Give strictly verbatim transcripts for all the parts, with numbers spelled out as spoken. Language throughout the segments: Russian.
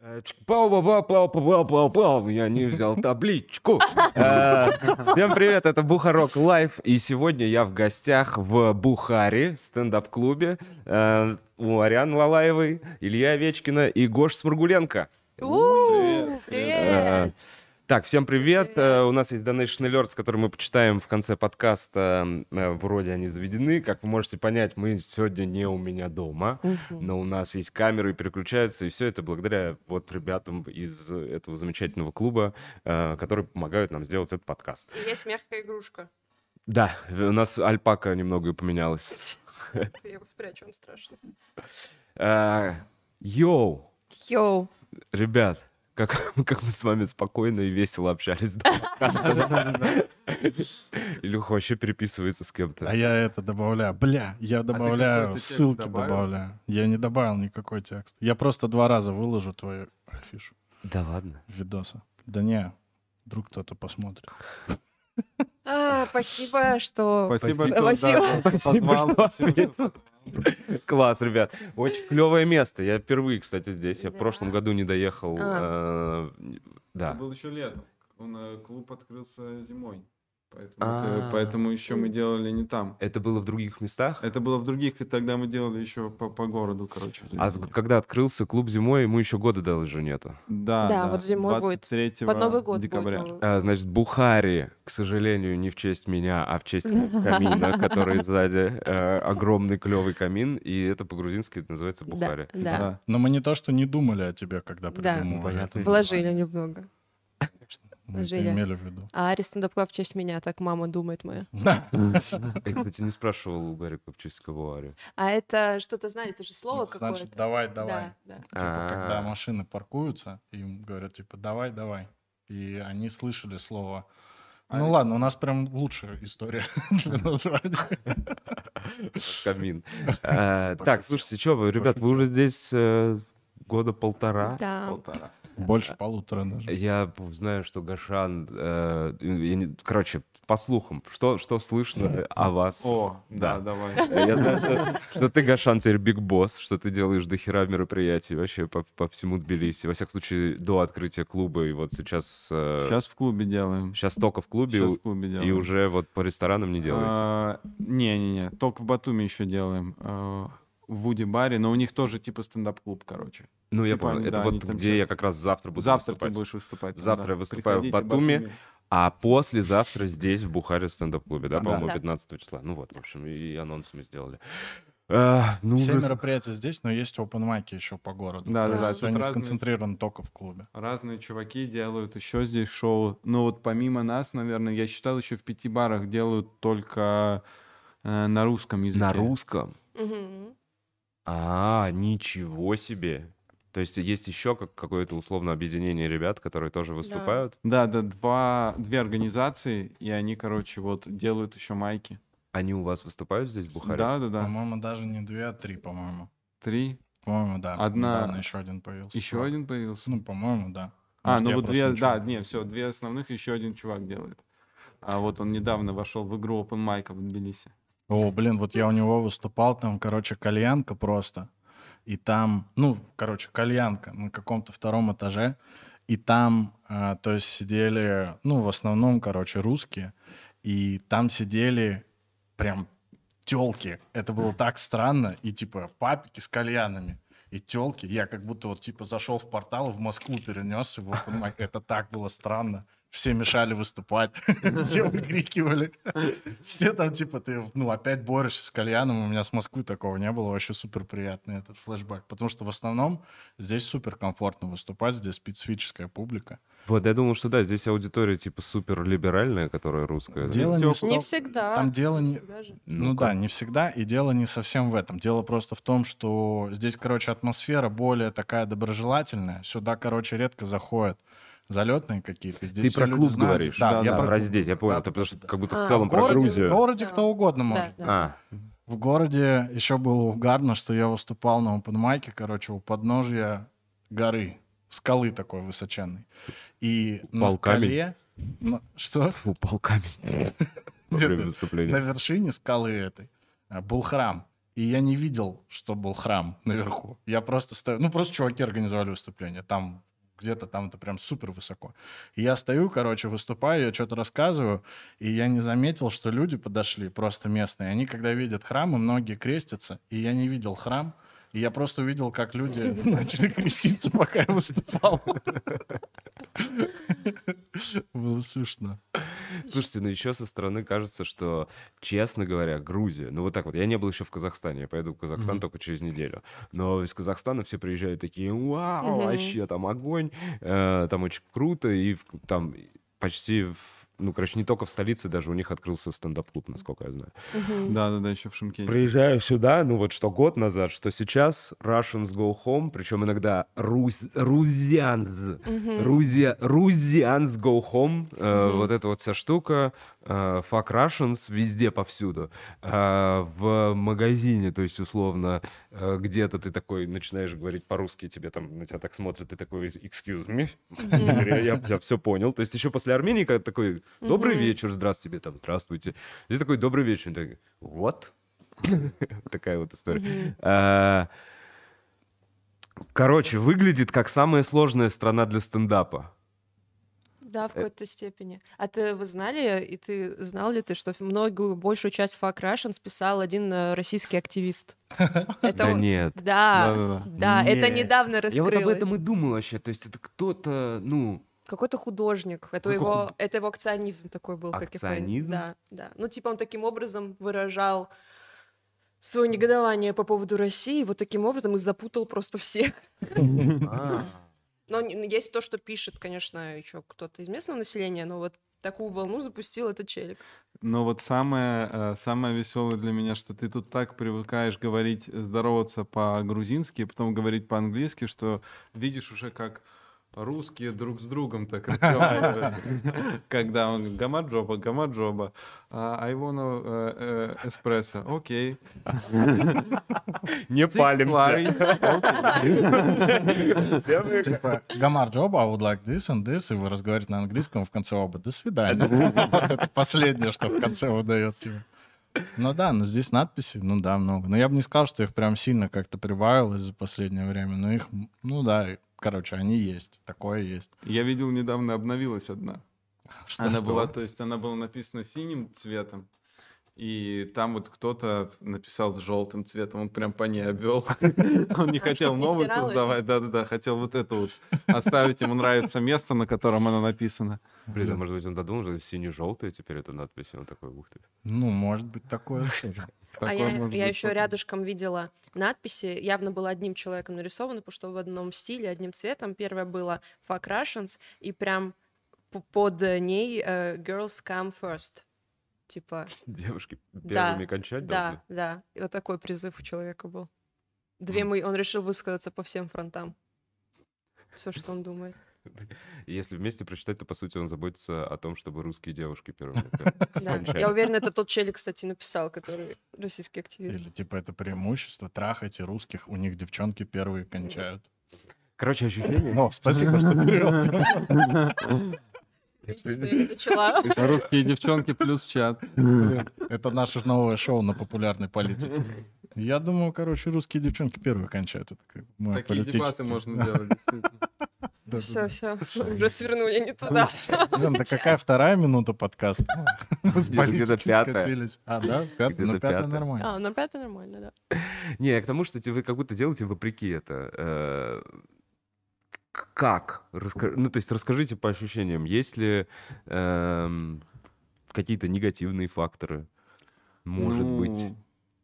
Пау-пау-пау-пау-пау-пау-пау. Я не взял табличку. Э, Всем привет, это Бухарок Лайв. И сегодня я в гостях в Бухаре, стендап-клубе. э, У Арианы Лалаевой, Ильи Овечкина и Гош Сморгуленко. У, Э, привет! Так, всем привет. Привет. Э, У нас есть Donation Alerts, который мы почитаем в конце подкаста. Э, Вроде они заведены. Как вы можете понять, мы сегодня не у меня дома, но у нас есть камеры и переключаются, и все это благодаря вот ребятам из этого замечательного клуба, э, которые помогают нам сделать этот подкаст. И есть мягкая игрушка. Да, у нас альпака немного поменялась. Я его спрячу, он страшный. Э, Йоу, Йоу. ребят, как, как мы с вами спокойно и весело общались до подкаста. Илюха вообще переписывается с кем-то. А я это добавляю. Бля, я добавляю, какой-то текст ссылки добавил добавляю. Я не добавил никакой текст. Я просто два раза выложу твою афишу Да ладно. видоса. Да не, вдруг кто-то посмотрит. А, спасибо, что... Спасибо, что Спасибо. да, Спасибо, позвал. что Спасибо, позвал. Класс, ребят. Очень клевое место. Я впервые, кстати, здесь. Я в Да. прошлом году не доехал. А. э, Это Да. был еще летом. Он, э, клуб открылся зимой. Поэтому, А. это- поэтому еще мы делали не там. Это было в других местах? Это было в других, и тогда мы делали еще по, по городу, короче. А с- когда открылся клуб зимой, ему еще года даже нету. Да, Да, вот зимой будет. двадцать третьего Под Новый год будет декабря. Новый год. А, значит, Бухари, к сожалению, не в честь меня, а в честь камина, который сзади. Э, Огромный клевый камин, и это по-грузински это называется Да, Бухари. да. Да. Но мы не то, что не думали о тебе, когда Да. придумывали. Понятно. это. Вложили немного. Мы это Вложили. имели в виду. А Ари стендап-клаб в честь меня, так мама думает моя. Да. Я, кстати, не спрашивал у Гарика в честь кого Ари. А это что-то, знаете, это же слово Это значит, какое-то. давай, давай. Да, да. Типа, когда А. машины паркуются, им говорят, типа, давай, давай. И они слышали слово. Ну Алекс. ладно, у нас прям лучшая история для названия. Камин. Э, Так, Пошутил. слушайте, что вы, ребят, вы уже здесь э, года полтора. Да. Полтора. Больше полутора даже. Я знаю, что Гашан, э, я не- короче, по слухам, что, что слышно о вас? О, да, Да. давай. Я знаю, что, что ты, Гашан, теперь биг босс, что ты делаешь дохера мероприятий вообще по, по всему Тбилиси. Во всяком случае, до открытия клуба, и вот сейчас... э, Сейчас в клубе делаем. сейчас только в клубе, Сейчас у- в клубе и делаем. уже вот по ресторанам не делаете. А, Не-не-не, только в Батуми еще делаем. а, В Вуди-баре, но у них тоже типа стендап-клуб, короче. Ну, я типа понял. они- Это да, вот они там где сейчас- я как раз завтра буду Завтра выступать. ты будешь выступать. там, Завтра да. я выступаю в Приходите, Батуми. А послезавтра здесь, в Бухаре, стендап-клубе, да, Да. по-моему, Да. пятнадцатого числа. Ну вот, в общем, и анонс мы сделали. А, ну, Все уже- мероприятия здесь, но есть опенмайки еще по городу. Да-да-да, Да. Все тут они разные, сконцентрированы только в клубе. разные чуваки делают еще здесь шоу. Но вот помимо нас, наверное, я считал, еще в пяти барах делают только э, на русском языке. на русском. Мгм. А, ничего себе. То есть есть еще как, какое-то условно объединение ребят, которые тоже выступают. Да, да, два, две организации, и они, короче, вот делают еще майки. Они у вас выступают здесь, в Бухаре? Да, да, да. По-моему, даже не две, а три, по-моему. Три. По-моему, да. Одна- Недавно еще один появился. Еще чувак. один появился. Ну, по-моему, да. а, Может, ну я вот просто две, ничего да, не не, знаю. все, две основных, еще один чувак делает. А вот он недавно вошел в игру Open Mic в Тбилиси. О, блин, вот я у него выступал, там, короче, кальянка просто. И там, ну, короче, кальянка на каком-то втором этаже. И там, а, то есть, сидели, ну, в основном, короче, русские. И там сидели прям тёлки. Это было так странно. И, типа, папики с кальянами. И тёлки. Я как будто вот, типа, зашел в портал, в Москву перенесся в open mic. Это так было странно. Все мешали выступать. Все выкрикивали. Все там, типа, ты, ну, опять борешься с кальяном. У меня с Москвы такого не было. Вообще супер приятный этот флешбэк. Потому что в основном здесь супер комфортно выступать. Здесь специфическая публика. Вот, я думал, что да, здесь аудитория типа супер либеральная, которая русская. да? Дело не, всё- в Не том- всегда. Там дело Не не... всегда же. Ну, Ну-ка. да, не всегда, и дело не совсем в этом. Дело просто в том, что здесь, короче, атмосфера более такая доброжелательная. Сюда, короче, редко заходят залетные какие-то. Здесь Ты все про люди клуб знают. говоришь? Да, я Да, про Про клуб здесь, я говорю. понял. Да, Это потому что да, как будто А, в целом в про городе- Грузию. В городе Да. кто угодно Да, может. да. А, В городе еще было угарно, что я выступал на опенмайке, короче, у подножья горы, скалы такой высоченной. И на Упал камень. скале... на- Что? упал камень во Где время ты? выступления. На вершине скалы этой а, был храм. и я не видел, что был храм наверху. Я просто стою... Ну, просто чуваки организовали выступление. Там где-то там это прям супер высоко. И я стою, короче, выступаю, я что-то рассказываю, и я не заметил, что люди подошли, просто местные. Они, когда видят храмы, многие крестятся, и я не видел храм, и я просто увидел, как люди начали креститься, пока я выступал. Было смешно. Слушайте, ну еще со стороны кажется, что, честно говоря, Грузия, ну вот так вот, я не был еще в Казахстане, я поеду в Казахстан Мгм. только через неделю, но из Казахстана все приезжают такие, вау, Мгм. вообще там огонь, э, там очень круто, и в- там почти, в- ну, короче, не только в столице, даже у них открылся стендап-клуб, насколько я знаю. Мгм. Да-да-да, еще в Шымкенте. Приезжаю сюда, ну вот что год назад, что сейчас, Russians go home, причем иногда Русь, Рузианс, Мгм. Рузия, Рузианс go home, э, Мгм. вот эта вот вся штука, э, fuck Russians везде, повсюду. А в магазине, то есть, условно, э, где-то ты такой начинаешь говорить по-русски, тебе там, на тебя так смотрят, ты такой, excuse me, Мгм. я, я, все понял. То есть еще после Армении, когда такой, добрый Мгм. вечер, здравствуйте, тебе там, здравствуйте. Здесь такой, добрый вечер. И так, what? Такая вот история. Мгм. А, Короче, выглядит как самая сложная страна для стендапа. Да, в Э, какой-то степени. А ты вы знали, и ты знал ли ты, что многую, большую часть Fuck Russians писал один э, российский активист? Это Да он- нет. Да, Да-да-да. да, это Не. недавно Я вот об этом и раскрылось. думал вообще. То есть это кто-то, ну, Какой-то художник. Это Какой его, худ- это его акционизм такой был, как я поняла. акционизм? Да, да. Ну, типа он таким образом выражал свое негодование по поводу России, вот таким образом и запутал просто всех. А. Но н- есть то, что пишет, конечно, еще кто-то из местного населения, но вот такую волну запустил этот челик. Но вот самое, э, самое веселое для меня, что ты тут так привыкаешь говорить, э, здороваться по-грузински, потом говорить по-английски, что видишь уже, как русские друг с другом так разговаривают. Когда он гамаджоба, гамаджоба, а, I wanna э, э, эспрессо, окей. Не Six палимся. flurries, окей. Типа, Гамар Джоба, I would like this and this, и вы разговариваете на английском в конце оба. До свидания. Вот это последнее, что в конце выдает тебе. Ну да, ну здесь надписи, ну да, много. Но я бы не сказал, что их прям сильно как-то прибавилось за последнее время. Но их, ну да, короче, они есть. Такое есть. Я видел, недавно обновилась одна. Что Она что? была, то есть она была написана синим цветом, и там вот кто-то написал желтым цветом, он прям по ней обвел. Он не А, хотел чтоб не новую стиралось? создавать, да-да-да, хотел вот это вот оставить, ему нравится место, на котором она написана. Блин, а может быть он додумал, что сине-желтая теперь эта надпись, и он такой, ух ты. Ну, может быть, такое тоже. А Такое я, может я быть еще только. рядышком видела надписи, явно было одним человеком нарисовано, потому что в одном стиле, одним цветом. Первое было Fuck Russians, и прям п- под ней э, Girls Come First. Типа, Девушки да, первыми кончать да, должны. да. И вот такой призыв у человека был. Две мы, он решил высказаться по всем фронтам. Все, что он думает. И если вместе прочитать, то, по сути, он заботится о том, чтобы русские девушки первыми кон- Да. кончали. Я уверена, это тот челик, кстати, написал, который российский активист. Или типа это преимущество. Трахайте русских, у них девчонки первые кончают. Короче, ощущение... О, спасибо, что перевел. Видите, что я не начала. Русские девчонки плюс чат. Это наше новое шоу на популярной политике. Я думаю, короче, русские девчонки первые кончают. Это как мой Такие политический- дебаты можно делать, действительно. Да, да, Все, да. все, уже свернули не туда. Блин, да какая вторая минута подкаста? Мы с Где-то политики пятая. скатились. А, да? Пятая? Где-то Ну, пятая пятая. нормально. А, на пятый нормально, да. Не, я к тому, что те- вы как будто делаете вопреки это. э, к- Как? Раска- Ну, то есть расскажите по ощущениям, есть ли эм, какие-то негативные факторы? Может быть. Ну,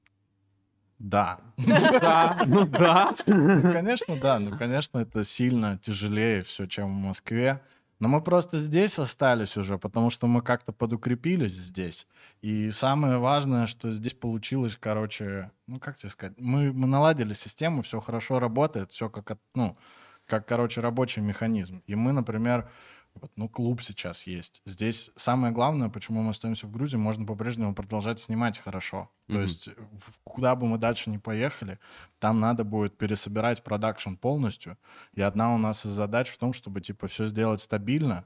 Да. Да, ну да. Ну, конечно, да. Ну, конечно, это сильно тяжелее все, чем в Москве. Но мы просто здесь остались уже, потому что мы как-то подукрепились здесь. И самое важное, что здесь получилось, короче, ну, как тебе сказать, мы, мы наладили систему, все хорошо работает, все как, от- ну, как, короче, рабочий механизм. И мы, например, вот, ну, клуб сейчас есть. Здесь самое главное, почему мы остаемся в Грузии, можно по-прежнему продолжать снимать хорошо. То Мгм. есть в- куда бы мы дальше не поехали, там надо будет пересобирать продакшн полностью. И одна у нас из задач в том, чтобы типа все сделать стабильно,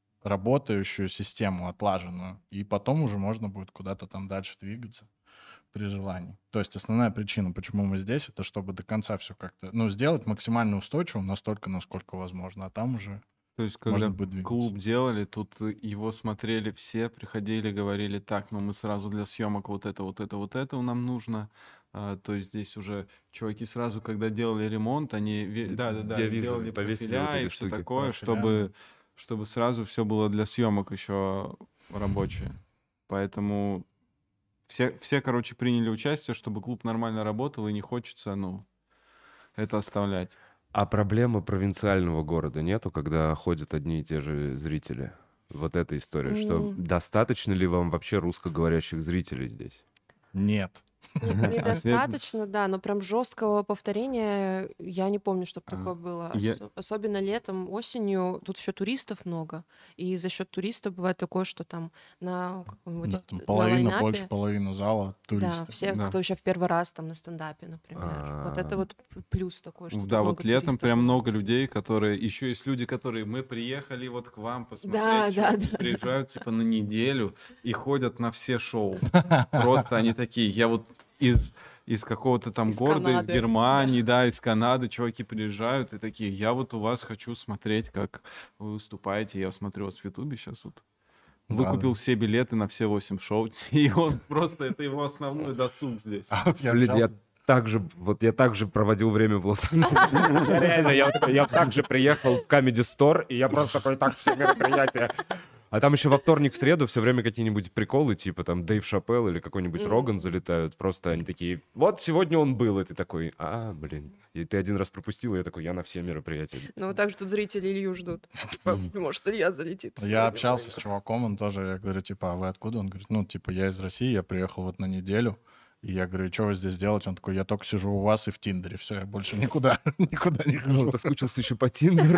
работающую систему, отлаженную. И потом уже можно будет куда-то там дальше двигаться. при желании. То есть основная причина, почему мы здесь, это чтобы до конца все как-то, ну, сделать максимально устойчивым настолько, насколько возможно, а там уже То есть, когда можно будет двигаться. клуб делали, тут э, его смотрели все, приходили, говорили, так, ну мы сразу для съемок вот это, вот это, вот это нам нужно. А, то есть здесь уже чуваки сразу, когда делали ремонт, они, ве- Д- да-да-да, я вижу, делали повесили вот профиля эти и все штуки. такое, Профиля, чтобы, чтобы сразу все было для съемок еще рабочее. Поэтому все, все, короче, приняли участие, чтобы клуб нормально работал, и не хочется, ну, это оставлять. А проблемы провинциального города нету, когда ходят одни и те же зрители? Вот эта история, что М. достаточно ли вам вообще русскоговорящих зрителей здесь? Нет. Не- Недостаточно, да, но прям жесткого повторения я не помню, чтобы А, такое было. я- Ос- Особенно летом, осенью. Тут еще туристов много. И за счет туристов бывает такое, что там на каком-нибудь Да, там на половина, лайнапе, больше половины зала да, туристов. все, Да. кто еще в первый раз там на стендапе, например. Вот это А. вот п- плюс такой, что тут Да, много вот летом туристов прям было. много людей, которые... Еще есть люди, которые... Мы приехали вот к вам посмотреть. Да, да, чуваки да. приезжают типа на неделю и ходят на все шоу. Просто они такие... Я вот из, из какого-то там Из города, из Канады, Германии, да, из Канады чуваки приезжают и такие... Я вот у вас хочу смотреть, как вы выступаете. Я смотрю вас в Ютубе сейчас вот. Да, Выкупил да. все билеты на все восемь шоу. И он просто... Это его основной досуг здесь. А вот я Блин, я общался- так же, вот я так же проводил время в Лос-Анджелесе. Я Реально, я, вот- я так же приехал в Comedy Store, и я просто такой, так, все мероприятия. А там еще во вторник, в среду все время какие-нибудь приколы, типа там Дэйв Шапелл или какой-нибудь Мгм. Роган залетают. Просто они такие, вот сегодня он был, и ты такой, а, блин. И ты один раз пропустил, и я такой, я на все мероприятия. Ну, вот так же тут зрители Илью ждут. Типа, может, Илья залетит. Я сегодня общался с на чуваком, он тоже, я говорю, типа, а вы откуда? Он говорит, ну, типа, я из России, я приехал вот на неделю. И я говорю, что вы здесь делаете? Он такой, я только сижу у вас и в Тиндере, все, я больше никуда, никуда не Ну, хожу. соскучился еще по Тиндеру.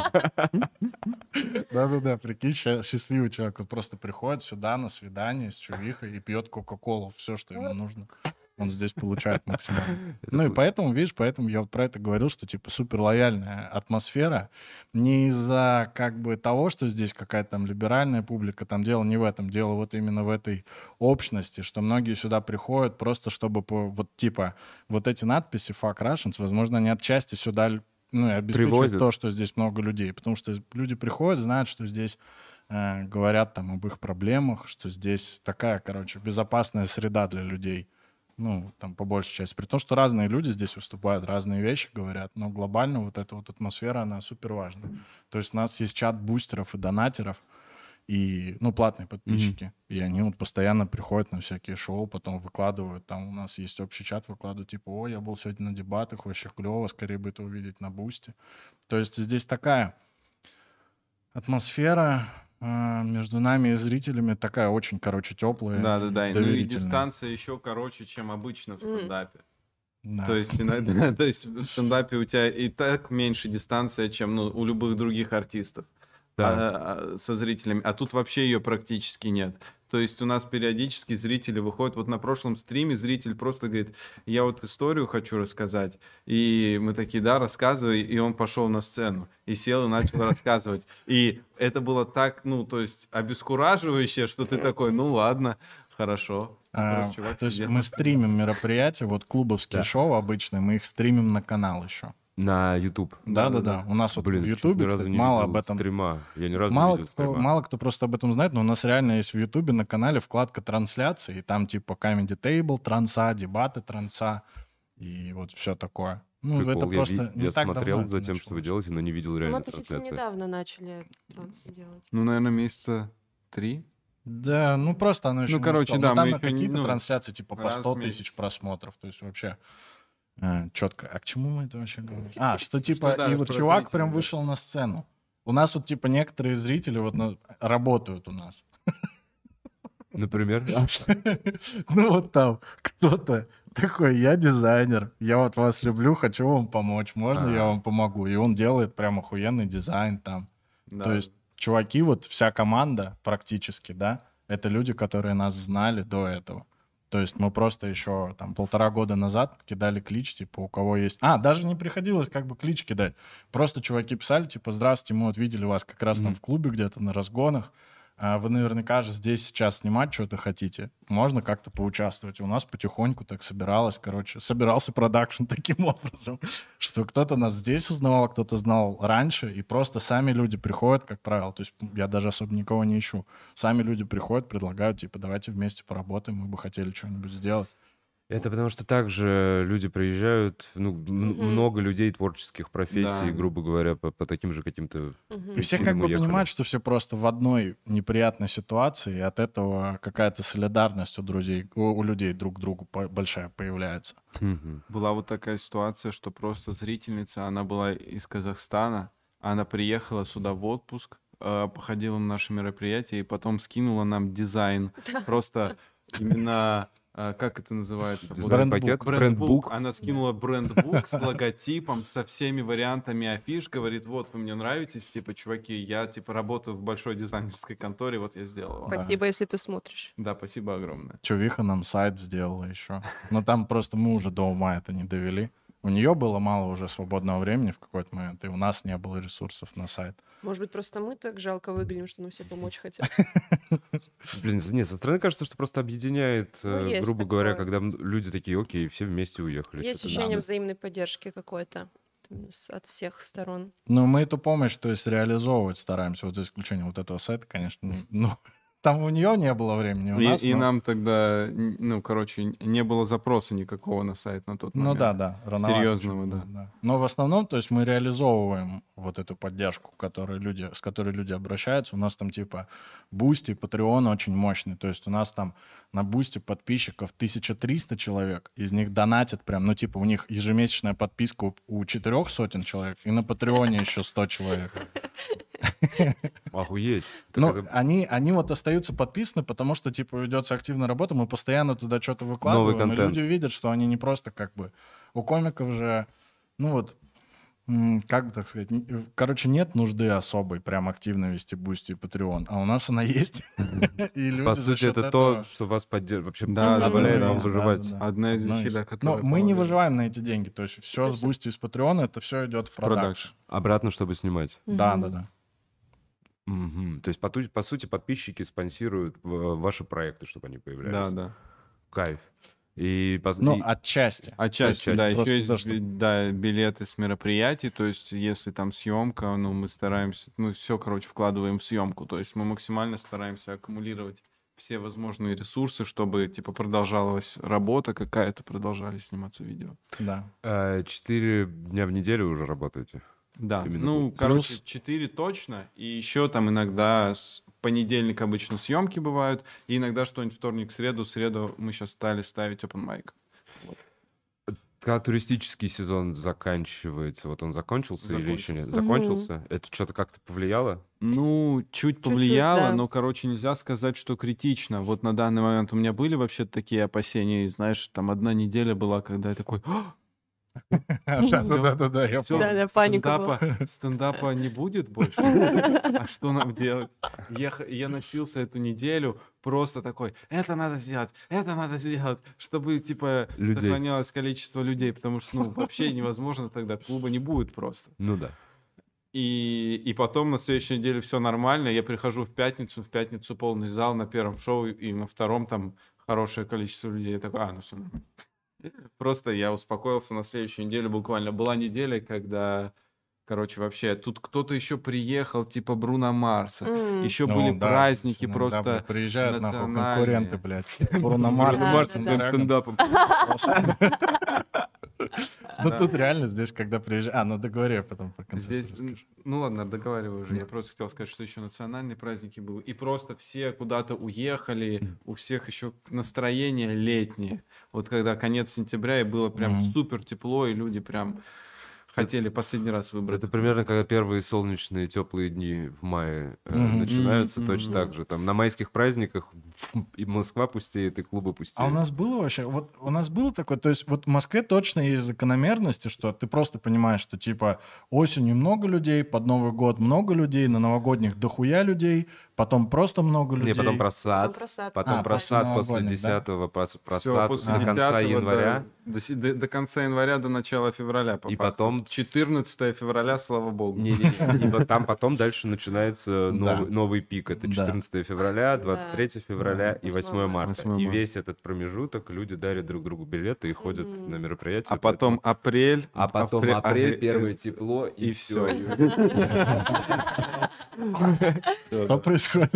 Да-да-да, прикинь, ща- счастливый человек. Он просто приходит сюда на свидание с чувихой и пьет Кока-Колу, все, что ему нужно. Он здесь получает максимально. Ну и поэтому, видишь, поэтому я вот про это говорил, что типа супер лояльная атмосфера. Не из-за как бы того, что здесь какая-то там либеральная публика, там дело не в этом, дело вот именно в этой общности, что многие сюда приходят просто чтобы по- вот типа вот эти надписи «Fuck Russians», возможно, они отчасти сюда л- ну, и обеспечивают Привозят. то, что здесь много людей. Потому что люди приходят, знают, что здесь э, говорят там об их проблемах, что здесь такая, короче, безопасная среда для людей. Ну, там, по большей части. При том, что разные люди здесь выступают, разные вещи говорят, но глобально вот эта вот атмосфера, она супер важна. То есть у нас есть чат бустеров и донатеров, и, ну, платные подписчики. И они вот постоянно приходят на всякие шоу, потом выкладывают. Там у нас есть общий чат, выкладывают, типа, о, я был сегодня на дебатах, вообще клево, скорее бы это увидеть на бусте. То есть здесь такая атмосфера э, между нами и зрителями такая очень, короче, теплая. Да, да, да. и Ну и доверительная. дистанция еще короче, чем обычно в Мгм. стендапе. Да. То есть иногда, то есть в стендапе у тебя и так меньше дистанция, чем ну, у любых других артистов Да. а, а, со зрителями. А тут вообще ее практически нет. То есть у нас периодически зрители выходят. Вот на прошлом стриме зритель просто говорит, я вот историю хочу рассказать. И мы такие, да, рассказывай. И он пошел на сцену и сел и начал рассказывать. И это было так, ну, то есть обескураживающе, что ты такой, ну ладно, хорошо. А, Просто чувак то есть сидел мы на сцене. стримим мероприятия, вот клубовские Да. шоу обычные, мы их стримим на канал еще. На YouTube. Да-да-да. У нас вот Блин, в чё-то Ютубе, ни разу кстати, не мало видел об этом. стрима. Я ни разу Мало не видел кто, стрима. мало кто просто об этом знает, но у нас реально есть в Ютубе на канале вкладка трансляции, и там типа Comedy Table, транса, дебаты транса, и вот все такое. Ну, Прикол. это Я просто ви- не я так смотрел давно за это тем, что вы началось. делаете, но не видел Мы реально относительно трансляции. недавно начали танцы делать. Ну, наверное, месяца три. Да, ну просто оно еще Ну, не короче, успело. да, Но там мы на еще не- какие-то ну, трансляции типа по раз в сто месяц. тысяч просмотров, то есть вообще четко. А к чему мы это вообще говорим? А, что типа, Что, да, и вот про чувак зрителей, прям да. вышел на сцену. У нас вот типа некоторые зрители вот на- работают у нас. Например? Ну вот там кто-то такой, я дизайнер, я вот вас люблю, хочу вам помочь, можно я А. вам помогу? И он делает прям охуенный дизайн там. Да. То есть чуваки, вот вся команда практически, да, это люди, которые нас знали до этого. То есть мы просто еще там полтора года назад кидали клич, типа, у кого есть... А, даже не приходилось как бы клич кидать. Просто чуваки писали, типа, здравствуйте, мы вот видели вас как раз там Мгм. в клубе где-то на разгонах. а вы наверняка же здесь сейчас снимать что-то хотите. Можно как-то поучаствовать. У нас потихоньку так собиралось, короче, собирался продакшн таким образом, что кто-то нас здесь узнавал, кто-то знал раньше, и просто сами люди приходят, как правило. То есть я даже особо никого не ищу. Сами люди приходят, предлагают, типа, давайте вместе поработаем, мы бы хотели что-нибудь сделать. Это потому что также люди приезжают, ну, м- Мгм. много людей творческих профессий, Да. грубо говоря, по, по таким же каким-то Мгм. И все как причинам бы уехали. понимают, что все просто в одной неприятной ситуации, и от этого какая-то солидарность у друзей, у, у людей друг к другу по- большая появляется. Мгм. Была вот такая ситуация, что просто зрительница, она была из Казахстана, она приехала сюда в отпуск, э, походила на наши мероприятия и потом скинула нам дизайн. Просто именно, э, как это называется? Вот Дизайн-пакет? Брендбук. Она скинула брендбук с логотипом, со всеми вариантами афиш, говорит, вот, вы мне нравитесь, типа, чуваки, я, типа, работаю в большой дизайнерской конторе, вот я сделала. вам». Спасибо, если ты смотришь. Да, спасибо огромное. Чувиха нам сайт сделала еще. Но там просто мы уже до ума это не довели. У нее было мало уже свободного времени в какой-то момент, и у нас не было ресурсов на сайт. Может быть, просто мы так жалко выглядим, что нам все помочь хотят. Блин, нет, со стороны кажется, что просто объединяет, Ну, э, есть грубо говоря, такое. когда м- люди такие, окей, все вместе уехали. Есть что-то ощущение надо. взаимной поддержки какой-то именно с- от всех сторон. Но мы эту помощь, то есть, реализовывать стараемся, вот за исключением вот этого сайта, конечно, не- ну, там у нее не было времени, у И, нас, и но- нам тогда, н- ну, короче, н- не было запроса никакого на сайт на тот Ну момент. да, да, рановато Серьезного, чуть да. было, да. Но в основном, то есть мы реализовываем вот эту поддержку, которую люди, с которой люди обращаются. У нас там типа Бусти, Patreon очень мощный. То есть у нас там на Бусти подписчиков тысяча триста человек. Из них донатят прям, ну типа у них ежемесячная подписка у, у четырех сотен человек. И на Патреоне еще сто человек. Охуеть. Так Ну, это они, они вот остаются подписаны, потому что, типа, ведется активная работа, мы постоянно туда что-то выкладываем, и контент. люди видят, что они не просто как бы... У комиков же, ну вот, м, как бы так сказать, н- короче, нет нужды особой прям активно вести Бусти и Patreon, а у нас она есть. И люди По за сути, счет это то, этого- что вас поддерживает, вообще Да, да, позволяет да, вам да, выживать. да, да. Одна из Одно вещей, из- да, Но которая мы не помогает. выживаем на эти деньги, то есть все с Точно. Бусти и с Patreon, это все идет в продакшн. Продакшн. Обратно, чтобы снимать. Да, Мгм. да, да. Мгм. То есть, по, ту- по сути, подписчики спонсируют э, ваши проекты, чтобы они Да, появлялись. да. Кайф. И, пос- Ну, и- отчасти. Отчасти, Отчасти. да, еще Просто есть то, что- би- да, билеты с мероприятий, то есть если там съемка, ну, мы стараемся, ну, все, короче, вкладываем в съемку, то есть мы максимально стараемся аккумулировать все возможные ресурсы, чтобы, типа, продолжалась работа какая-то, продолжали сниматься видео. Да. э, четыре дня в неделю уже работаете. Да, Именно ну, плюс- короче, четыре точно, и еще там иногда с понедельник обычно съемки бывают, и иногда что-нибудь вторник, среду, среду мы сейчас стали ставить open mic. Когда туристический сезон заканчивается, вот он закончился, или еще нет? Закончился. Закончился? Это что-то как-то повлияло? Ну, чуть Чуть-чуть, повлияло, да. но, короче, нельзя сказать, что критично. Вот на данный момент у меня были вообще такие опасения, и знаешь, там одна неделя была, когда я такой, Да-да-да, я все, Да, да, паника была. стендапа, стендапа не будет больше. А что нам делать? Я, х- я носился эту неделю просто такой, это надо сделать, это надо сделать, чтобы, типа, Людей. сохранялось количество людей, потому что, ну, вообще невозможно тогда, клуба не будет просто. Ну да. И, и потом на следующей неделе все нормально. Я прихожу в пятницу, в пятницу полный зал на первом шоу, и на втором там хорошее количество людей. Я такой, а, ну все нормально. Просто я успокоился на следующую неделю буквально. Была неделя, когда, короче, вообще тут кто-то еще приехал, типа Бруно Марса. М. Еще Ну, были да, праздники иногда, просто. блядь, приезжают нахуй национальные. конкуренты, блядь. Бруно Марс. Да, Марс да, со да. своим Реально. стендапом. Ну Да. тут реально здесь, когда приезжаешь... А, ну договори, я потом про концерт Здесь, расскажу. м, ну ладно, договариваю уже. Да. Я просто хотел сказать, что еще национальные праздники были. И просто все куда-то уехали, у всех еще настроение летнее. Вот когда конец сентября, и было прям Мгм. супер тепло, и люди прям хотели последний раз выбрать. Это примерно когда первые солнечные теплые дни в мае э, Мгм. начинаются, Мгм, точно мгм. так же. Там на майских праздниках и Москва пустеет, и клубы А у пустеют. нас было вообще, вот у нас было такое, то есть вот в Москве точно есть закономерности, что ты просто понимаешь, что типа осенью много людей, под Новый год много людей, на новогодних дохуя людей, потом просто много людей. Не, потом просад. Потом просад. Потом А, просад после после новогодних, да? десятого, прос- Всё, просад после до конца десятого января. До, до си- до- до конца января, до начала февраля. По И факту. потом с- четырнадцатого февраля, слава богу. Не, не, не, и вот там потом дальше начинается новый, Да. новый пик. Это Да. четырнадцатого февраля, двадцать третьего февраля и восьмого марта. восьмого И марта. весь этот промежуток люди дарят друг другу билеты и ходят Мгм. на мероприятия. А потом апрель. А потом апре- апрель, а- первое тепло, и, и все. Что происходит?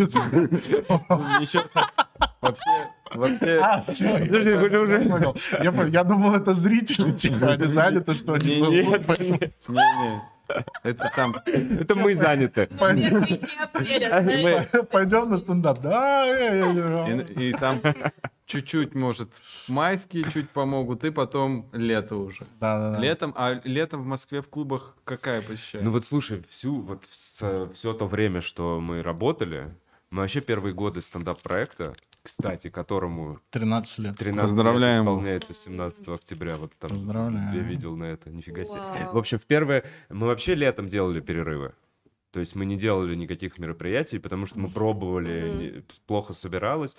Ничего. Вообще, вообще... А, всё, я Подожди, вы же уже- понял. Я понял. Я думал, это зрители, типа, они заняты, что они Не-не. зовут, поэтому- Не-не. Это там... Это мы заняты. Первые дни апреля, знаете. Мы- Пойдем на стендап. Да, я- я- я- И, и там чуть-чуть, может, майские чуть помогут, и потом лето уже. Да, да, да. Летом, а летом в Москве в клубах какая посещаемость? Ну вот слушай, всю, вот все то время, что мы работали, мы вообще первые годы стендап-проекта, кстати, которому тринадцать лет. тринадцать Поздравляем. лет исполняется семнадцатого октября. Вот там Поздравляем. я видел на это, нифига себе. Вау. В общем, в первое... Мы вообще летом делали перерывы. То есть мы не делали никаких мероприятий, потому что мы пробовали, Мгм. не- плохо собиралось.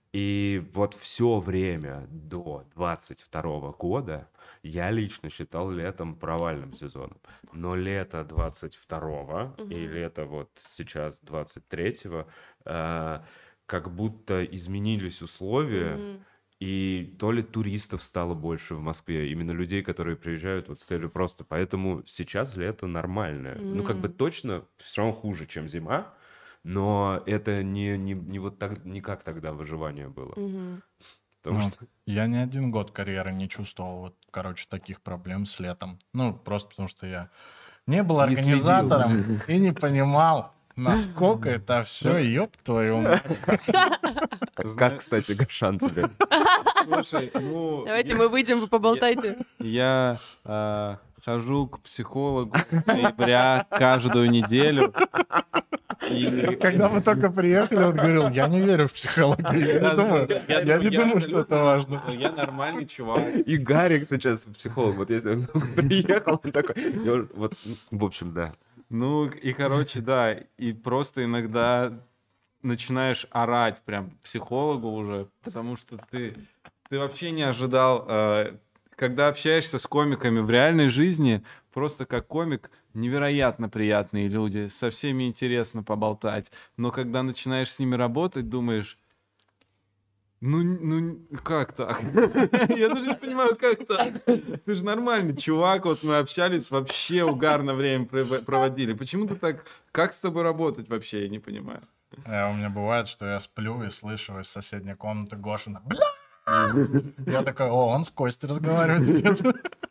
И вот все время до двадцать второго года я лично считал летом провальным сезоном. Но лето двадцать второго и Мгм. лето вот сейчас двадцать третьего э, как будто изменились условия. Мгм. И то ли туристов стало больше в Москве, именно людей, которые приезжают вот с целью просто. Поэтому сейчас лето нормальное. Ну, как бы М. точно все равно хуже, чем зима, но это не, не, не вот так, не как тогда выживание было. Мгм. Потому Ну, что Я не один год карьеры не чувствовал, вот, короче, таких проблем с летом. Ну, просто потому что я не был Не следил. организатором и не понимал, насколько это все, ёб твою мать. как, кстати, Гошан тебе? Слушай, ну... Давайте мы выйдем, вы поболтайте. Я э, хожу к психологу с ноября каждую неделю. И... Когда мы только приехали, он говорил, я не верю в психологию. Я не думаю, Я я не думаю, что это важно. Я нормальный чувак. И Гарик сейчас психолог. Вот если он приехал, он такой... и он Вот, в общем, да. Ну, и, короче, да, и просто иногда начинаешь орать прям психологу уже, потому что ты, ты вообще не ожидал, э, когда общаешься с комиками в реальной жизни, просто как комик невероятно приятные люди, со всеми интересно поболтать, но когда начинаешь с ними работать, думаешь, ну, ну, как так? Я даже не понимаю, как так? Ты же нормальный чувак, вот мы общались, вообще угарно время пров- проводили. Почему ты так... Как с тобой работать вообще, я не понимаю. Э, У меня бывает, что я сплю и слышу из соседней комнаты Гошина. Бля! Я такой, о, он с Костей разговаривает.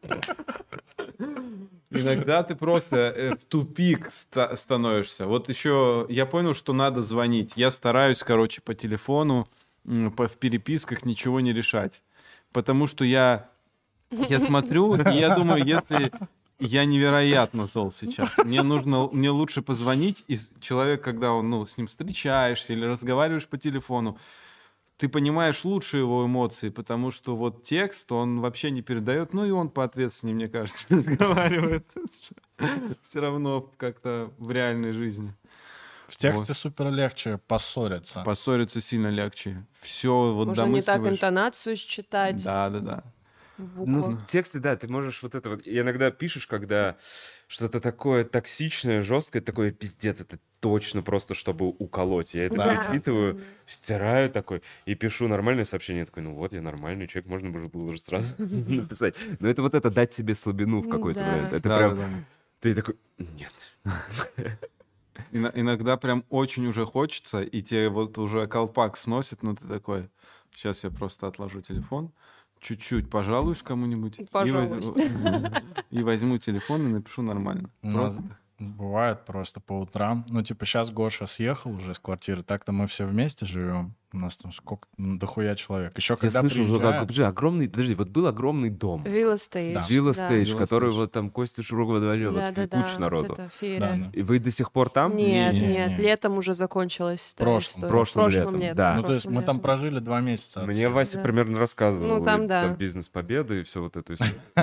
Иногда ты просто э, в тупик ста- становишься. Вот еще я понял, что надо звонить. Я стараюсь, короче, по телефону, м, по, в переписках ничего не решать. Потому что я, я смотрю, и я думаю, если я невероятно зол сейчас, мне нужно, мне лучше позвонить, и с- человек, когда он, ну, с ним встречаешься или разговариваешь по телефону, ты понимаешь лучше его эмоции, потому что вот текст, он вообще не передает, ну и он поответственнее, мне кажется, разговаривает. Все равно как-то в реальной жизни. В тексте супер легче поссориться. Поссориться сильно легче. Все вот Можно не так домысливаешь. интонацию считать. Да, да, да. букву. Ну, в тексте, да, ты можешь вот это вот... И иногда пишешь, когда что-то такое токсичное, жесткое, такое пиздец, это точно просто, чтобы уколоть. Я это Да. перечитываю, стираю такой и пишу нормальное сообщение. Я такой, ну вот, я нормальный человек, можно было бы уже сразу написать. Но это вот это дать себе слабину в какой-то Да. момент. Это Да, прям... да, да. Ты такой, нет. Ино- Иногда прям очень уже хочется, и тебе вот уже колпак сносит, но ты такой, сейчас я просто отложу телефон, чуть-чуть пожалуюсь кому-нибудь, и Пожалуюсь. возьму- и возьму телефон и напишу нормально. Ну, Просто Бывает просто по утрам. Ну, типа, сейчас Гоша съехал уже из квартиры, так-то мы все вместе живем. У нас там сколько, ну, дохуя человек. Еще Я когда слышал, уже как, приезжают... подожди, огромный, подожди, вот был огромный дом. Вилла Стейдж. Да. Вилла да. Стейдж, Вилла который Стейдж. вот там Костя Широкого доводил, Да, вот да, куча да, вот народу. это Да, феерия. да. И вы до сих пор там? Нет, Не, нет, не. летом уже закончилась та Прошлым, история. прошлым летом, да. Ну, то есть прошлым мы там летом. прожили два месяца. от Мне силы. Вася Да. примерно рассказывал. Ну, там и да. бизнес Победы и все вот это.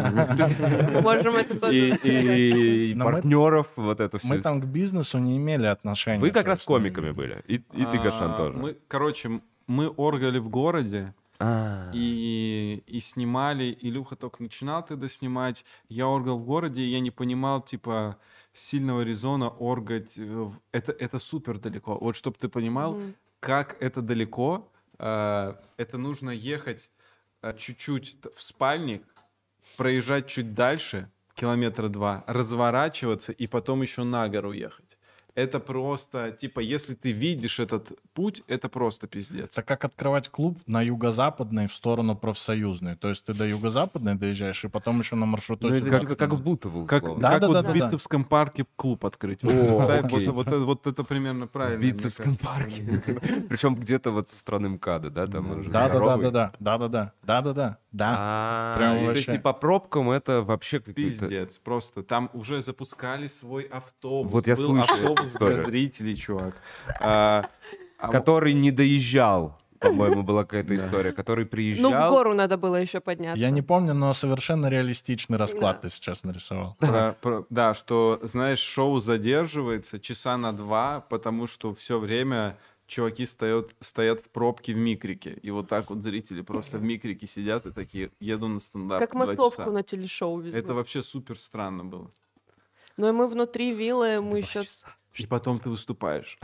Можем это тоже И, рассказать. и, и Но мы- партнеров, вот это все. Мы там к бизнесу не имели отношения. Вы как то раз есть, комиками ну, были. И, и ты, А, Гошан, тоже. Мы, короче, м- мы оргали в городе, А. и, и снимали. Илюха только начинал тогда снимать. Я оргал в городе, и я не понимал, типа, сильного резона оргать. э, в- Это, это супер далеко. Вот чтобы ты понимал, Мгм. как это далеко. э, Это нужно ехать э, чуть-чуть т- в спальник, проезжать чуть дальше, километра два, разворачиваться и потом еще на гору ехать. Это просто, типа, если ты видишь этот путь, это просто пиздец. Это как открывать клуб на юго-западной в сторону профсоюзной. То есть ты до юго-западной доезжаешь, и потом еще на маршруте. Ну, это как, как в Бутово, Как, условно. Да, как да, вот да, в да, да. Битцевском парке клуб открыть. О, Представь, окей. вот, вот это, вот это примерно В правильно. мне Битцевском кажется. парке. Причем где-то вот со стороны МКАДа, да? Там он же Да, да, да, здоровый. да, да, да, да, да, да, да, да, да. А, Прям и то есть вообще. и по пробкам это вообще какой-то... Пиздец, просто. Там уже запускали свой автобус. Вот я Был слышал эту автобус историю. для зрителей, чувак. А, а вот- Который не доезжал, по-моему, была какая-то Да. история, который Ну, в приезжал... гору надо было еще подняться. Я не помню, но совершенно реалистичный расклад Да. ты сейчас нарисовал. Про- про- да, что, знаешь, шоу задерживается часа на два, потому что все время чуваки стоят, стоят в пробке в микрике. И вот так вот зрители просто в микрике сидят и такие, еду на стендап. Как два масловку часа. на телешоу везут. Это вообще супер странно было. Ну и мы внутри виллы, мы еще... И потом ты выступаешь.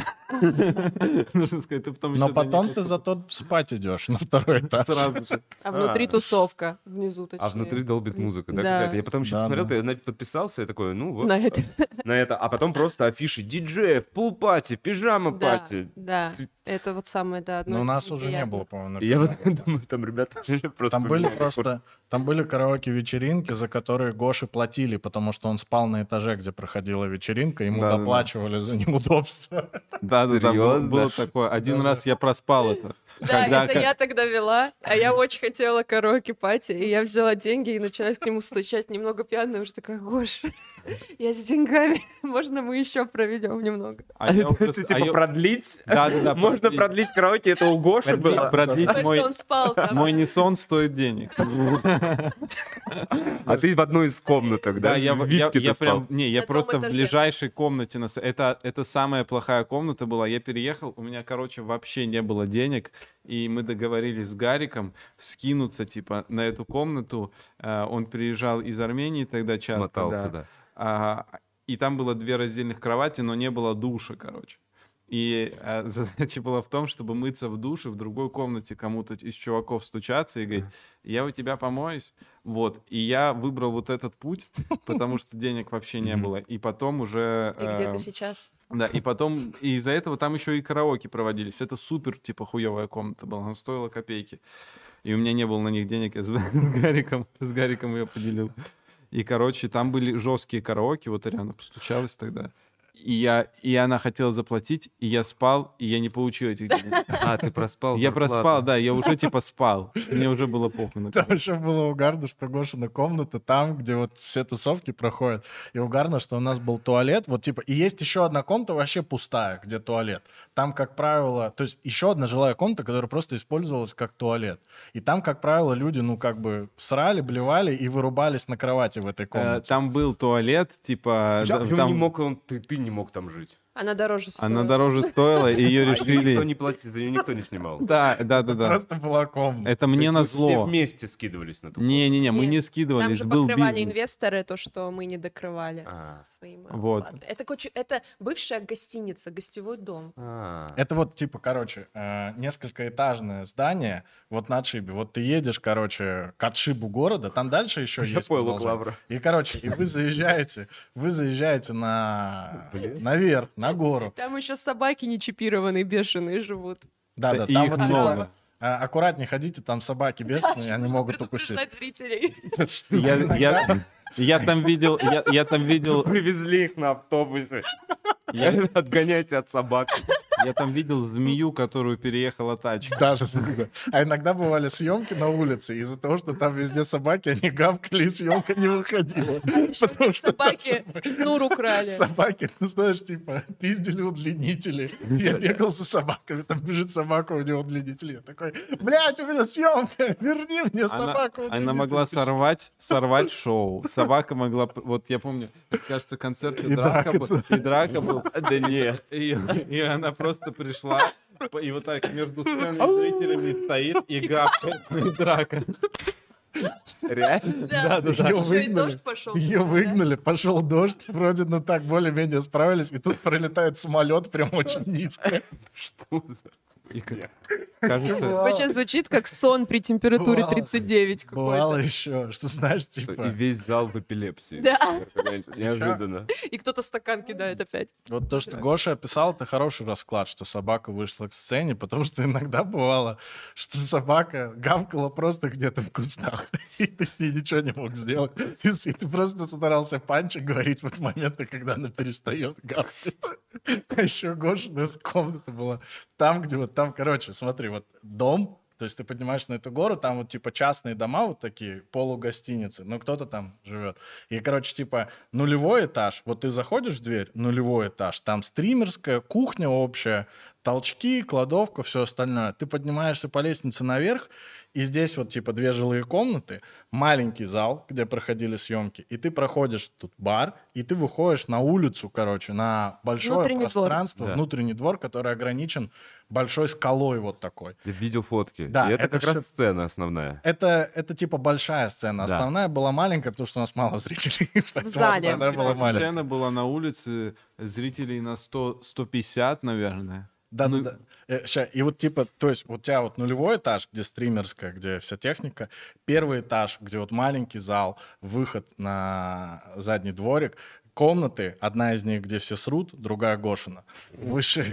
Нужно сказать, ты потом Но еще потом ты зато спать идешь на второй этаж. сразу же. А внутри А. тусовка, внизу точнее. А внутри долбит музыка, да, Да. какая-то? Я потом еще Да, посмотрел, да. я на это подписался, я такой, ну вот. На это. На это. А потом просто афиши диджеев, пул-пати, Да, пижама-пати. да. Это вот самое, да, одно Но у из нас уже не неприятных. было, по-моему, на И я вот пижаме. думаю, там ребята просто... Там были поменяли курс. просто, там были караоке-вечеринки, за которые Гоше платили, потому что он спал на этаже, где проходила вечеринка, ему Да-да-да. доплачивали за неудобство. Да, да, да, было, Серьезно? было такое. Один Да-да. раз я проспал это. Да, Когда- это как- я тогда вела, а я очень хотела караоке-пати, и я взяла деньги и начала к нему стучать немного пьяная, уже такая, Гоша, я с деньгами, можно мы еще проведем немного? А я уже- Это а типа я- продлить? Да, да, да, Можно продлить. продлить караоке, это у Гоши Продлить, было? продлить Потому мой, что он спал там. мой не сон стоит денег. А ты в одной из комнаток, да? Да, я, В я, випке я ты спал? прям, не, я На том просто в этаже. ближайшей комнате. на с- Это, это самая плохая комната была. Я переехал, у меня, короче, вообще не было денег, и мы договорились с Гариком скинуться, типа, на эту комнату. Э, Он приезжал из Армении тогда часто. Мотался, да. да. А, и там было две раздельных кровати, но не было душа, короче. И э, задача была в том, чтобы мыться в душе, в другой комнате кому-то из чуваков стучаться и говорить, я у тебя помоюсь. Вот. И я выбрал вот этот путь, потому что денег вообще не Мгм. было. И потом уже... И где э, ты сейчас? Да, и потом и из-за этого там еще и караоке проводились. Это супер, типа, хуевая комната была. Она стоила копейки. И у меня не было на них денег, я с, с Гариком, с Гариком ее поделил. И, короче, там были жесткие караоке, вот Ариана постучалась тогда. И, я, и она хотела заплатить, и я спал, и я не получил этих денег. А, ты проспал Я зарплату. проспал, да, я уже типа спал. Мне уже было похуй. на Там это. еще было угарно, что Гошина комната там, где вот все тусовки проходят. И угарно, что у нас был туалет. Вот типа, и есть еще одна комната вообще пустая, где туалет. Там, как правило, то есть еще одна жилая комната, которая просто использовалась как туалет. И там, как правило, люди, ну, как бы срали, блевали и вырубались на кровати в этой Э, комнате. Там был туалет, типа... А да, почему там- не мог он, ты, ты не мог там жить? Она дороже стоила. Она дороже стоила, и ее А её никто решили... не платил, за неё никто не снимал. Да, да, да, да. Просто была комната. Это мне То есть вы все назло. вместе скидывались на ту Не-не-не, мы Нет, не Там скидывались, же был покрывали бизнес. инвесторы то, что мы не докрывали А. своим. Вот. вкладом. Это, короче, это бывшая гостиница, гостевой дом. А. Это вот, типа, короче, э, несколькоэтажное здание, вот на отшибе. Вот ты едешь, короче, к отшибу города, там дальше еще Я есть понял, продолжение. Лавра. И, короче, и вы заезжаете, вы заезжаете на... Блин. наверх, на гору. Там еще собаки нечипированные, бешеные живут. Да-да, и там их вот, типа, много. а, аккуратнее ходите, там собаки бешеные, они Нужно могут укусить. предупреждать зрителей. Я, я, я там видел, я, я там видел, Привезли их на автобусе. я, Отгоняйте от собак. Я там видел змею, которую переехала тачка. Даже да. А иногда бывали съемки на улице, из-за того, что там везде собаки, они гавкали, и съемка не выходила. Потому что там Собаки шнур украли. собаки, ну знаешь, типа, пиздили удлинители. Я бегал за собаками, там бежит собака, у него удлинитель. Я такой, блядь, у меня съемка, верни мне Она, собаку. она могла сорвать, сорвать шоу. Собака могла... Вот я помню, кажется, концерт и, И драка, драка, был, и драка был. Да нет. И, и она просто пришла, и вот так между сценой и зрителями стоит и гавкает, и драка. Реально? Да, да, Ещё да. и Выгнали. дождь пошел. Ее выгнали, пошел дождь, вроде ну так более-менее справились, и тут пролетает самолет прям очень низко. Что за... Игорь. Кажется, Вообще звучит как сон при температуре Бывало. тридцать девять Бывало какой-то. еще, что знаешь, И типа... весь зал в эпилепсии. Да. Неожиданно. И кто-то стакан кидает опять. Вот то, что Гоша описал, это хороший расклад, что собака вышла к сцене, потому что иногда бывало, что собака гавкала просто где-то в кустах, и ты с ней ничего не мог сделать. И ты просто старался панчик говорить в этот момент, когда она перестает гавкать. А еще Гошина комната была там, где вот там, короче, смотри, вот дом, то есть ты поднимаешься на эту гору, там вот типа частные дома вот такие, полугостиницы, но кто-то там живет. И, короче, типа нулевой этаж, вот ты заходишь в дверь, нулевой этаж, там стримерская, кухня общая, толчки, кладовка, все остальное. Ты поднимаешься по лестнице наверх, и здесь вот типа две жилые комнаты, маленький зал, где проходили съемки, и ты проходишь тут бар, и ты выходишь на улицу, короче, на большое Внутренний двор. пространство, Да. внутренний двор, который ограничен большой скалой вот такой. Я видел фотки. Да, И это, это как всё- раз сцена основная. Это, это типа большая сцена. Да. Основная была маленькая, потому что у нас мало зрителей. поэтому зале. Она была типа, маленькая. сцена была на улице, зрителей на сто сто пятьдесят, наверное. Да, Ну, да, да. Э, ща, и вот типа, то есть вот у тебя вот нулевой этаж, где стримерская, где вся техника, первый этаж, где вот маленький зал, выход на задний дворик, комнаты, одна из них, где все срут, другая Гошина. Выше,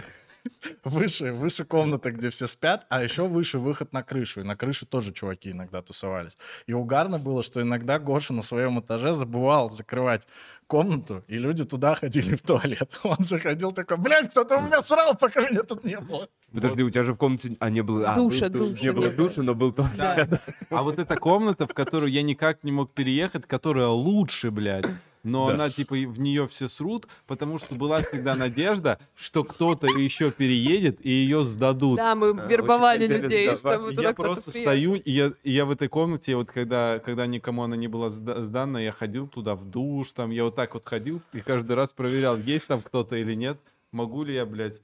выше, выше комната, где все спят, а еще выше выход на крышу. И на крыше тоже чуваки иногда тусовались. И угарно было, что иногда Гоша на своем этаже забывал закрывать комнату, и люди туда ходили в туалет. Он заходил такой, блядь, кто-то у меня срал, пока меня тут не было. Подожди, у тебя же в комнате... А, не было... а, Душа, был- душа Не было не было. души, но был туалет. Да. А вот эта комната, в которую я никак не мог переехать, которая лучше, блядь. Но Да. она, типа, и в нее все срут, потому что была всегда надежда, что кто-то еще переедет и ее сдадут. Да, мы очень вербовали хотели людей, сдавать. чтобы И туда я кто-то просто приехал. стою, и я, и я в этой комнате, вот когда, когда никому она не была сда- сдана, я ходил туда в душ, там, я вот так вот ходил и каждый раз проверял, есть там кто-то или нет, могу ли я, блядь,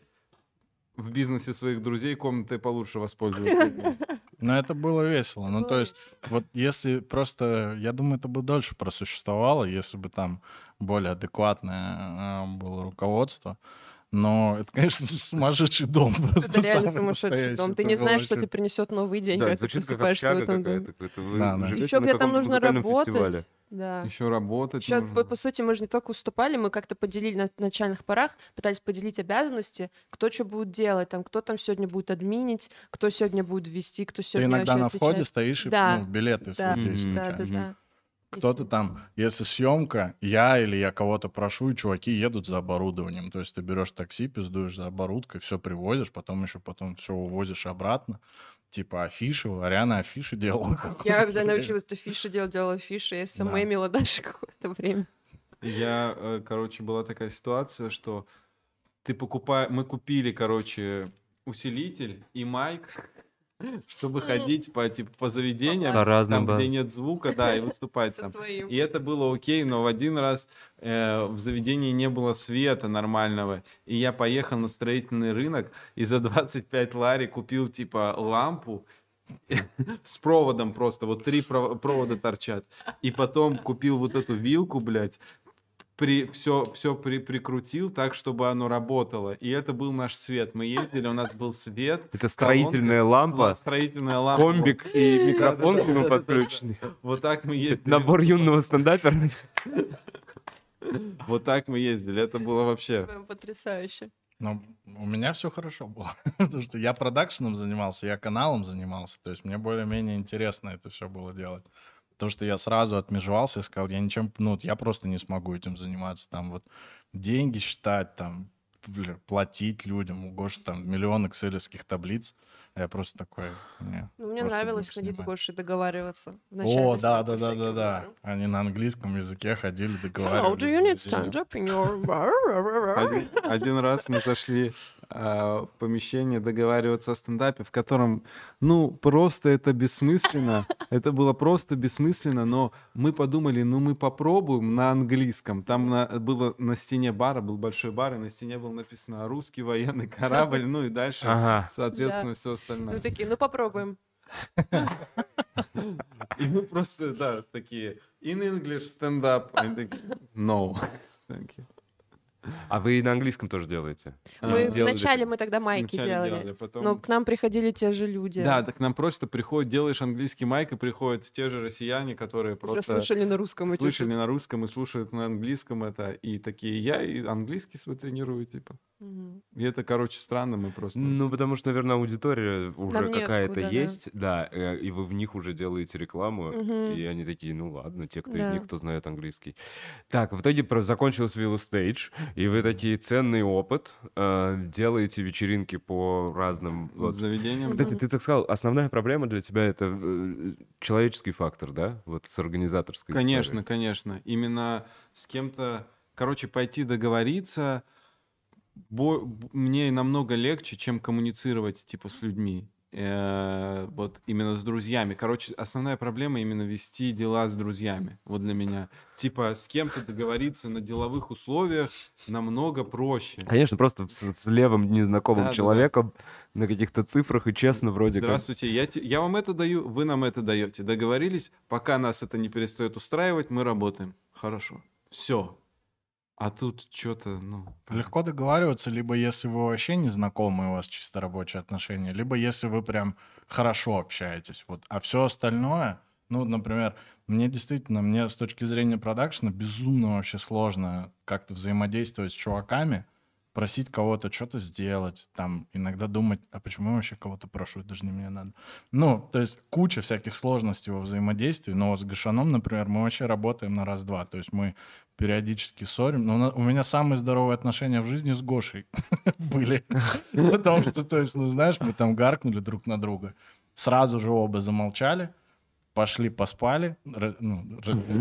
в бизнесе своих друзей комнатой получше воспользоваться. Но это было весело. Ну, то есть, вот если просто, я думаю, это бы дольше просуществовало, если бы там более адекватное э, было руководство. Но это, конечно, сумасшедший дом. Просто Это реально самый сумасшедший настоящий. дом. Ты Это не было знаешь, что вообще- тебе принесет новый день, Да, когда ты звучит как просыпаешься в общага этом доме. какая-то. какой-то. Вы Да, да. живете Еще на где там каком-то нужно музыкальном работать. фестивале. Да. Еще работать Еще, нужно. по, по сути, мы же не только уступали, мы как-то поделили на начальных порах, пытались поделить обязанности, кто что будет делать, там, кто там сегодня будет админить, кто сегодня будет вести, кто Ты сегодня иногда вообще на отвечает. входе стоишь и Да. ну, билеты Да, судишь Мгм. да, да, случайно. да. Кто-то там, если съемка, я или я кого-то прошу, и чуваки едут за оборудованием. То есть ты берешь такси, пиздуешь за оборудкой, все привозишь, потом еще потом все увозишь обратно. Типа афиши, Ариана афиши делала. Я когда научилась афиши делать, делала афиши, я Да. самоэмила даже какое-то время. Я, э, короче, была такая ситуация, что ты покупаешь... Мы купили, короче, усилитель и майк, чтобы ходить по, типа, по заведениям, По разным, там, да. где нет звука, да, и выступать Со там. своим. И это было окей, но в один раз э, в заведении не было света нормального, и я поехал на строительный рынок и за двадцать пять лари купил, типа, лампу с проводом просто, вот три пров- провода торчат. И потом купил вот эту вилку, блядь, при, все, все при, прикрутил так, чтобы оно работало. И это был наш свет. Мы ездили, у нас был свет. Это строительная колонка, лампа, строительная лампа. комбик и микрофон к нему Да-да-да-да-да-да. подключенный. Вот так мы ездили. Набор юного стендапера. Вот так мы ездили. Это было вообще... Прям потрясающе. Ну, у меня все хорошо было, потому что я продакшеном занимался, я каналом занимался, то есть мне более-менее интересно это все было делать. То, что я сразу отмежевался и сказал, я ничем, ну, вот я просто не смогу этим заниматься, там вот деньги считать, там бля, платить людям. У Гоши там миллион экселевских таблиц. А я просто такой... Не, Ну, мне просто нравилось буду ходить с снимать. Гошей договариваться. Вначале О, с ним да, по да, да, всяким да, да. барам. Они на английском языке ходили, Hello, договаривались. do с you need заведением. stand-up in your... Один, один раз мы зашли а, в помещение договариваться о стендапе, в котором, ну, просто это бессмысленно. Это было просто бессмысленно, но мы подумали, ну, мы попробуем на английском. Там на- было на стене бара, был большой бар, и на стене было написано «Русский военный корабль», ну и дальше, Ага. соответственно, Да. все Ну, остальное. такие, ну, попробуем. И мы просто, да, такие «In English, stand-up». Они такие «No, thank you». А вы и на английском тоже делаете? Мы А, делали вначале как- мы тогда майки Вначале делали, делали, потом- но к нам приходили те же люди. Да, так нам просто приходят, делаешь английский майк, и приходят те же россияне, которые Уже просто слышали на русском эти слышали шутки. на русском и слушают на английском это, и такие, я и английский свой тренирую, типа. Мгм. И это, короче, странно, мы просто... Ну, потому что, наверное, аудитория уже Нам какая-то неоткуда, да. есть, да, э, и вы в них уже делаете рекламу, Мгм. и они такие, ну ладно, те, кто из Да. них, кто знает английский. Так, в итоге про- закончился велостейдж, и вы такие ценный опыт, э, делаете вечеринки по разным... вот. заведением. Кстати, ты так сказал, основная проблема для тебя это э, человеческий фактор, да? Вот с организаторской Конечно, историей. конечно. Именно с кем-то, короче, пойти договориться, бо- б- мне намного легче, чем коммуницировать, типа, с людьми. Э, Вот именно с друзьями. Короче, основная проблема именно вести дела с друзьями. Вот для меня. Типа, с кем-то договориться на деловых условиях намного проще. Конечно, просто с, с левым незнакомым Да-да-да. человеком на каких-то цифрах и честно вроде как. Здравствуйте, я, те- я вам это даю, вы нам это даете. Договорились, пока нас это не перестает устраивать, мы работаем. Хорошо. Все. А тут что-то, ну... Легко договариваться, либо если вы вообще не знакомы, у вас чисто рабочие отношения, либо если вы прям хорошо общаетесь. Вот. А все остальное, ну, например, мне действительно, мне с точки зрения продакшена безумно вообще сложно как-то взаимодействовать с чуваками, просить кого-то что-то сделать, там, иногда думать, а почему я вообще кого-то прошу, это же не мне надо. Ну, то есть куча всяких сложностей во взаимодействии, но вот с Гошаном, например, мы вообще работаем на раз-два, то есть мы периодически ссорим, но у на- у меня самые здоровые отношения в жизни с Гошей были, потому что, то есть, ну, знаешь, мы там гаркнули друг на друга, сразу же оба замолчали, пошли поспали, ра- ну,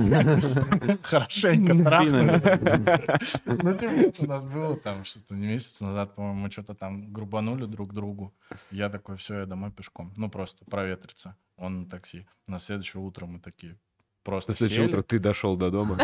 ра- хорошенько трахнули. Ну, типа, вот у нас было там что-то месяц назад, по-моему, мы что-то там грубанули друг другу. Я такой, все, я домой пешком. Ну, просто проветриться. Он на такси. На следующее утро мы такие просто На следующее сели. утро ты дошел до дома.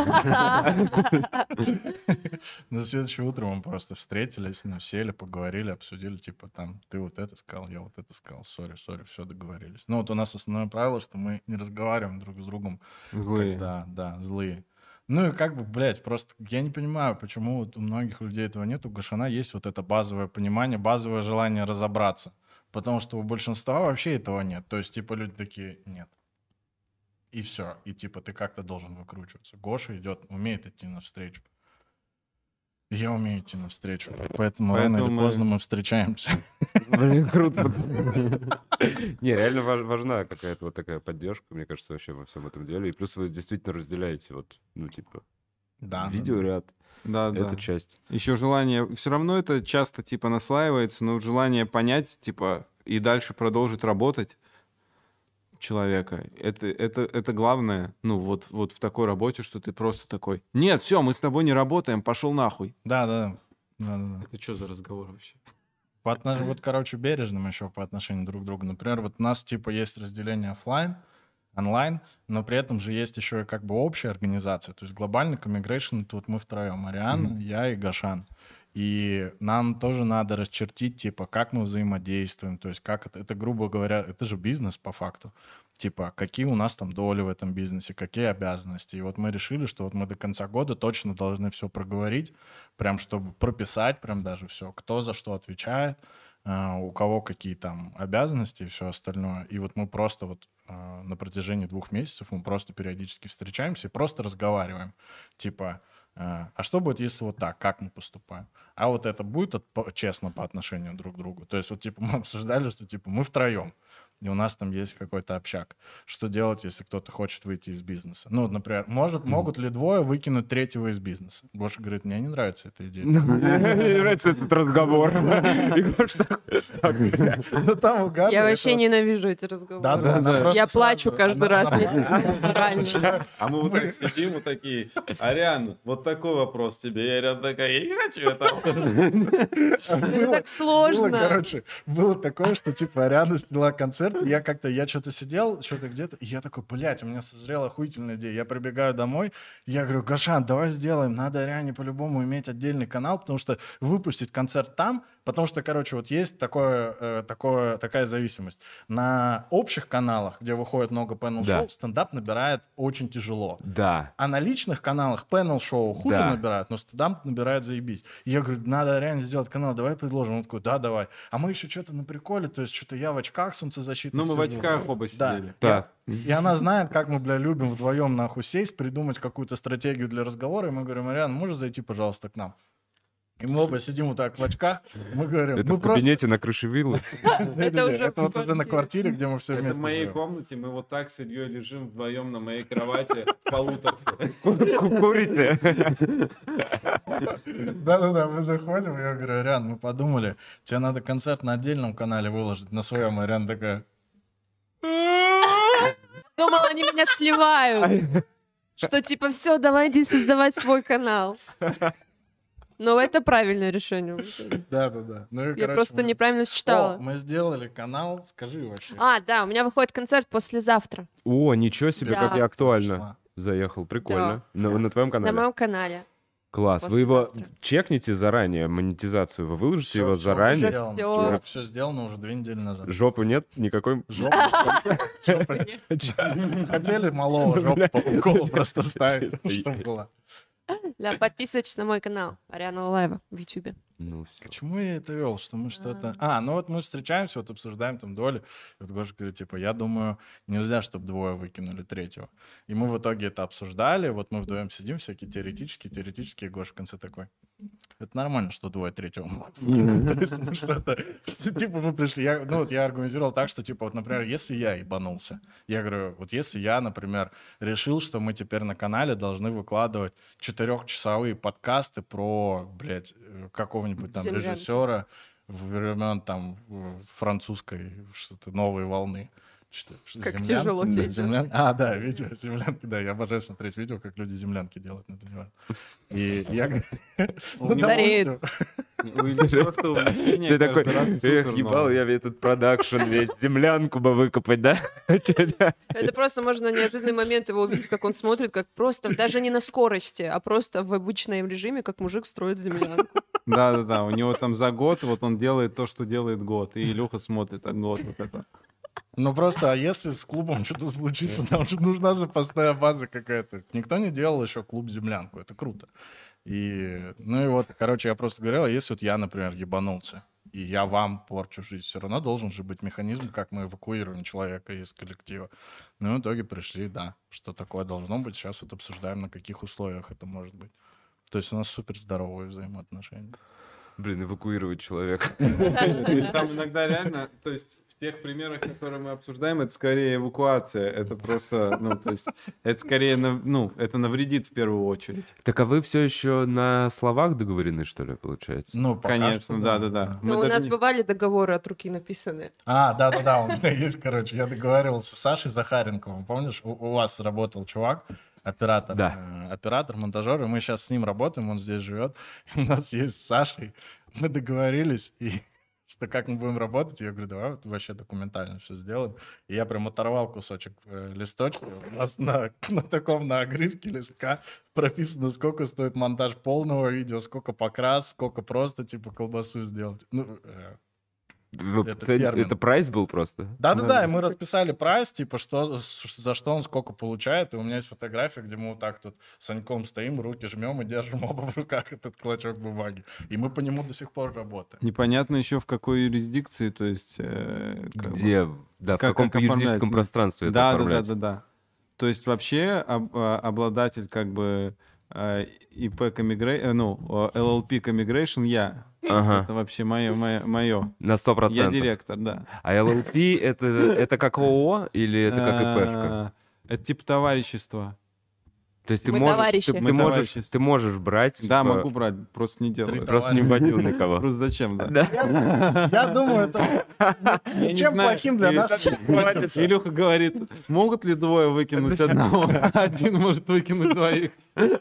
На следующее утро мы просто встретились, ну, сели, поговорили, обсудили, типа, там, ты вот это сказал, я вот это сказал, сори, сори, все, договорились. Ну, вот у нас основное правило, что мы не разговариваем друг с другом. Злые. Да, да, злые. Ну и как бы, блядь, просто я не понимаю, почему вот у многих людей этого нет. У Гошана есть вот это базовое понимание, базовое желание разобраться. Потому что у большинства вообще этого нет. То есть, типа, люди такие, нет. И все. И типа ты как-то должен выкручиваться. Гоша идет, умеет идти навстречу. И я умею идти навстречу. Поэтому, рано Поэтому или мы- поздно мы встречаемся. Блин, круто. Не, реально важ- важна какая-то вот такая поддержка, мне кажется, вообще во всем этом деле. И плюс вы действительно разделяете вот, ну, типа, Да. видеоряд, Да, да. это часть. Еще желание, все равно это часто типа наслаивается, но желание понять, типа, и дальше продолжить работать человека, это, это, это главное, ну, вот, вот в такой работе, что ты просто такой, нет, все, мы с тобой не работаем, пошел нахуй. Да, да. Да, да, да. Это что за разговор вообще? По отнош- Вот, короче, бережным еще по отношению друг к другу. Например, вот у нас типа есть разделение оффлайн, онлайн, но при этом же есть еще и как бы общая организация. То есть глобальный коммигрейшн, тут мы втроем, Ариана, я и Гошан. И нам тоже надо расчертить, типа, как мы взаимодействуем, то есть как это, это, грубо говоря, это же бизнес по факту. Типа, какие у нас там доли в этом бизнесе, какие обязанности. И вот мы решили, что вот мы до конца года точно должны все проговорить, прям чтобы прописать прям даже все, кто за что отвечает, э, у кого какие там обязанности и все остальное. И вот мы просто вот э, на протяжении двух месяцев мы просто периодически встречаемся и просто разговариваем. Типа, э, а что будет, если вот так, как мы поступаем? А вот это будет от- по- честно по отношению друг к другу? То есть вот типа мы обсуждали, что типа мы втроем. и у нас там есть какой-то общак. Что делать, если кто-то хочет выйти из бизнеса? Ну, вот, например, может, могут ли двое выкинуть третьего из бизнеса? Гоша говорит, мне не нравится эта идея. Мне не нравится этот разговор. И Гош такой, так, блядь. Ну, там у Гады Я это вообще вот- ненавижу эти разговоры. Да, да, она просто Я плачу сразу- каждый она- раз. она- мне реально. А мы вот так сидим, вот такие, Ариан, вот такой вопрос тебе. Я Ариан такая, я не хочу это. Это так Было, сложно. короче, было такое, что, типа, Ариана сняла концерт, и я как-то, я что-то сидел, что-то где-то, и я такой, блядь, у меня созрела охуительная идея. Я прибегаю домой, я говорю, Гошан, давай сделаем, надо Ариане по-любому иметь отдельный канал, потому что выпустить концерт там, потому что, короче, вот есть такое, э, такое, такая зависимость. На общих каналах, где выходит много панел-шоу, Да. стендап набирает очень тяжело. Да. А на личных каналах панел-шоу хуже Да. набирают, но стендап набирает заебись. И я говорю, надо реально сделать канал, давай предложим. Он такой, да, давай. А мы еще что-то на приколе, то есть что-то я в очках солнцезащитных. Ну, мы в сижу. очках оба Да. сидели. Да. И, и она знает, как мы, бля, любим вдвоем нахуй сесть, придумать какую-то стратегию для разговора. И мы говорим, Ариан, можешь зайти, пожалуйста, к нам? И мы оба сидим вот так в очках. Мы говорим, Это мы в просто... кабинете на крыше виллы. Это уже Это вот в уже на квартире, где мы все Это в вместе моей живем. комнате, мы вот так с Ильей лежим вдвоем на моей кровати в полуторке. Курите. Да-да-да, мы заходим, я говорю, Ариан, мы подумали, тебе надо концерт на отдельном канале выложить, на своем. Ариан такая... Думала, они меня сливают. Что типа, все, давай иди создавать свой канал. Но это правильное решение. Да-да-да. Ну, и, Я короче, просто мы- неправильно О, считала. мы сделали канал, скажи вообще. А, да, у меня выходит концерт послезавтра О, ничего себе, Да. как я актуально Числа. заехал. Прикольно. На на твоем на канале? моем канале. Класс. Вы его послезавтра. чекните заранее, монетизацию. Вы выложите Всё, его всё заранее? сделано. Всё. Чувак, всё сделано уже две недели назад. Жопы нет никакой? Жопа. Жопа. Хотели малого жопу по приколу просто вставить, чтобы было. Да, подписывайтесь на мой канал Ариана Лалаева в Ютубе. Ну все. К чему я это вел? Что мы что-то... А, ну вот мы встречаемся, вот обсуждаем там доли. И вот Гоша говорит, типа, я думаю, нельзя, чтобы двое выкинули третьего. И мы в итоге это обсуждали. Вот мы вдвоем сидим, всякие теоретические, теоретические. И Гоша в конце такой, это нормально, что двое третьего могут выкинуть. То есть, ну, что-то... что, Типа мы пришли... я- Ну вот я аргументировал так, что типа, вот, например, если я ебанулся, я говорю, вот если я, например, решил, что мы теперь на канале должны выкладывать четырехчасовые подкасты про, блядь, э, какого-нибудь там Землянку. режиссера времен там э, французской что-то новой волны. Что, что, Как землянки? тяжело Да, тебе это. землян- А, да, видео землянки, да, я обожаю смотреть видео, как люди землянки делают, но это не важно. И я говорю, ну, Стареет. допустим, У Ильи просто увлечение Ты каждый такой, раз эх, супер ебал новое. я этот продакшн весь, землянку бы выкопать, да? Это просто можно на неожиданный момент его увидеть, как он смотрит, как просто, даже не на скорости, а просто в обычном режиме, как мужик строит землянку. Да-да-да, у него там за год, вот он делает то, что делает год, и Илюха смотрит от год вот это. ну просто, а если с клубом что-то случится, нам же нужна запасная база какая-то. Никто не делал еще клуб землянку, это круто. И, ну и вот, короче, я просто говорил, а если вот я, например, ебанулся, и я вам порчу жизнь, все равно должен же быть механизм, как мы эвакуируем человека из коллектива. Ну, в итоге пришли, да, что такое должно быть. Сейчас вот обсуждаем, на каких условиях это может быть. То есть у нас супер здоровые взаимоотношения. Блин, эвакуировать человека. Там иногда реально, то есть в тех примерах, которые мы обсуждаем, это скорее эвакуация, это просто, ну, то есть это скорее, нав- ну, это навредит в первую очередь. Так а вы все еще на словах договорены, что ли, получается? Ну, пока Конечно, что да-да-да. Мы Но у даже нас не- бывали договоры от руки написанные. А, да-да-да, у меня есть, короче, я договаривался с Сашей Захаренковым. Помнишь, у, у вас работал чувак, оператор, Да. э, оператор, монтажер, и мы сейчас с ним работаем, он здесь живет. У нас есть с Сашей, мы договорились, и что как мы будем работать, я говорю, давай вот вообще документально все сделаем. И я прям оторвал кусочек э, листочка, у нас на, на таком, на огрызке листка прописано, сколько стоит монтаж полного видео, сколько покрас, сколько просто, типа, колбасу сделать. Ну, э, Вы это цели- термин. Это прайс был просто? да-да-да, и мы расписали прайс, типа, что, ш- за что он сколько получает. И у меня есть фотография, где мы вот так тут с Саньком стоим, руки жмем и держим оба в руках этот клочок бумаги. И мы по нему до сих пор работаем. Непонятно еще в какой юрисдикции, то есть... э, как бы- Где? Да, в Как- каком как оформлять? юридическом Ну, пространстве это Да, да, да, оформлять? да, да. То есть вообще об- а, обладатель как бы э, ИП Commigration, ну, э, эл эл пи Commigration я. Ага. Это вообще мое, мое, мое. На сто Я процентов. директор, да. А эл эл пи это, это как ООО или это как ИПшка? Э, Это типа товарищество. То есть ты Мы можешь, товарищи. ты, Мы ты можешь, товарищество. ты можешь брать... Да, типа, могу брать, просто не делаю. Три это. Просто не вводил никого. Просто зачем, да? Да? Я думаю, это Я не чем знаю. плохим для Или- нас. Илюха говорит, могут ли двое выкинуть одного? Один может выкинуть двоих.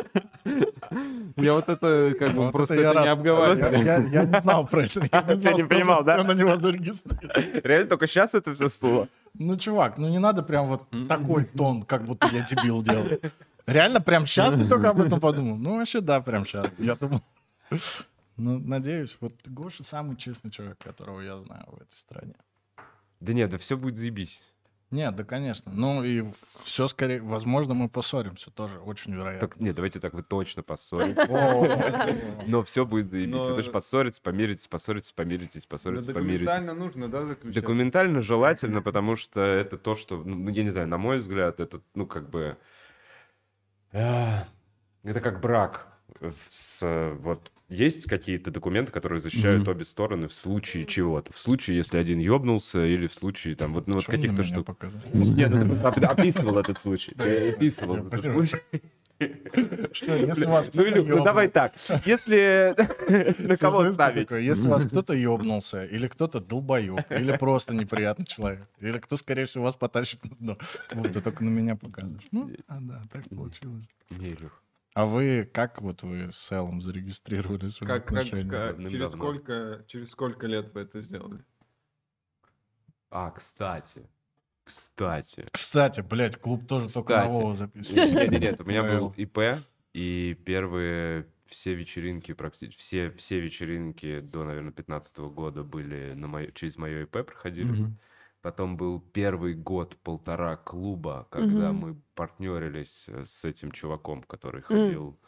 Я вот это как бы Вот просто это я это не рад. обговаривал. Я, я не знал про это. Я Ты знал, не что понимал, он да? всё на него зарегистрирован. Реально только сейчас это все всплыло? Ну, чувак, ну не надо прям вот такой тон, как будто я дебил делал. Реально, прям сейчас ты только об этом подумал? Ну, вообще, да, прям сейчас. Я думал. Ну, надеюсь, вот Гоша самый честный человек, которого я знаю в этой стране. Да нет, да все будет заебись. Нет, да, конечно. Ну, и все скорее, возможно, мы поссоримся тоже, очень вероятно. Так, нет, давайте так, вы точно поссоритесь. О, Но все будет заебись. Но- Вы точно поссоритесь, помиритесь, поссоритесь, помиритесь, Ну, поссоритесь, Документально помиритесь. нужно, да, заключать? Документально желательно, потому что это то, что, ну, я не знаю, на мой взгляд, это, ну, как бы... э, Это как брак. С, э, вот есть какие-то документы, которые защищают Мгм. обе стороны в случае чего-то. В случае, если один ёбнулся, или в случае там вот, ну, вот чё он на каких-то меня штук. показал? Нет, ну, ты оп- описывал этот случай. Ты описывал этот Спасибо. случай. Что, если вас Ну, кто-то Илюх, ну ёбнул- давай так. Если на кого Знаешь, что ставить? такое? Если вас кто-то ёбнулся, или кто-то долбоёб, или просто неприятный человек, или кто, скорее всего, вас потащит на дно, вот ты только на меня показываешь. Ну, а да, так получилось. Не, Илюх. А вы, как вот вы с Эллом зарегистрировали свои Как, как, отношения? как- Давным через, давно. сколько, через сколько лет вы это сделали? А, кстати. Кстати. Кстати, блядь, клуб тоже только на Кстати. Вову записывает. Нет, нет, нет, у меня был Эл. ИП, и первые все вечеринки, практически все, все вечеринки до, наверное, пятнадцатого года были на моё- через мое ИП проходили. Мгм. Потом был первый год-полтора клуба, когда Мгм. мы партнерились э, с этим чуваком, который М. ходил.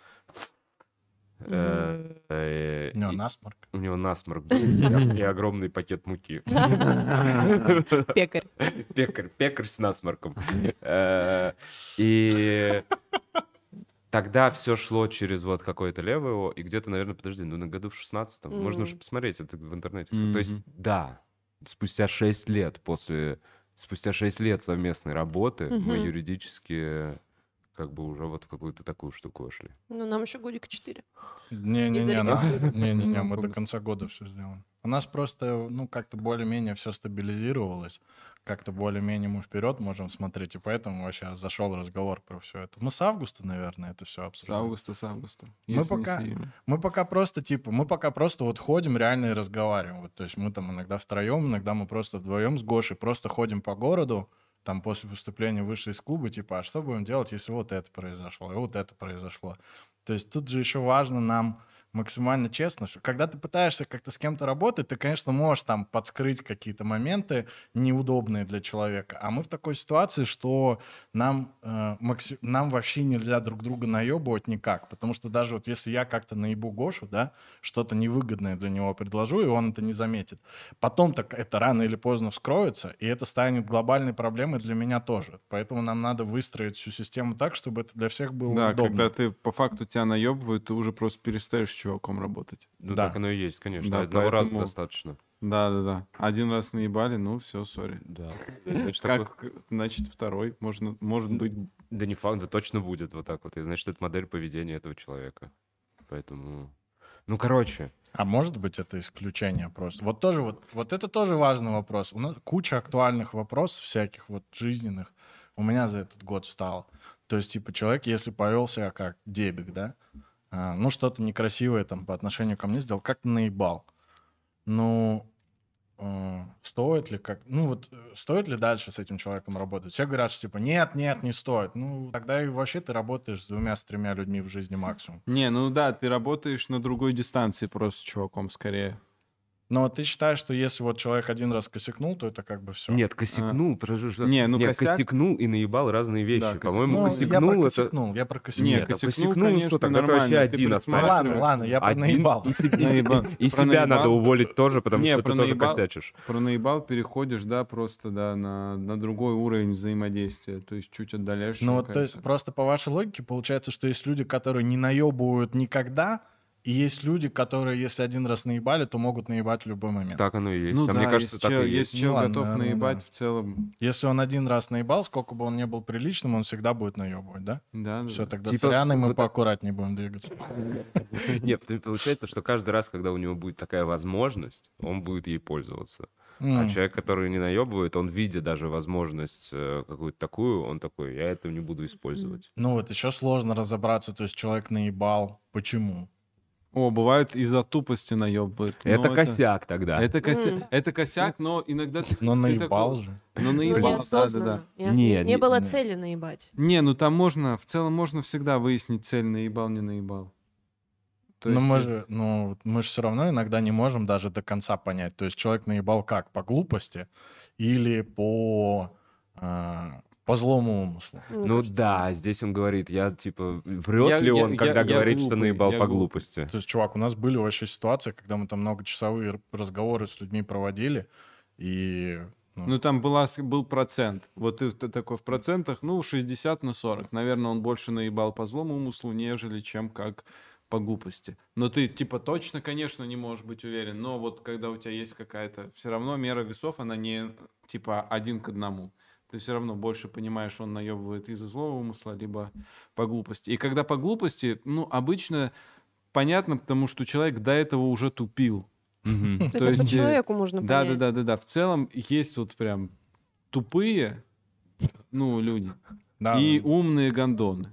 Э, э, У него и- насморк. У него насморк был и и огромный пакет муки. Пекарь. Пекарь, пекарь с насморком. Э, И тогда все шло через вот какое-то левое, и где-то, наверное, подожди, ну на году в шестнадцатом, можно уже М. посмотреть это в интернете. Мгм. То есть, да, спустя шесть лет после, спустя шесть лет совместной работы мы Мгм. юридически как бы уже вот в какую-то такую штуку вошли. Ну, нам еще годика четыре. Не-не-не, Не на- зарегистрировано. не-не-не, Ну, мы до побыс- конца года все сделаем. У нас просто, ну, как-то более-менее все стабилизировалось, как-то более-менее мы вперед можем смотреть, и поэтому вообще зашел разговор про все это. Мы с августа, наверное, это все С обсуждаем. августа, с августа. Мы если не пока- с июня. Мы пока просто, типа, мы пока просто вот ходим реально и разговариваем. Вот, то есть мы там иногда втроем, иногда мы просто вдвоем с Гошей просто ходим по городу, там после выступления вышли из клуба, типа, а что будем делать, если вот это произошло, и вот это произошло. То есть тут же еще важно нам максимально честно. что Когда ты пытаешься как-то с кем-то работать, ты, конечно, можешь там подскрыть какие-то моменты неудобные для человека. А мы в такой ситуации, что нам, э, макси- нам вообще нельзя друг друга наебывать никак. Потому что даже вот если я как-то наебу Гошу, да, что-то невыгодное для него предложу, и он это не заметит, потом так это рано или поздно вскроется, и это станет глобальной проблемой для меня тоже. Поэтому нам надо выстроить всю систему так, чтобы это для всех было Да, удобно. когда ты по факту тебя наебывают, ты уже просто перестаешь с чуваком работать. Ну, Да. так оно и есть, конечно. Да, Одного раза поэтому- достаточно. Да, да, да. Один раз наебали, ну все, сори. Да. Значит, такой- Как, значит, второй, можно, может быть. Да не факт, да точно будет вот так вот. И значит, это модель поведения этого человека. Поэтому... Ну, короче, А может быть, это исключение просто. Вот тоже вот, вот это тоже важный вопрос. У нас куча актуальных вопросов всяких вот жизненных у меня за этот год встало. То есть, типа, человек, если повел себя как дебик, да, а, ну, что-то некрасивое там по отношению ко мне сделал, как-то наебал. Ну, э, стоит ли как... Ну, вот, э, стоит ли дальше с этим человеком работать? Все говорят, что, типа, нет, нет, не стоит. Ну, тогда и вообще ты работаешь с двумя, с тремя людьми в жизни максимум. Не, ну да, ты работаешь на другой дистанции просто с чуваком скорее. Но ты считаешь, что если вот человек один раз косякнул, то это как бы все? нет, косякнул, подожди, что- Не, ну нет, косяк- косякнул и наебал разные вещи. Да, По-моему, Ну, я косякнул про это... косякнул, я про косякнул. Нет, Не, а косякнул, косякнул, конечно, что тогда ты вообще нормально, ты один Ну, останешься. ладно, ладно, я про Один, наебал. и, себе- Наебал. и Про себя надо наебал. уволить тоже, потому Не, что про ты тоже наебал. косячишь. Про наебал переходишь, да, просто, да, на, на другой уровень взаимодействия. То есть чуть отдаляешься. Ну, мне вот, то есть кажется. просто по вашей логике получается, что есть люди, которые не наебывают никогда, И есть люди, которые, если один раз наебали, то могут наебать в любой момент. Так оно и есть. Ну а да, мне кажется, есть так чел, и есть есть. чел Ну ладно, готов наверное, наебать да. в целом. Если он один раз наебал, сколько бы он ни был приличным, он всегда будет наебывать, да? Да, да, Все, да. тогда Типа, с Арианой мы вот так- поаккуратнее будем двигаться. Нет, получается, что каждый раз, когда у него будет такая возможность, он будет ей пользоваться. А М. человек, который не наебывает, он, видя даже возможность э, какую-то такую, он такой, я этого не буду использовать. Ну вот еще сложно разобраться, то есть человек наебал. Почему? О, бывает из-за тупости наебывают. Это но косяк тогда. Это, кося- М. это косяк, но иногда ты, Но ты наебал такой- же. Ну, Ну, наебал, да, да, неосознанно. да. Не, Не, не, не не- было не. цели наебать. Не, ну там можно, в целом можно всегда выяснить цель, наебал, не наебал. То Но есть, мы э, же, ну, мы же все равно иногда не можем даже до конца понять. То есть человек наебал как? По глупости или по, а, по злому умыслу? Мне Ну кажется, да, здесь он говорит, я типа, врет Я- ли я- он, я- когда я говорит, что глупый, наебал я по глупый. глупости. То есть, чувак, у нас были вообще ситуации, когда мы там многочасовые р- разговоры с людьми проводили, и... ну, ну там была, с- был процент. Вот ты, ты такой в процентах, ну, шестьдесят на сорок. Наверное, он больше наебал по злому умыслу, нежели чем как по глупости. Но ты, типа, точно, конечно, не можешь быть уверен. Но вот когда у тебя есть какая-то... Все равно мера весов, она не, типа, один к одному. Ты все равно больше понимаешь, он наебывает из-за злого умысла, либо по глупости. И когда по глупости, ну, обычно понятно, потому что человек до этого уже тупил. Мгм. То Это есть, по э, человеку можно Да, да, понять. да, да, да. В целом есть вот прям тупые, ну, люди, да, и да. умные гондоны.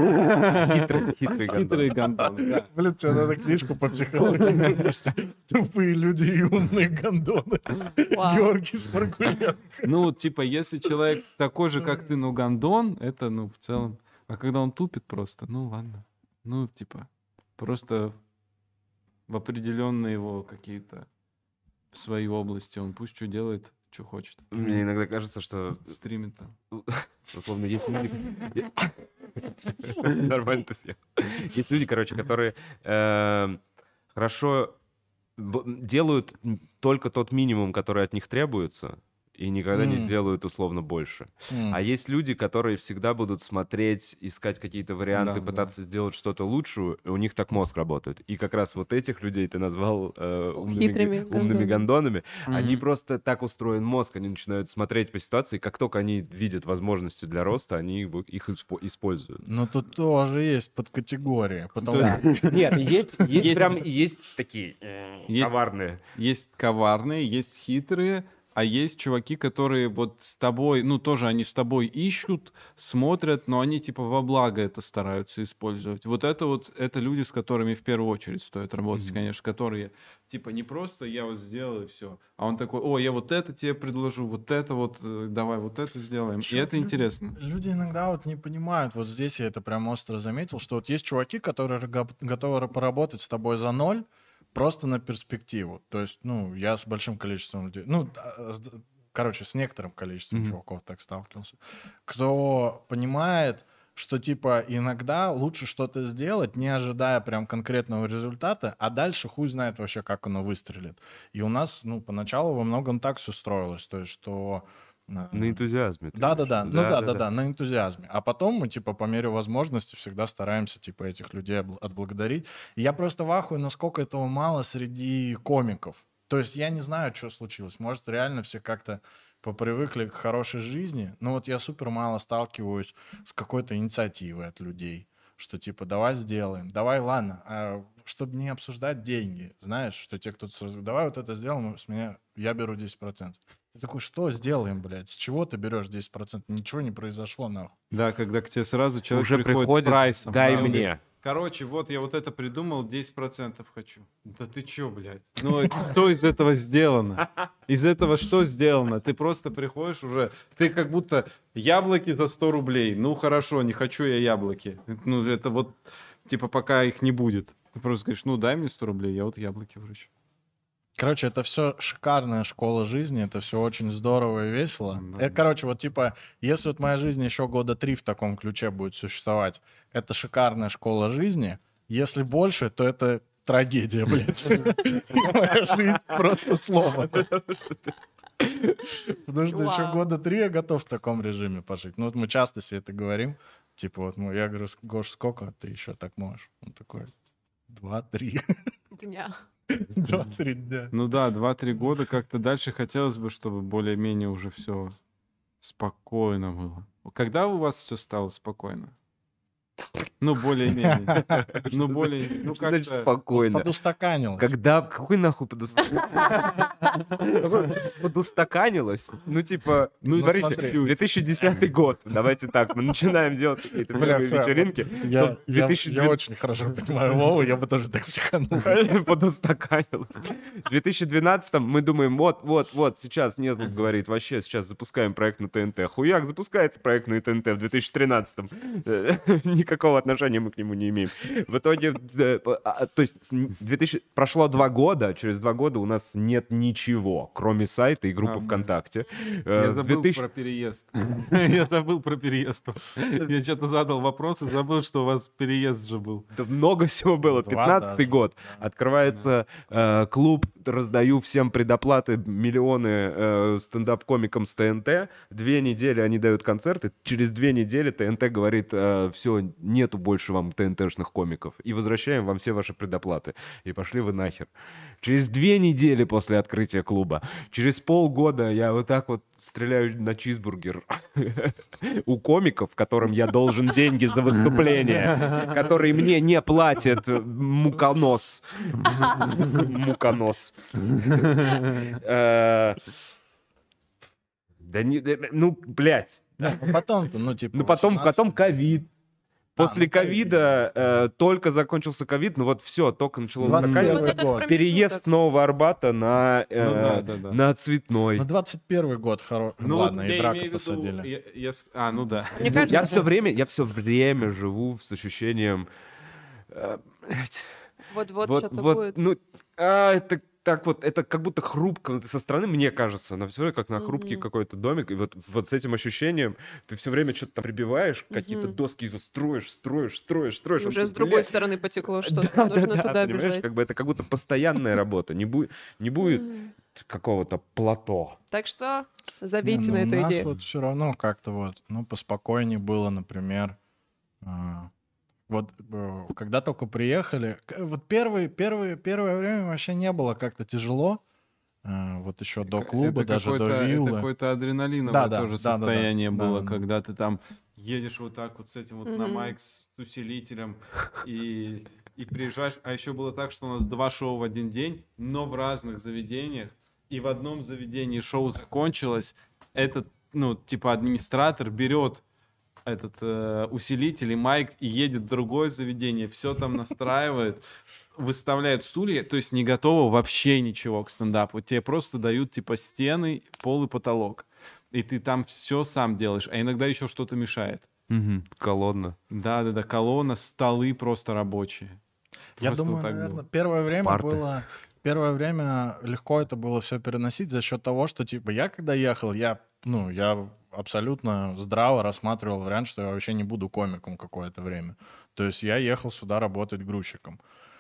Хитрый, хитрый гондон. Хитрые гондоны, да. Блин, тебе надо книжку по психологии выпустить. Тупые люди и умные гондоны. Вау. Георгий Сморгуленко. Ну, вот, типа, если человек такой же, как ты, но гондон, это, ну, в целом... А когда он тупит просто, ну, ладно. Ну, типа, просто в определенные его какие-то в своей области он пусть что делает, что хочет. Мне иногда кажется, что Стримит там. условно есть люди... Нормально ты съел. Есть люди, короче, которые эм, хорошо б- делают м, только тот минимум, который от них требуется, и никогда не М. сделают условно больше. М. А есть люди, которые всегда будут смотреть, искать какие-то варианты, Да, да. пытаться сделать что-то лучше, и у них так мозг работает. И как раз вот этих людей ты назвал э, умными, Хитрыми г- умными гондонами. Они Мгм. просто так устроен мозг, они начинают смотреть по ситуации, и как только они видят возможности для роста, они его- их испо- используют. Ну, тут тоже есть подкатегории. Потому Да. Нет, есть, есть Есть- прям есть такие э, Есть- коварные. Есть коварные, есть хитрые, а есть чуваки, которые вот с тобой, ну, тоже они с тобой ищут, смотрят, но они типа во благо это стараются использовать. Вот это вот, это люди, с которыми в первую очередь стоит работать, Мгм. конечно, которые типа не просто я вот сделал и все, а он такой, о, я вот это тебе предложу, вот это вот, э, давай вот это сделаем. Чё И это ты- интересно. Люди иногда вот не понимают, вот здесь я это прям остро заметил, что вот есть чуваки, которые го- готовы поработать с тобой за ноль, просто на перспективу. То есть, ну, я с большим количеством людей, ну, а, с- короче, с некоторым количеством Мгм. чуваков так сталкивался, кто понимает, что, типа, иногда лучше что-то сделать, не ожидая прям конкретного результата, а дальше хуй знает вообще, как оно выстрелит. И у нас, ну, поначалу во многом так все строилось, то есть, что... э, На энтузиазме. ты да, да, имеешь да. в Ну виду? да, да, да, на энтузиазме. А потом мы, типа, по мере возможности всегда стараемся, типа, этих людей обл- отблагодарить. И я просто в ахуе, насколько этого мало среди комиков. То есть я не знаю, что случилось. Может, реально все как-то попривыкли к хорошей жизни. Но вот я супер мало сталкиваюсь с какой-то инициативой от людей. Что типа, давай сделаем, давай, ладно, а чтобы не обсуждать деньги, знаешь, что те, кто... сразу, давай вот это сделаем, с меня, я беру десять процентов. Ты такой, что сделаем, блядь? С чего ты берешь десять процентов? Ничего не произошло, нахуй. Да, когда к тебе сразу человек Уже приходит, приходит, с прайсом. дай да, он говорит, мне. короче, вот я вот это придумал, десять процентов хочу. Да ты чё, блядь? Ну, что из этого сделано? Из этого что сделано? Ты просто приходишь уже, ты как будто яблоки за сто рублей. Ну, хорошо, не хочу я яблоки. Ну, это вот, типа, пока их не будет. Ты просто говоришь, ну, дай мне сто рублей, я вот яблоки вручу. Короче, это все шикарная школа жизни, это все очень здорово и весело. Да. Э, Короче, вот типа, если вот моя жизнь еще года три в таком ключе будет существовать, это шикарная школа жизни. Если больше, то это трагедия, блядь. Моя жизнь просто сломана. Потому что еще Вау. года три я готов в таком режиме пожить. Ну вот мы часто себе это говорим. Типа вот мы- я говорю, Гош, сколько ты еще так можешь? Он такой, два-три. Дня. Два-три дня. Ну да, два-три года как-то дальше хотелось бы, чтобы более-менее уже все спокойно было. Когда у вас все стало спокойно? Ну, более-менее. Ну, более... Ну, Что значит как-то... спокойно? Подустаканилось. Когда? Какой нахуй подустаканилось? Подустаканилось? Ну, типа, Ну, смотрите, смотри. две тысячи десятый год. Давайте так, мы начинаем делать какие-то Бля, первые всё, вечеринки. Я, Тут я, две тысячи я очень хорошо понимаю Вову, я бы тоже так психанул. подустаканилось. В две тысячи двенадцатом мы думаем, вот, вот, вот, сейчас Незлов говорит, вообще сейчас запускаем проект на ТНТ. Хуяк, запускается проект на ТНТ в две тысячи тринадцатом. Никакого отношения мы к нему не имеем. В итоге, э, а, то есть две тысячи... прошло два года, через два года у нас нет ничего, кроме сайта и группы А, ВКонтакте. Э, Я в забыл 2000 про переезд. Я забыл про переезд. Я что-то задал вопрос и забыл, что у вас переезд же был. Да много всего было. Два пятнадцатый даже. год. Открывается э, клуб, раздаю всем предоплаты, миллионы э, стендап-комикам с ТНТ. Две недели они дают концерты. Через две недели ТНТ говорит, все, нету больше вам ТНТшных комиков. И возвращаем вам все ваши предоплаты. И пошли вы нахер. Через две недели после открытия клуба, через полгода я вот так вот стреляю на чизбургер у комиков, которым я должен деньги за выступление, которые мне не платит муконос. Муконос. Э, Да не, да, ну, блядь. Да, ну потом-то, ну, типа... Ну, потом, потом ковид. После ну, ковид, ковида э, только закончился ковид, ну вот все, только начало двадцать устаканиваться. первый Вот этот год. промежуток. Переезд с Нового Арбата на, э, Ну да, да, да. на Цветной. Ну, двадцать первый год хороший. Ну Ладно, вот и я драку имею в виду, посадили. я- я с- А, ну да. Мне кажется, Я все время, я все время живу с ощущением, э, блядь, вот-вот вот, что-то вот, будет. ну, а, это так вот, это как будто хрупко вот со стороны, мне кажется, на все как на хрупкий Мгм. какой-то домик, и вот, вот с этим ощущением ты все время что-то там прибиваешь, какие-то Мгм. доски строишь, строишь, строишь, строишь. И а уже ты, с другой бля, стороны потекло что-то. да, Нужно да, да, туда понимаешь, бежать. как бы это как будто постоянная работа, не, бу- не будет какого-то плато. Так что Не, забейте ну, на у эту нас идею. вот все равно как-то вот, ну, поспокойнее было, например, а, вот э, когда только приехали, к- вот первые, первые, первое время вообще не было как-то тяжело, а, вот еще до клуба, Это даже до какое-то- Это виллы. какое-то адреналиновое Да, да, тоже да, да, да. состояние Да, было, да, да. когда ты там едешь вот так вот с этим вот на Мгм. майк с усилителем и, и приезжаешь. А еще было так, что у нас два шоу в один день, но в разных заведениях. И в одном заведении шоу закончилось, этот, ну, типа администратор берет этот э, усилитель и майк и едет в другое заведение, все там настраивает, выставляют стулья, то есть не готово вообще ничего к стендапу. Тебе просто дают типа стены, пол и потолок. И ты там все сам делаешь, а иногда еще что-то мешает. Колонна. Да-да-да, колонна, столы просто рабочие. Я Просто думаю, вот так наверное, было. первое время Парты. было... Первое время легко это было все переносить за счет того, что, типа, я когда ехал, я, ну, я абсолютно здраво рассматривал вариант, что я вообще не буду комиком какое-то время. То есть я ехал сюда работать грузчиком.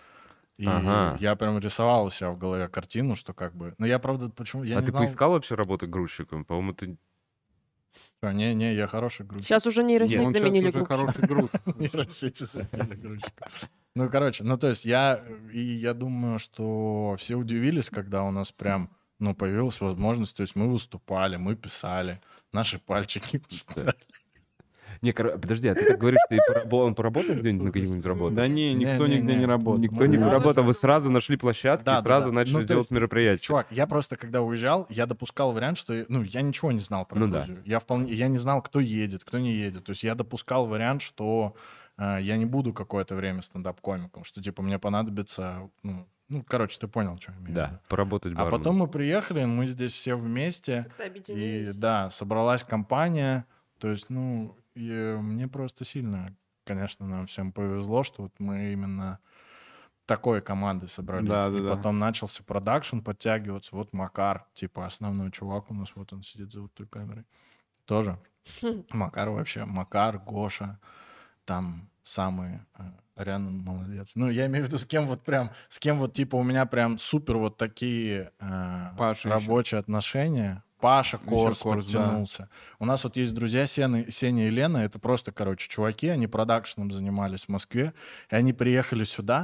И Ага. я прям рисовал у себя в голове картину, что как бы... Но я, правда, почему... Я а не ты знал... поискал вообще работы грузчиком? По-моему, ты... Что, не, не, я хороший грузчик. Сейчас уже нейросеть Он сейчас заменили уже группу. хороший груз. Нейросети заменили грузчика. Ну, короче, ну, то есть я, и я думаю, что все удивились, когда у нас прям, ну, появилась возможность, то есть мы выступали, мы писали, наши пальчики писали. Не, кор- подожди, а ты так говоришь, ты порабо- он поработал где-нибудь на каких-нибудь работах? Да не, никто Не-не-не. нигде не работает. Никто не Ну, поработал, вы сразу нашли площадки, Да, да, сразу да. начали Ну, то делать есть, мероприятия. Чувак, я просто, когда уезжал, я допускал вариант, что, ну, я ничего не знал про Ну да. Грузию. Я вполне, я не знал, кто едет, кто не едет. То есть я допускал вариант, что э, я не буду какое-то время стендап-комиком, что, типа, мне понадобится, ну, ну, короче, ты понял, что я имею в виду. Да, поработать А барменом. потом мы приехали, мы здесь все вместе, Как-то и объединились. да, собралась компания, то есть, ну, и мне просто сильно, конечно, нам всем повезло, что вот мы именно такой командой собрались. Да, и да, да. потом начался продакшн подтягиваться, вот Макар, типа основной чувак у нас, вот он сидит за вот той камерой, тоже. Макар вообще, Макар, Гоша, там самый э, Рянан молодец. Ну, я имею в виду, с кем вот прям, с кем вот типа у меня прям супер вот такие э, Паша рабочие отношения. Паша Корс Корс, да. подтянулся. У нас вот есть друзья Сены, Сеня и Лена, это просто, короче, чуваки, они продакшеном занимались в Москве, и они приехали сюда,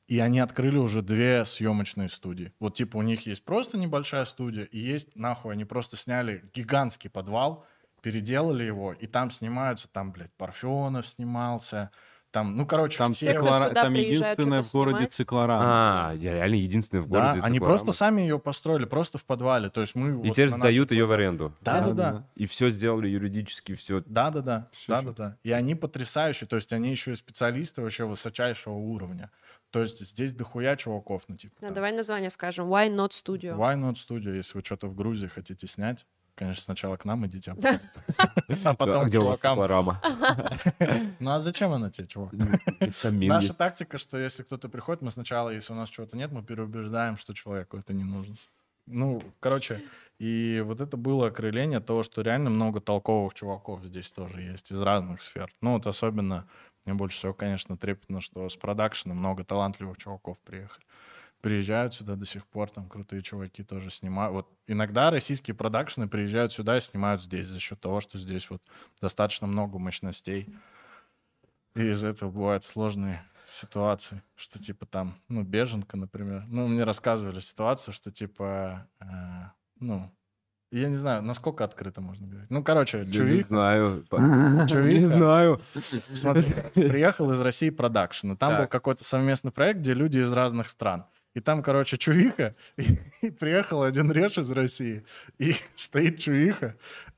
И они открыли уже две съемочные студии. Вот типа у них есть просто небольшая студия, и есть нахуй, они просто сняли гигантский подвал, переделали его, и там снимаются, там, блядь, Парфенов снимался, там, ну, короче, Там, все... циклора... сюда там приезжают единственное в что-то городе снимать. циклорама. А, я реально единственный в Да, городе они циклорама. просто сами ее построили, просто в подвале. То есть мы И вот теперь на наших сдают ее в глазах- аренду. Да-да-да. И все сделали юридически, все. Да-да-да, Всё да-да-да. И они потрясающие, то есть они еще и специалисты вообще высочайшего уровня. То есть здесь дохуя чуваков, ну типа Ну, там, давай название скажем. Why Not Studio? Why Not Studio, если вы что-то в Грузии хотите снять, конечно, сначала к нам идите, Да. а потом к Где у вас чувакам. циклорама? Ну а зачем она тебе, чувак? Витамин Наша есть. тактика, что если кто-то приходит, мы сначала, если у нас чего-то нет, мы переубеждаем, что человеку это не нужно. Ну, короче, и вот это было окрыление того, что реально много толковых чуваков здесь тоже есть из разных сфер. Ну, вот особенно, мне больше всего, конечно, трепетно, что с продакшена много талантливых чуваков приехали. Приезжают сюда до сих пор, там крутые чуваки тоже снимают. Вот иногда российские продакшены приезжают сюда и снимают здесь за счет того, что здесь вот достаточно много мощностей. И из-за этого бывают сложные ситуации, что типа там, ну, беженка, например. Ну, мне рассказывали ситуацию, что типа, э, ну, я не знаю, насколько открыто можно говорить. Ну, короче, Да не чувик, знаю. Не чувиха, знаю. смотри, приехал из России продакшн, и там Так. был какой-то совместный проект, где люди из разных стран. И там, короче, чувиха, и, и приехал один Реш из России, и стоит чувиха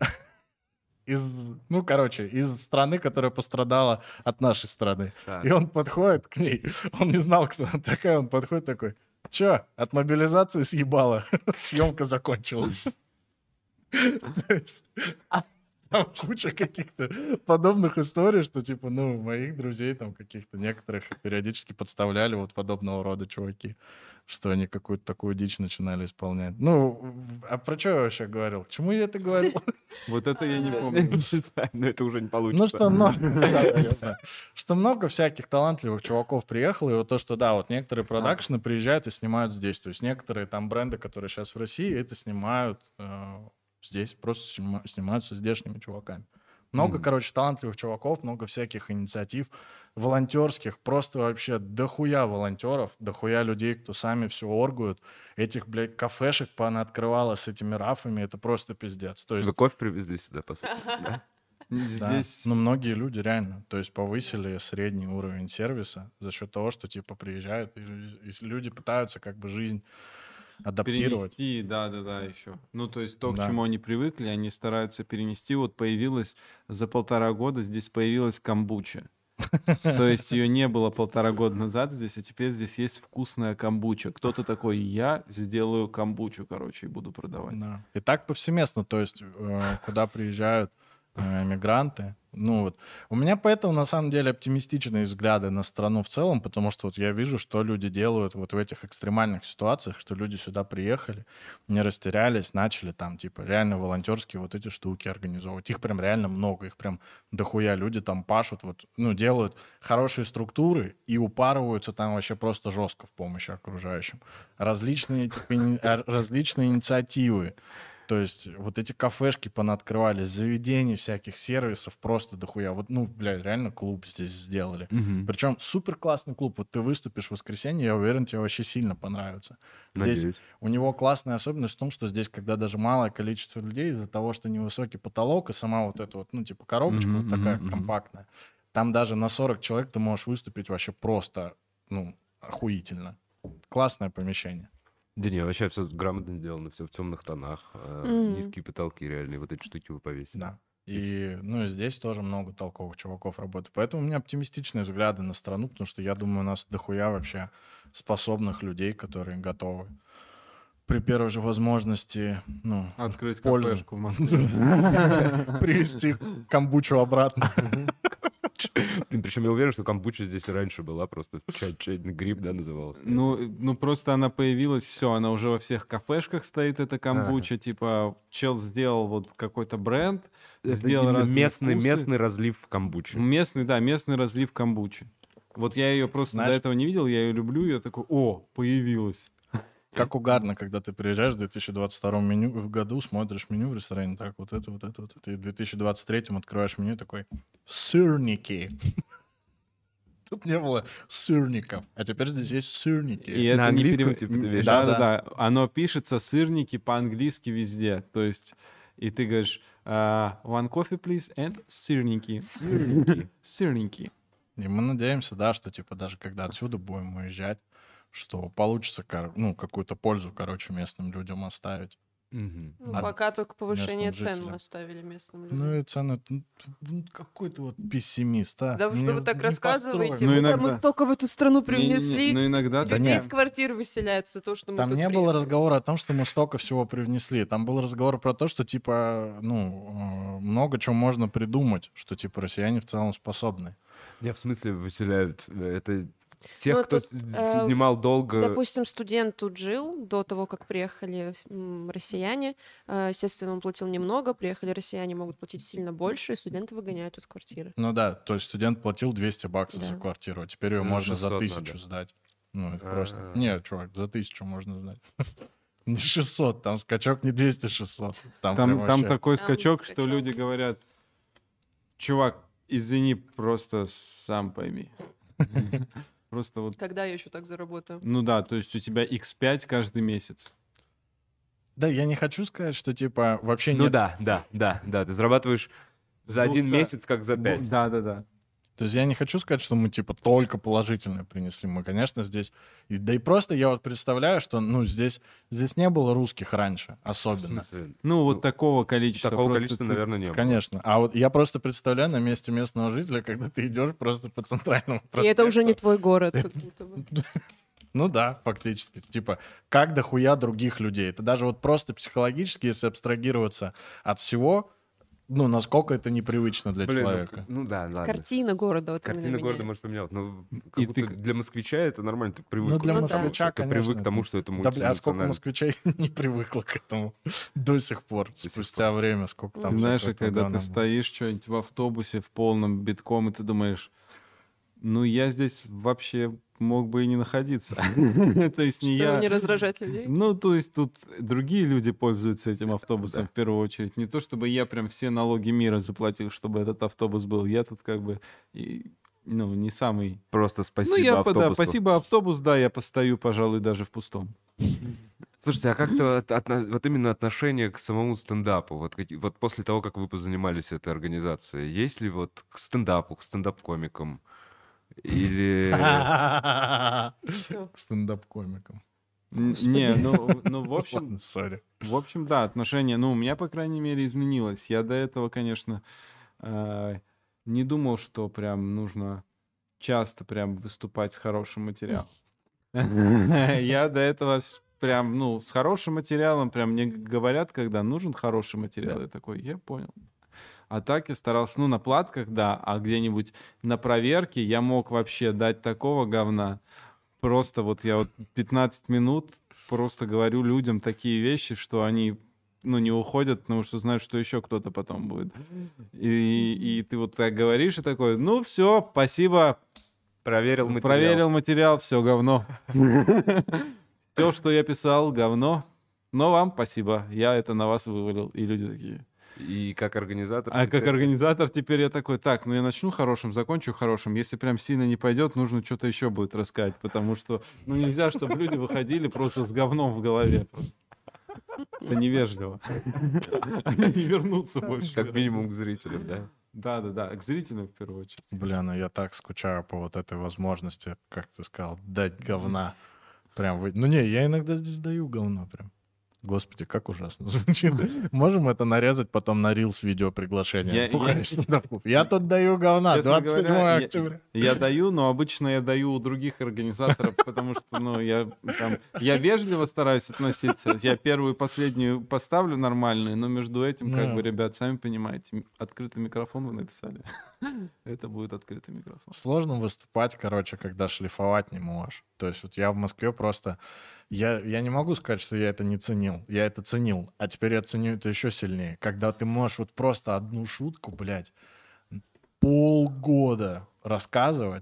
из, ну, короче, из страны, которая пострадала от нашей страны. Так. И он подходит к ней, он не знал, кто она такая, он подходит такой: чё, от мобилизации съебало, съемка закончилась. То есть там куча каких-то подобных историй, что типа, ну, моих друзей там каких-то некоторых периодически подставляли вот подобного рода чуваки, что они какую-то такую дичь начинали исполнять. Ну, а про что я вообще говорил? К чему я это говорил? Вот это я не помню. Но это уже не получится. Ну, что много, да, я знаю. Что много всяких талантливых чуваков приехало, и вот то, что, да, вот некоторые продакшены приезжают и снимают здесь. То есть некоторые там бренды, которые сейчас в России, это снимают э, здесь, просто снима- снимаются с здешними чуваками. Много, Мгм. короче, талантливых чуваков, много всяких инициатив волонтерских, просто вообще дохуя волонтеров, дохуя людей, кто сами все оргуют. Этих, блядь, кафешек понаоткрывало с этими рафами, это просто пиздец. То есть Вы кофе привезли сюда, по сути? Да? да. Здесь... Ну, многие люди реально, то есть повысили средний уровень сервиса за счет того, что типа приезжают, и, и люди пытаются как бы жизнь адаптировать. Перенести, да-да-да, еще. Ну, то есть то, Да. к чему они привыкли, они стараются перенести. Вот появилась за полтора года, здесь появилась камбуча. То есть ее не было полтора года назад здесь, а теперь здесь есть вкусная камбуча. Кто-то такой: я сделаю камбучу, короче, и буду продавать. Да. И так повсеместно, то есть э, куда приезжают э, мигранты. Ну вот. У меня поэтому на самом деле оптимистичные взгляды на страну в целом, потому что вот я вижу, что люди делают вот в этих экстремальных ситуациях, что люди сюда приехали, не растерялись, начали там типа реально волонтерские вот эти штуки организовывать. Их прям реально много, их прям дохуя. Люди там пашут, вот, ну, делают хорошие структуры и упарываются там вообще просто жестко в помощи окружающим. Различные, типа, ини- а, различные инициативы. То есть вот эти кафешки понаоткрывались, заведений всяких, сервисов просто дохуя. Вот, ну, блядь, реально клуб здесь сделали. Мгм. Причем супер классный клуб. Вот ты выступишь в воскресенье, я уверен, тебе вообще сильно понравится. Здесь Надеюсь. у него классная особенность в том, что здесь, когда даже малое количество людей, из-за того, что невысокий потолок и сама вот эта вот, ну, типа коробочка Мгм, вот такая мгм, мгм. компактная, там даже на сорок человек ты можешь выступить вообще просто, ну, охуительно. Классное помещение. Да не, вообще все грамотно сделано, все в темных тонах, э, Мгм. низкие потолки реальные, вот эти штуки вы повесили. Да. И, ну, и здесь тоже много толковых чуваков работает. Поэтому у меня оптимистичные взгляды на страну, потому что я думаю, у нас дохуя вообще способных людей, которые готовы при первой же возможности, ну, Открыть Пользу. кафешку в Москве. привезти камбучу обратно. Блин, причем я уверен, что камбуча здесь и раньше была, просто чай, чайный гриб, да, назывался. Ну, э, ну, просто она появилась, все, она уже во всех кафешках стоит, эта камбуча. Типа, чел сделал вот какой-то бренд, Это сделал именно разные местный, вкусы. местный разлив камбучи. Местный, да, местный разлив камбучи. Вот я ее просто Знаешь- до этого не видел, я ее люблю, я такой: о, появилась. Как угарно, когда ты приезжаешь в две тысячи двадцать втором меню, в году, смотришь меню в ресторане, так, вот это, вот это, вот это. И в две тысячи двадцать третьем открываешь меню такой: сырники. Тут не было сырников, а теперь здесь есть сырники. И На это не английском, перев- типа, м, ты имеешь в виду? Да-да-да. Оно пишется сырники по-английски везде. То есть, и ты говоришь, а, one coffee, please, and сырники. Сырники. Сырники. И мы надеемся, да, что типа даже когда отсюда будем уезжать, что получится, кор- ну, какую-то пользу, короче, местным людям оставить. Мгм. Ну, А пока только повышение местным цен жителям. мы оставили местным людям. Ну и цены, ну, ну, какой ты вот пессимист, а? Да вы что Не- вы так не рассказываете? построено. Ну, Мы, да, мы иногда. столько в эту страну Не-не-не, привнесли. но иногда Да Людей нет. из квартир выселяют за то, что мы Там тут не было приехали. разговора о том, что мы столько всего привнесли. Там был разговор про то, что, типа, ну, э, много чего можно придумать, что, типа, россияне в целом способны. Не, в смысле выселяют. Это тех, Ну, кто тут, с- э, снимал долго. Допустим, студент тут жил до того, как приехали м, россияне. Э, Естественно, он платил немного, приехали россияне, могут платить сильно больше, и студенты выгоняют из квартиры. Ну да, то есть студент платил двести баксов за Да. квартиру, а теперь ее Теперь можно за шестьсот тысячу надо. сдать. Ну, это просто... А. Не, чувак, за тысячу можно сдать. Не шестьсот, там скачок не двести шестьсот. Там, Там, прям там вообще- такой Там скачок, что скачок. люди говорят, чувак, извини, просто сам пойми. Просто вот, Когда я еще так заработаю? ну да, то есть у тебя икс пять каждый месяц. Да, я не хочу сказать, что, типа, вообще Ну нет... да, да, да, да. Ты зарабатываешь за двух один ста- месяц, как за пять. Да-да-да. То есть я не хочу сказать, что мы, типа, только положительное принесли. Мы, конечно, здесь... и- Да и просто я вот представляю, что, ну, здесь, здесь не было русских раньше, В особенно. смысле? Ну, вот Ну, такого количества. Такого просто количества, ты- наверное, не было. Конечно. А вот я просто представляю на месте местного жителя, когда ты идешь просто по центральному проспекту. И это уже не твой город, как будто бы. Ну да, фактически. Типа, как дохуя других людей. Это даже вот просто психологически, если абстрагироваться от всего, ну, насколько это непривычно для Блин, ну, человека. к- ну да, ладно. Картина города вот Картина именно города меняется. может поменялась, но как И будто ты к- для москвича это нормально, ты привык. Ну, для Ну да. москвича, ты конечно. привык к тому, это- что это Да, бля, а сколько мультинационально. москвичей не привыкло к этому до сих пор, сих спустя время, сколько там... Знаешь, всякого а когда говна ты было. стоишь что-нибудь в автобусе в полном битком, и ты думаешь, ну, я здесь вообще мог бы и не находиться. То есть не Чтобы я... не раздражать людей. Ну, то есть тут другие люди пользуются этим автобусом в первую очередь. Не то, чтобы я прям все налоги мира заплатил, чтобы этот автобус был. Я тут как бы, и, ну, не самый... Просто спасибо ну, я, по- да, автобусу. спасибо автобус, да, я постою, пожалуй, даже в пустом. Слушайте, а как-то от- отно- вот именно отношение к самому стендапу, вот, каки- вот после того, как вы позанимались этой организацией, есть ли вот к стендапу, к стендап-комикам? Или... Всё. К стендап-комикам. Н- Не, ну, ну, в общем, Ладно, сори. В общем, да, отношение, ну, у меня, по крайней мере, изменилось. Я до этого, конечно, э, не думал, что прям нужно часто прям выступать с хорошим материалом. Я до этого с- прям, ну, с хорошим материалом, прям мне говорят, когда нужен хороший материал, я такой, я понял. А так я старался, ну, на платках, да, а где-нибудь на проверке я мог вообще дать такого говна. Просто вот я вот пятнадцать минут просто говорю людям такие вещи, что они, ну, не уходят, потому что знают, что еще кто-то потом будет. И, и ты вот так говоришь и такой, ну, все, спасибо, Проверил материал. проверил материал, все говно. Все, что я писал, говно. Но вам спасибо, я это на вас вывалил. И люди такие... И как организатор... А как теперь- организатор теперь я такой, так, ну я начну хорошим, закончу хорошим. Если прям сильно не пойдет, нужно что-то еще будет рассказать, потому что, ну нельзя, чтобы люди выходили просто с говном в голове. Просто. Это невежливо. Они не вернутся больше. Как минимум к зрителям, да? Да, да, да, к зрителям в первую очередь. Бля, ну я так скучаю по вот этой возможности, как ты сказал, дать говна. Прям, вы- ну не, я иногда здесь даю говно прям. Господи, как ужасно звучит. Можем это нарезать потом на рилс видео приглашение? Я- Бухарь, я- стендап-клуб. Я тут даю говна, Честно двадцать седьмого говоря, я- октября. Я даю, но обычно я даю у других организаторов, потому что, ну, я там, я вежливо стараюсь относиться. Я первую и последнюю поставлю нормальные, но между этим, как Ну. бы, ребят, сами понимаете, м- открытый микрофон вы написали. Это будет открытый микрофон. Сложно выступать, короче, когда шлифовать не можешь. То есть вот я в Москве просто... Я, я не могу сказать, что я это не ценил. Я это ценил. А теперь я ценю это еще сильнее. Когда ты можешь вот просто одну шутку, блядь, полгода рассказывать,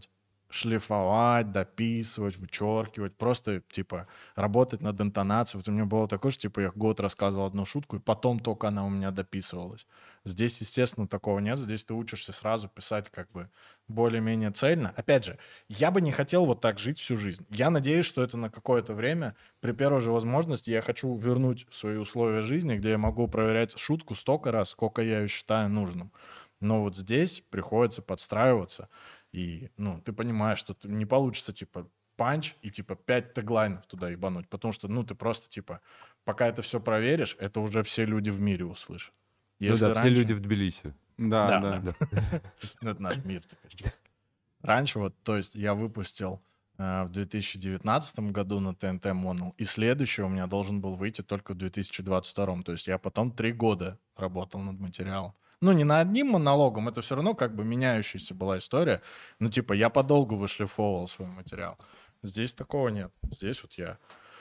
шлифовать, дописывать, вычеркивать, просто, типа, работать над интонацией. Вот у меня было такое, что, типа, я год рассказывал одну шутку, и потом только она у меня дописывалась. Здесь, естественно, такого нет. Здесь ты учишься сразу писать, как бы, более-менее цельно. Опять же, я бы не хотел вот так жить всю жизнь. Я надеюсь, что это на какое-то время, при первой же возможности, я хочу вернуть свои условия жизни, где я могу проверять шутку столько раз, сколько я ее считаю нужным. Но вот здесь приходится подстраиваться. И, ну, ты понимаешь, что ты не получится, типа, панч и, типа, пять теглайнов туда ебануть. Потому что, ну, ты просто, типа, пока это все проверишь, это уже все люди в мире услышат. Ну Если да, все раньше- люди в Тбилиси. Да, Да, да. Ну, это наш мир теперь. Раньше вот, то есть я выпустил э, в две тысячи девятнадцатом году на ТНТ Монол, и следующий у меня должен был выйти только в две тысячи двадцать втором. То есть я потом три года работал над материалом. Ну, не над одним монологом, это все равно как бы меняющаяся была история. Ну, типа, я подолгу вышлифовывал свой материал. Здесь такого нет. Здесь вот я...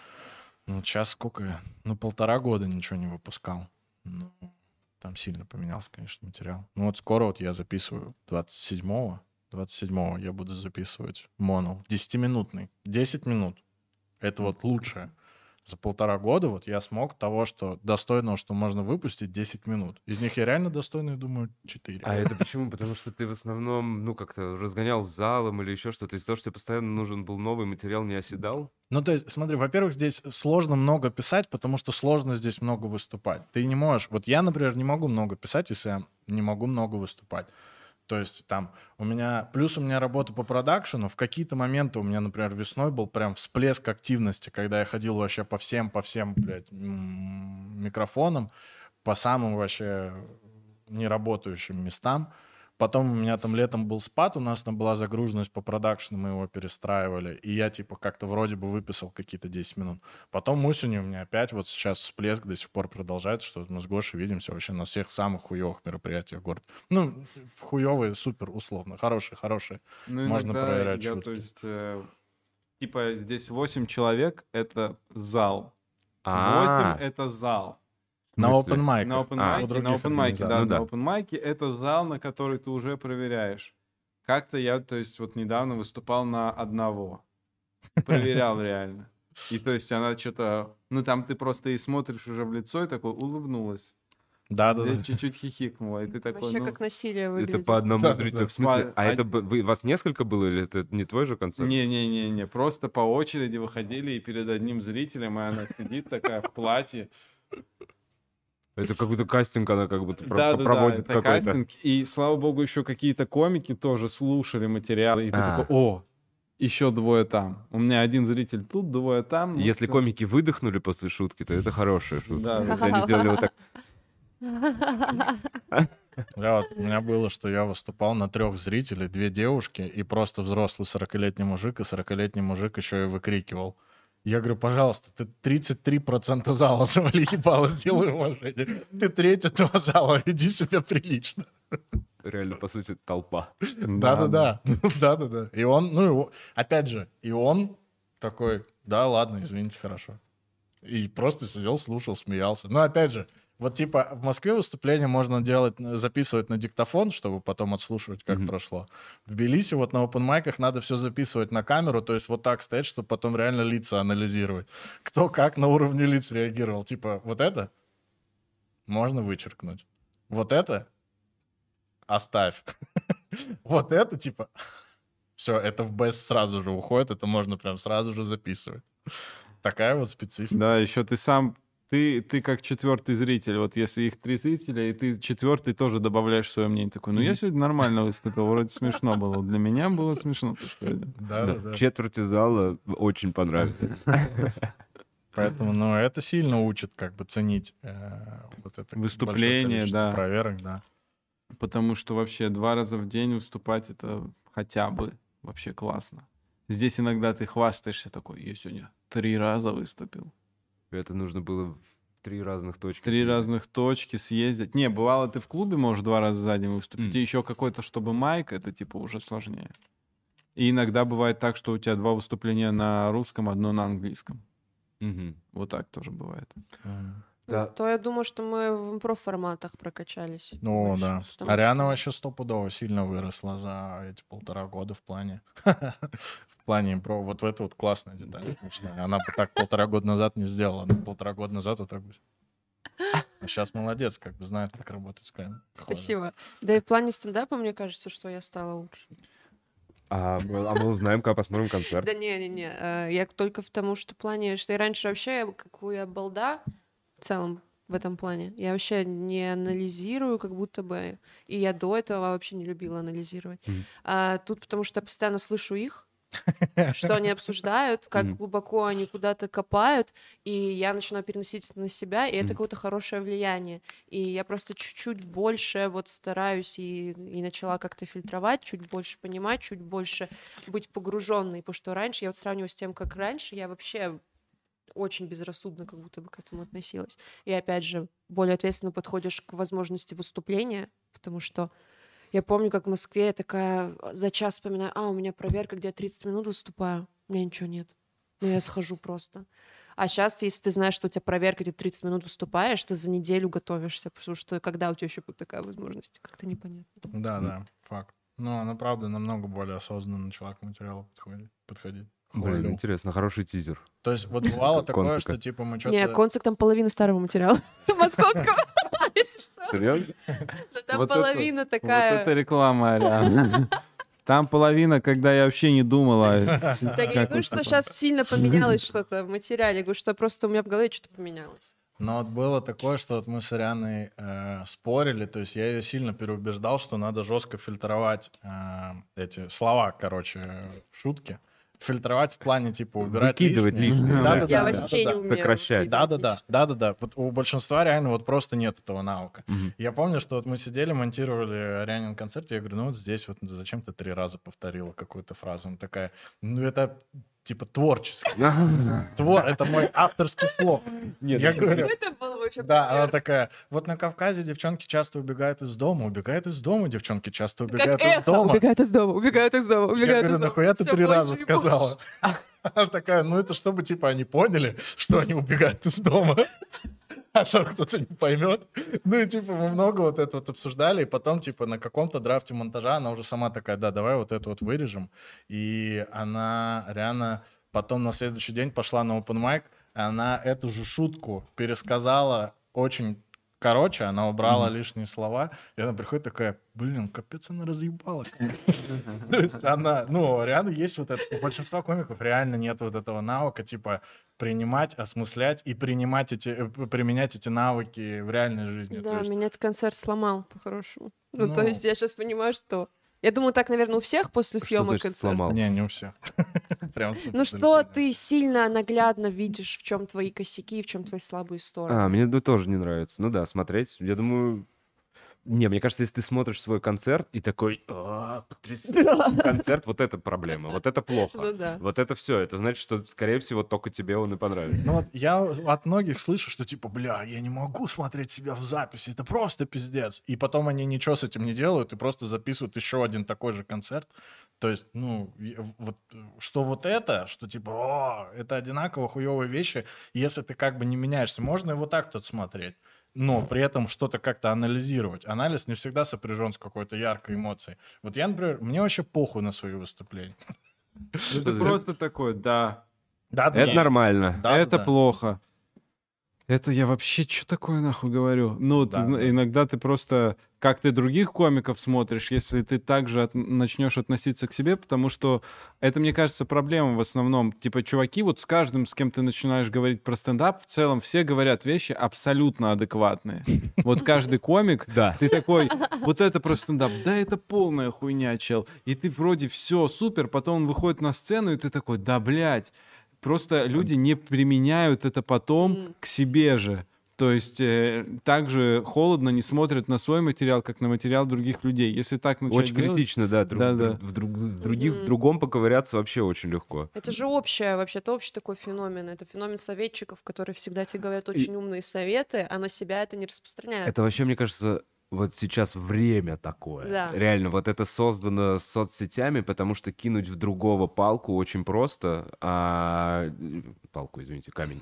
Ну, сейчас сколько я? Ну, полтора года ничего не выпускал. Ну, там сильно поменялся, конечно, материал. Ну, вот скоро вот я записываю двадцать седьмого. двадцать седьмого я буду записывать монол. десятиминутный. десять минут. Это вот лучшее. За полтора года вот я смог того, что достойного, что можно выпустить, десять минут. Из них я реально достойный, думаю, четыре. А это почему? Потому что ты в основном, ну, как-то разгонял с залом или еще что-то. Из-за того, что тебе постоянно нужен был новый материал, не оседал? Ну, то есть, смотри, во-первых, здесь сложно много писать, потому что сложно здесь много выступать. Ты не можешь... Вот я, например, не могу много писать, если я не могу много выступать. То есть там у меня... Плюс у меня работа по продакшену. В какие-то моменты у меня, например, весной был прям всплеск активности, когда я ходил вообще по всем, по всем, блядь, м, микрофонам, по самым вообще неработающим местам. Потом у меня там летом был спад, у нас там была загруженность по продакшену, мы его перестраивали, и я типа как-то вроде бы выписал какие-то десять минут. Потом осенью у меня опять вот сейчас всплеск до сих пор продолжается, что мы с Гошей видимся вообще на всех самых хуевых мероприятиях города. Ну, хуевые, супер условно, хорошие, хорошие. Ну, Можно иногда проверять я, шутки. то есть, э, типа, здесь восемь человек — это зал. А, восемь — это зал. На смысле? open mic. На open А, у mic, других на open mic, да, Ну на да. open mic это зал, на который ты уже проверяешь. Как-то я, то есть, вот недавно выступал на одного. Проверял реально. И то есть она что-то... Ну, там ты просто и смотришь уже в лицо и такой улыбнулась. Да, да, Здесь да. чуть-чуть хихикнула, и ты такой, Вообще ну... как насилие Это выглядит. по одному Да, да, зрителю. да. В смысле? По- А это од- бы- вы, вас несколько было или это не твой же концерт? Не-не-не-не, просто по очереди выходили и перед одним зрителем, и она сидит такая в платье. Это какой-то кастинг, она как будто про- Да-да-да, проводит это какой-то. кастинг. И, слава богу, еще какие-то комики тоже слушали материалы. И ты А. такой, о, еще двое там. У меня один зритель тут, двое там. ну, Если всё. комики выдохнули после шутки, то это хорошая шутка. Да, да. Если они сделали вот так. Я вот, у меня было, что я выступал на трех зрителей, две девушки и просто взрослый сорокалетний мужик, и сорокалетний мужик еще и выкрикивал. Я говорю, пожалуйста, ты тридцать три процента зала завали ебало, сделай уважение. Ты треть этого зала, веди себя прилично. Реально, по сути, толпа. Да-да-да, да-да-да. И он, ну, его, опять же, и он такой, да, ладно, извините, хорошо. И просто сидел, слушал, смеялся. Но опять же, вот типа в Москве выступление можно делать, записывать на диктофон, чтобы потом отслушивать, как Мгм. прошло. В Тбилиси вот на опенмайках надо все записывать на камеру, то есть вот так стоять, чтобы потом реально лица анализировать. Кто как на уровне лиц реагировал. Типа вот это можно вычеркнуть. Вот это оставь. Вот это типа... Все, это в бест сразу же уходит, это можно прям сразу же записывать. Такая вот специфика. Да, еще ты сам, ты, ты как четвертый зритель. Вот если их три зрителя, и ты четвертый тоже добавляешь свое мнение. Такой, ну я сегодня нормально выступил, вроде смешно было. Для меня было смешно. то есть, вроде. Да, да, да. Четверти зала очень понравилось. Поэтому, ну, это сильно учит как бы ценить э, вот это Выступление, большое количество да. проверок, да. Потому что вообще два раза в день выступать — это хотя бы вообще классно. Здесь иногда ты хвастаешься такой, я сегодня три раза выступил. Это нужно было в три разных точки. Три съездить. разных точки съездить. Не, бывало, ты в клубе можешь два раза за день выступить, М. и еще какой-то, чтобы майк, это типа уже сложнее. И иногда бывает так, что у тебя два выступления на русском, одно на английском. Мгм. Вот так тоже бывает. Мгм. Да. То я думаю, что мы в проформатах прокачались. Ну больше, да. потому Ариана что- вообще стопудово сильно выросла за эти полтора года в плане. В плане импро. Вот в это вот классная деталь. смешная. Она бы так полтора года назад не сделала. Она полтора года назад вот так бы. А сейчас молодец, как бы знает, как работать с камерой. Спасибо. Да и в плане стендапа, мне кажется, что я стала лучше. А мы, а мы узнаем, когда посмотрим концерт. Да не-не-не, э, я только в тому, что плане, что я раньше вообще, какую я балда в целом в этом плане, я вообще не анализирую, как будто бы, и я до этого вообще не любила анализировать. Мгм. А тут потому что я постоянно слышу их, что они обсуждают, как Мгм. глубоко они куда-то копают, и я начинаю переносить это на себя, и это Мгм. какое-то хорошее влияние. И я просто чуть-чуть больше вот стараюсь и, и начала как-то фильтровать, чуть больше понимать, чуть больше быть погруженной, потому что раньше я вот сравниваю с тем, как раньше, я вообще очень безрассудно как будто бы к этому относилась. И опять же, более ответственно подходишь к возможности выступления, потому что я помню, как в Москве я такая за час вспоминаю, а, у меня проверка, где я тридцать минут выступаю, у меня ничего нет. Ну, я схожу просто. А сейчас, если ты знаешь, что у тебя проверка, где ты тридцать минут выступаешь, ты за неделю готовишься, потому что когда у тебя еще будет такая возможность, как-то непонятно. Да, да, факт. Но она, правда, намного более осознанно начала к материалу подходить. подходить. Блин, Хвалю. интересно, хороший тизер. То есть вот бывало Как такое, концика. что типа мы Не, что-то... концерт там половина старого материала московского, если что. Серьезно? Но там Вот это- половина Вот такая... это реклама, Ариана. Там половина, когда я вообще не думала. Так я не как говорю, что выступать. сейчас сильно поменялось что-то в материале, я говорю, что просто у меня в голове что-то поменялось. Но вот было такое, что вот мы с Арианой э, спорили, то есть я ее сильно переубеждал, что надо жестко фильтровать э, эти слова, короче, в шутке. Фильтровать в плане, типа, убирать Выкидывать лишнее. лишнее. Да-да-да, Я да-да-да. вообще не умею. Сокращать. выкидывать Да-да-да, лишнее. да-да-да. Вот у большинства реально вот просто нет этого навыка. Мгм. Я помню, что вот мы сидели, монтировали Арианин концерт, я говорю, ну вот здесь вот зачем ты три раза повторила какую-то фразу? Она такая, ну это типа творчески. Твор, это мой авторский слог. Нет, Я ну, говорю, Это было вообще да, она пример. такая, вот на Кавказе девчонки часто убегают из дома, убегают из дома, девчонки часто Как убегают из эхо, дома. убегают из дома, убегают из дома, Я убегают говорю, из дома. нахуя ты Всё три больше раза и сказала? Она такая, ну это чтобы, типа, они поняли, что они убегают из дома. А то кто-то не поймет. Ну и, типа, мы много вот это вот обсуждали, и потом, типа, на каком-то драфте монтажа она уже сама такая, да, давай вот это вот вырежем. И она реально потом на следующий день пошла на open mic, и она эту же шутку пересказала очень короче, она убрала лишние слова, и она приходит такая, блин, капец, она разъебала. То есть она, ну, реально есть вот это. У большинства комиков реально нет вот этого навыка, типа, принимать, осмыслять и принимать эти, э, применять эти навыки в реальной жизни. То Да, есть, меня этот концерт сломал по-хорошему. Ну, то Ну. есть я сейчас понимаю, что... Я думаю, так, наверное, у всех после Что съемок значит концерта. сломал? не, не у всех. Прям супер Ну что далеко не у ты сильно наглядно видишь, в чем твои косяки, в чем твои слабые стороны. А, мне ну, тоже не нравится. Ну да, смотреть, я думаю... Не, мне кажется, если ты смотришь свой концерт и такой, «А, потрясающий концерт, вот это проблема, вот это плохо. Ну да. Вот это все. Это значит, что, скорее всего, только тебе он и понравится. Ну вот я от многих слышу, что типа, бля, я не могу смотреть себя в записи, это просто пиздец. И потом они ничего с этим не делают и просто записывают еще один такой же концерт. То есть, ну, и в- вот, э, что вот это, что типа, о, это одинаково хуевые вещи, если ты как бы не меняешься, можно и вот так тут смотреть. Но при этом что-то как-то анализировать. Анализ не всегда сопряжен с какой-то яркой эмоцией. Вот я, например, мне вообще похуй на свои выступления. Ну, ты просто такой, да, Да, Это нормально. Да, это да. плохо. Это я вообще что такое нахуй говорю? Ну, ты Да, зна- да. иногда ты просто, как ты других комиков смотришь, если ты также от- начнешь относиться к себе, потому что это, мне кажется, проблема в основном. Типа, чуваки, вот с каждым, с кем ты начинаешь говорить про стендап, в целом все говорят вещи абсолютно адекватные. Вот каждый комик, Да. ты такой, вот это про стендап, да это полная хуйня, чел. И ты вроде все супер, потом он выходит на сцену, и ты такой, да, блядь. Просто люди не применяют это потом М. к себе же. То есть э, так же холодно не смотрят на свой материал, как на материал других людей. Если так начать Очень делать- критично, да. друг- Да-да. друг- в, друг- в других, в Мгм. другом поковыряться вообще очень легко. Это же общее, вообще-то общий такой феномен. Это феномен советчиков, которые всегда тебе говорят очень умные советы, а на себя это не распространяют. Это вообще, мне кажется, вот сейчас время такое. Да. Реально, вот это создано соцсетями, потому что кинуть в другого палку очень просто. А... Палку, извините, камень.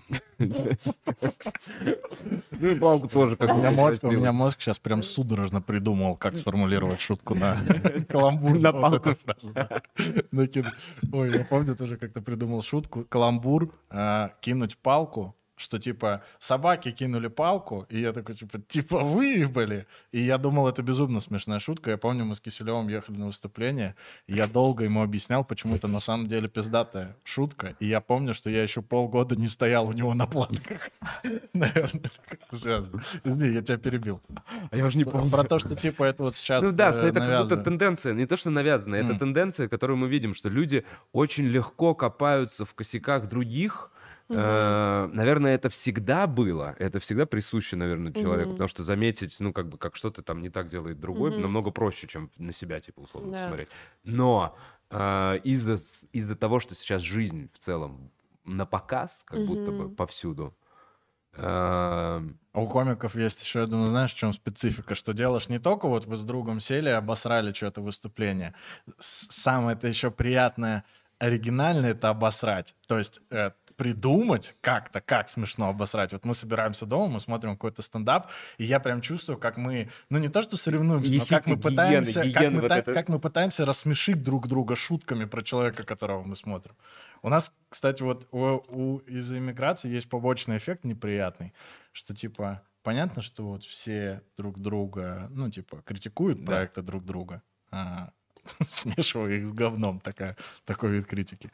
Ну и палку тоже как У меня мозг, у меня мозг сейчас прям судорожно придумал, как сформулировать шутку на каламбур. На Вот палку. эту фразу, да. Накид- Ой, я помню, тоже как-то придумал шутку. Каламбур, а, кинуть палку, что типа собаки кинули палку, и я такой типа, типа выебали. И я думал, это безумно смешная шутка. Я помню, мы с Киселевым ехали на выступление, и я долго ему объяснял, почему это на самом деле пиздатая шутка. И я помню, что я еще полгода не стоял у него на планках. Наверное, это как-то связано. Извини, я тебя перебил. А я уже не помню. Про то, что типа это вот сейчас Ну да, э, что это как будто навязывают. тенденция, не то что навязанная, это М. тенденция, которую мы видим, что люди очень легко копаются в косяках других. Э, Наверное, это всегда было, это всегда присуще, наверное, человеку, Мгм. потому что заметить, ну, как бы, как что-то там не так делает другой, Мгм. намного проще, чем на себя, типа, условно Да. посмотреть. Но э, из-за с- из-за того, что сейчас жизнь в целом на показ, как будто бы Мгм. повсюду, э, А у комиков есть еще, я думаю, знаешь, в чем специфика? Что делаешь не только вот вы с другом сели, обосрали что-то выступление. С- Самое это еще приятное, оригинальное — это обосрать. То есть э, придумать как-то, как смешно обосрать. Вот мы собираемся дома, мы смотрим какой-то стендап, и я прям чувствую, как мы, ну не то что соревнуемся, но как мы Гиены, пытаемся, как гиены мы, вот та- это. как мы пытаемся рассмешить друг друга шутками про человека, которого мы смотрим. У нас, кстати, вот у, у- из-за иммиграции есть побочный эффект неприятный, что типа понятно, что вот все друг друга, ну типа критикуют Да. проекты друг друга, а, смешивая их с говном, такая, такой вид критики.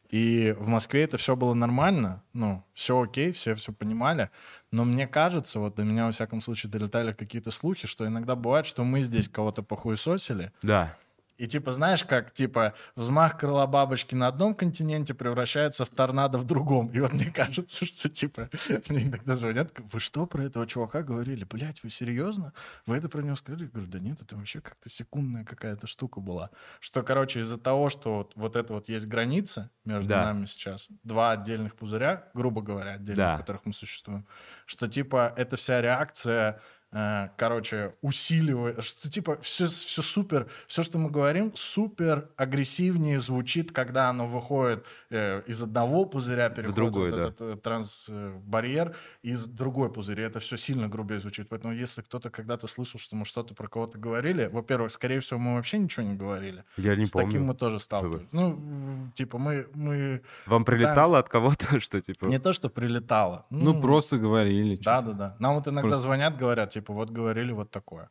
И в Москве это все было нормально, ну, все окей, все все понимали, но мне кажется, вот до меня, во всяком случае, долетали какие-то слухи, что иногда бывает, что мы здесь кого-то похуесосили, Да. и типа, знаешь, как, типа, взмах крыла бабочки на одном континенте превращается в торнадо в другом. И вот мне кажется, что, типа, мне иногда звонят, вы что про этого чувака говорили? Блять, вы серьезно? Вы это про него сказали? Я говорю, да нет, это вообще как-то секундная какая-то штука была. Что, короче, из-за того, что вот, вот это вот есть граница между Да. нами сейчас, два отдельных пузыря, грубо говоря, отдельных, Да. в которых мы существуем, что, типа, эта вся реакция... э, короче, усиливает, что типа все, все супер, все, что мы говорим, супер агрессивнее звучит, когда оно выходит э, из одного пузыря, переходит другой, вот да. этот э, трансбарьер, из другой пузырь, и это все сильно грубее звучит. Поэтому если кто-то когда-то слышал, что мы что-то про кого-то говорили, во-первых, скорее всего, мы вообще ничего не говорили. Я не С таким помню. мы тоже сталкивались. Ну, м, типа, мы, мы Вам прилетало от кого-то, что типа... не то, что прилетало. Ну, просто говорили. Да, чё-то. да, да. Нам вот иногда Просто- звонят, говорят, типа, вот говорили вот такое.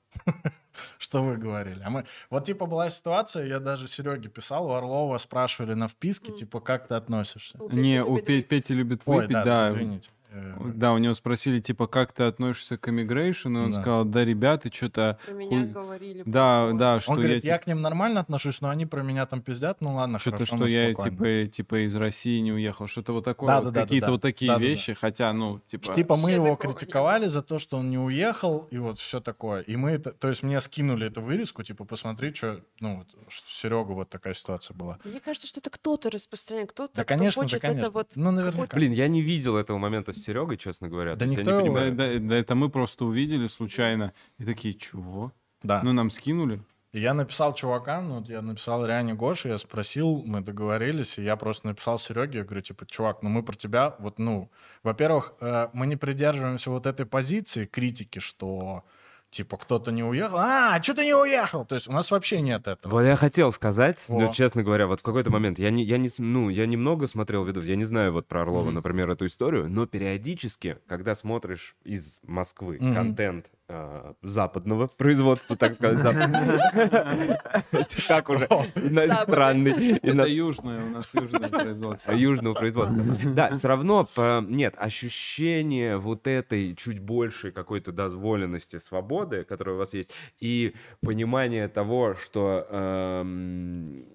Что вы говорили? А мы... Вот, типа, была ситуация, я даже Сереге писал, у Орлова спрашивали на вписке, М. типа, как ты относишься? У Пети Не, у любит Пе- выпить. Пети любит Ой, выпить, да, да. извините. Э, Да, у него спросили, типа, как ты относишься к immigration, и он Да. сказал, да, ребята, что-то... Про меня говорили. Да, плохое. да, что Он говорит, я, я к ним нормально отношусь, но они про меня там пиздят, ну ладно, Что-то, хорошо, что ну, я спокойно. типа, типа из России не уехал, что-то вот такое, Да, вот да, да, какие-то да, вот такие да, да, да. вещи, хотя, ну, типа, Типа мы Вообще его такого не критиковали было. за то, что он не уехал, и вот все такое. И мы это, то есть мне скинули эту вырезку, типа, посмотри, что, ну, вот, Серега, вот такая ситуация была. Мне кажется, что это кто-то распространяет, кто-то, Да, кто конечно, да, хочет конечно. это вот... Ну, наверняка. какой-то- Блин, я не видел этого момента с Серегой, честно говоря. Да То есть я никто не его- да, понимаю. да, да, это мы просто увидели случайно, и такие, чего? Да. Ну, нам скинули. И я написал чувакам, ну, вот я написал Ряне Гоше, я спросил, мы договорились, и я просто написал Сереге, я говорю, типа, чувак, ну мы про тебя, вот, ну, во-первых, э, мы не придерживаемся вот этой позиции критики, что, типа, кто-то не уехал, а, что ты не уехал? То есть у нас вообще нет этого. Вот я хотел сказать, но, Во. честно говоря, вот в какой-то момент, я не, я не, с- ну, я немного смотрел видов, я не знаю вот про Орлова, Мгм. например, эту историю, но периодически, когда смотришь из Москвы Мгм. контент э, западного производства, так сказать, западного, это как уже иностранный, Это ино- южное, у нас южное производство. южного производства. Да, все равно по- нет ощущение вот этой чуть большей какой-то дозволенности, свободы, которая у вас есть, и понимание того, что эм,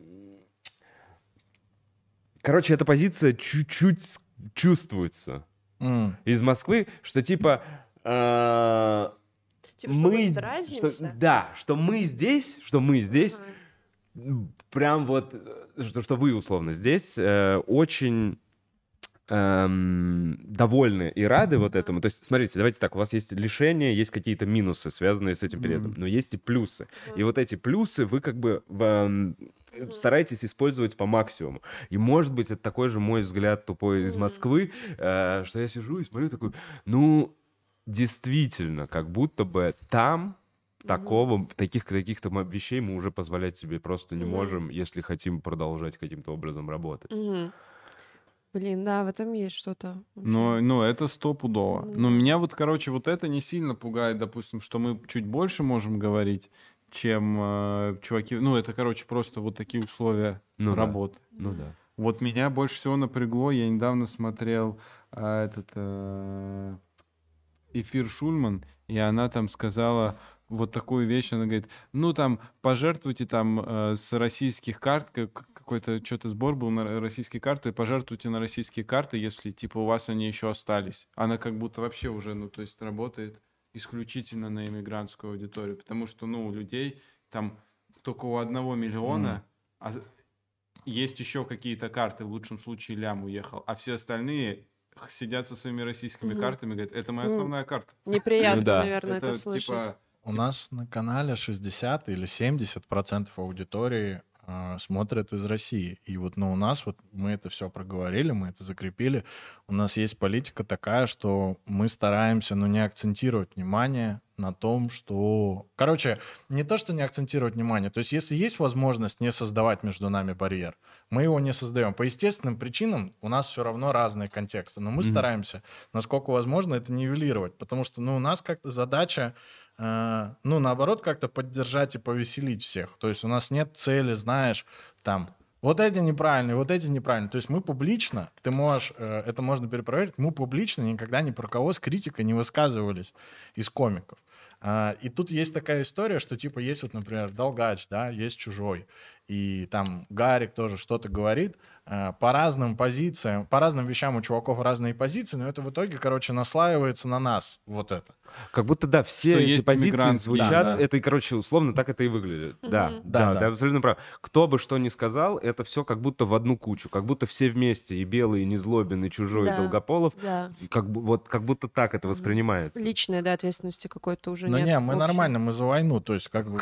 короче, эта позиция чуть-чуть с- чувствуется М. из Москвы, что типа э, Типа, что мы, мы дразнимся? что- да, что мы здесь, что мы здесь, Ага. прям вот, э, что, что вы условно здесь, э, очень эм, довольны и рады вот этому. То есть, смотрите, давайте так, у вас есть лишения, есть какие-то минусы, связанные с этим периодом, но есть и плюсы. И вот эти плюсы вы как бы в, эм, стараетесь использовать по максимуму. И, может быть, это такой же мой взгляд тупой из Москвы, э, что я сижу и смотрю такой, ну, действительно, как будто бы там такого, таких каких-то мо- вещей мы уже позволять себе просто не Мгм. можем, если хотим продолжать каким-то образом работать. Мгм. Блин, да, в этом есть что-то Но, вообще. ну, это стопудово. Но Да. меня вот, короче, вот это не сильно пугает, допустим, что мы чуть больше можем говорить, чем э, чуваки. Ну, это, короче, просто вот такие условия Ну да. работы. Ну да. Вот меня больше всего напрягло, я недавно смотрел а, этот э, эфир Шульман, и она там сказала вот такую вещь, она говорит, ну там пожертвуйте там э, с российских карт, как- какой-то что-то сбор был на р- российские карты, пожертвуйте на российские карты, если типа у вас они еще остались. Она как будто вообще уже, ну то есть работает исключительно на иммигрантскую аудиторию, потому что, ну, у людей там только у одного миллиона, а есть еще какие-то карты, в лучшем случае лям уехал, а все остальные сидят со своими российскими Мгм. картами и говорят, это моя Ну, основная карта. Неприятно, Ну да. наверное, это Это слышать. типа... У типа, нас на канале шестьдесят или семьдесят процентов аудитории а, смотрят из России. И вот, ну, у нас вот мы это все проговорили, мы это закрепили. У нас есть политика такая, что мы стараемся, ну, не акцентировать внимание на том, что... Короче, не то, что не акцентировать внимание. То есть, если есть возможность не создавать между нами барьер, мы его не создаем. По естественным причинам у нас все равно разные контексты. Но мы Мгм. стараемся, насколько возможно, это нивелировать. Потому что, ну, у нас как-то задача э, ну, наоборот, как-то поддержать и повеселить всех. То есть у нас нет цели, знаешь, там, вот эти неправильные, вот эти неправильные. То есть мы публично, ты можешь, э, это можно перепроверить, мы публично никогда ни про кого с критикой не высказывались из комиков. А, и тут есть такая история, что типа есть вот, например, Долгач, да, есть Чужой, и там Гарик тоже что-то говорит, а, по разным позициям, по разным вещам у чуваков разные позиции, но это в итоге, короче, наслаивается на нас, вот это. Как будто, да, все Что эти есть позиции иммигрантские, звучат, да, да. это, и, короче, условно так это и выглядит. Да, Мгм. да, Да, ты да. абсолютно прав. Кто бы что ни сказал, это все как будто в одну кучу, как будто все вместе, и Белый, и Незлобин, и Чужой, и Да, Долгополов, да. и как, бу- вот, как будто так это Мгм. воспринимается. Личной, да, ответственности какой-то уже Ну нет. не, мы общей. нормально, мы за войну, то есть как бы...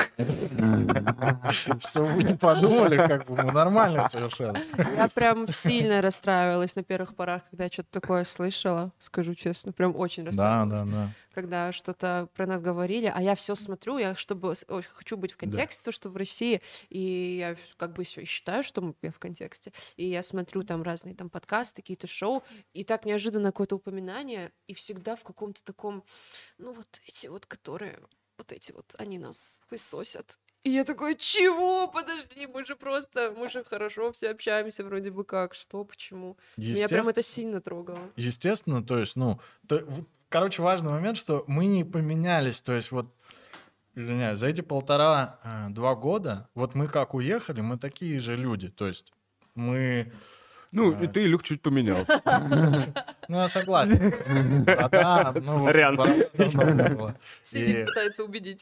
Что вы не подумали, как бы мы нормально совершенно. Я прям сильно расстраивалась на первых порах, когда я что-то такое слышала, скажу честно, прям очень Да, расстраивалась. да, да. Когда что-то про нас говорили, а я все смотрю, я чтобы с- ой, хочу быть в контексте, то, что в России, и я в- как бы все считаю, что мы- я в контексте, и я смотрю там разные там подкасты, какие-то шоу, и так неожиданно какое-то упоминание, и всегда в каком-то таком, ну вот эти вот, которые, вот эти вот, они нас хуесосят. И я такой, чего? Подожди, мы же просто, мы же хорошо все общаемся вроде бы как, что, почему? Меня прям Естественно, это сильно трогало. естественно, то есть, ну, то- вот, короче, важный момент, что мы не поменялись, то есть вот, извиняюсь, за эти полтора-два года, вот мы как уехали, мы такие же люди, то есть мы... Ну, А, и ты, Илюх, чуть поменялся. Ну, я согласен. Борода, ну, вот, Сорян. борода давно не было. Сидит, И- пытается убедить.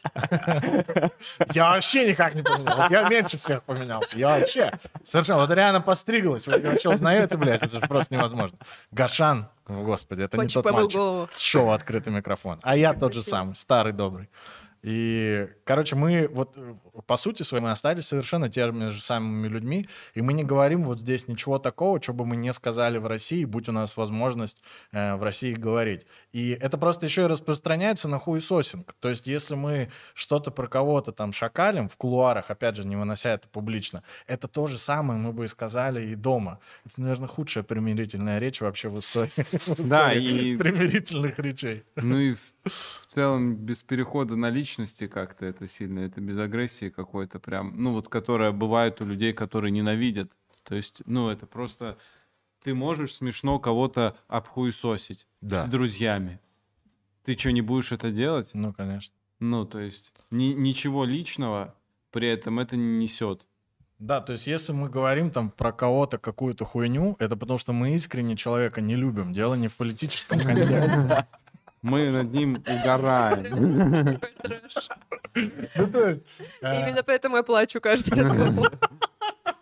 Я вообще никак не поменялся. Вот я меньше всех поменялся. Я вообще совершенно... Вот реально постриглась. Вы вообще узнаете, блядь? Это же просто невозможно. Гашан, о, господи, это не Почти тот помыл мальчик. голову. Шоу «Открытый микрофон». А я тот же Спасибо. самый, старый добрый. И, короче, мы вот э, по сути своей мы остались совершенно теми же самыми людьми, и мы не говорим вот здесь ничего такого, что бы мы не сказали в России, будь у нас возможность э, в России говорить. И это просто еще и распространяется на хуесосинг. То есть если мы что-то про кого-то там шакалим в кулуарах, опять же, не вынося это публично, это то же самое мы бы и сказали и дома. Это, наверное, худшая примирительная речь вообще в истории, в Да, истории и- примирительных речей. Ну и в, в целом без перехода на личности как-то это сильно, это без агрессии какой-то прям, ну вот которая бывает у людей, которые ненавидят. То есть, ну это просто ты можешь смешно кого-то обхуесосить Да. с друзьями. Ты что, не будешь это делать? Ну, конечно. Ну, то есть ни- ничего личного при этом это не несет. Да, то есть если мы говорим там про кого-то какую-то хуйню, это потому что мы искренне человека не любим. Дело не в политическом контексте. Мы над ним угораем. Какой трэш. Ну, то есть, э, Именно поэтому я плачу каждый разговор.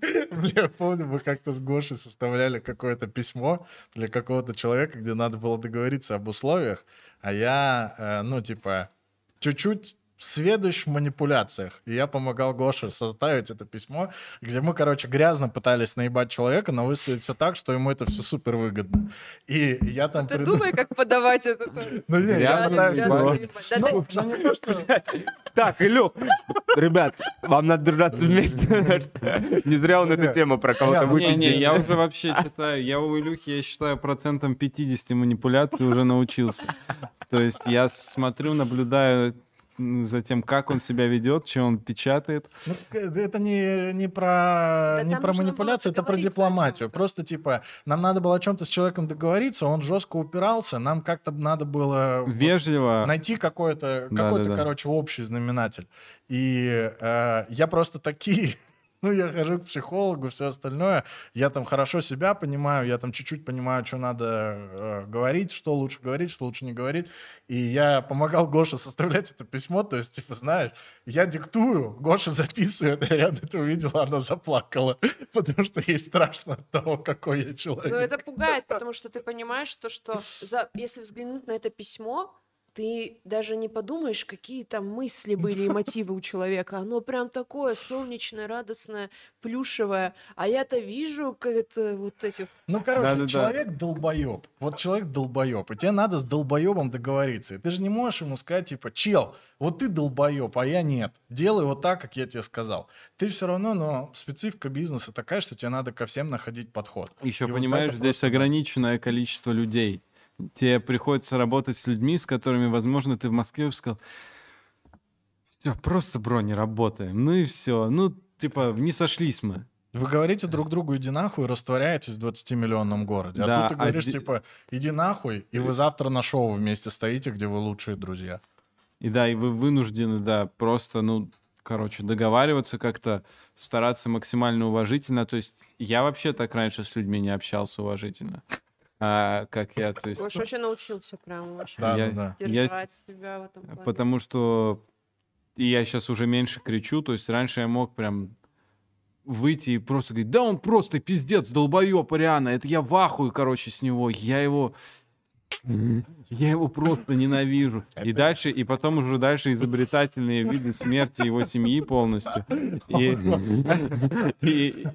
Бля, помню, мы как-то с Гошей составляли какое-то письмо для какого-то человека, где надо было договориться об условиях, а я, э, ну, типа, чуть-чуть сведущ в манипуляциях. И я помогал Гоше составить это письмо, где мы, короче, грязно пытались наебать человека, но выставить все так, что ему это все супер выгодно. И я там... Ну, ты приду- думай, как подавать это тоже. Ну, не, я Грязно пытаюсь... Грязно наебать. наебать. Да, да, Ну, ну, не то, что... Так, Илюх, ребят, вам надо держаться вместе. Не зря он эту тему про кого-то Понятно. Не, не, выпиздил. я уже вообще читаю, я у Илюхи, я считаю, процентом пятьдесят манипуляций уже научился. То есть я с- смотрю, наблюдаю м, за тем, как он себя ведет, что он печатает. Ну, к- это не, не про, Да не там про нужно было манипуляцию, это про договориться о дипломатию. чём-то. Просто, типа, нам надо было о чем-то с человеком договориться, он жестко упирался, нам как-то надо было вот Вежливо. найти какой-то, Да, какой-то, да, да. короче, общий знаменатель. И э, я просто такие... Ну, я хожу к психологу, все остальное. Я там хорошо себя понимаю, я там чуть-чуть понимаю, что надо э, говорить, что лучше говорить, что лучше не говорить. И я помогал Гоше составлять это письмо, то есть, типа, знаешь, я диктую, Гоша записывает, я рядом это увидела, она заплакала, потому что ей страшно от того, какой я человек. Но это пугает, потому что ты понимаешь, то, что за... если взглянуть на это письмо, ты даже не подумаешь, какие там мысли были и мотивы у человека. Оно прям такое солнечное, радостное, плюшевое. А я-то вижу, как это вот этих... Ну, короче, Да-да-да. человек долбоеб. Вот человек долбоеб, и тебе надо с долбоебом договориться. И ты же не можешь ему сказать, типа, чел, вот ты долбоеб, а я нет. Делай вот так, как я тебе сказал. Ты все равно, но специфика бизнеса такая, что тебе надо ко всем находить подход. Еще, И вот понимаешь, это здесь просто, да. ограниченное количество людей. Тебе приходится работать с людьми, с которыми, возможно, ты в Москве бы сказал, все, просто, бро, не работаем. Ну и все. Ну, типа, не сошлись мы. Вы говорите друг другу «иди нахуй» и растворяетесь в двадцатимиллионном городе. А Да, тут ты а говоришь, зде- типа, иди нахуй, и вы завтра на шоу вместе стоите, где вы лучшие друзья. И да, и вы вынуждены, да, просто, ну, короче, договариваться как-то, стараться максимально уважительно. То есть я вообще так раньше с людьми не общался уважительно. А, как я, то есть... Гоша очень научился прям вообще Да, я- да, да. я- держать себя в этом плане. Потому что и я сейчас уже меньше кричу, то есть раньше я мог прям выйти и просто говорить, да он просто пиздец, долбоёб, реально, это я в ахуе, короче, с него, я его... Я его просто ненавижу. И дальше, и потом уже дальше изобретательные виды смерти его семьи полностью. И, и,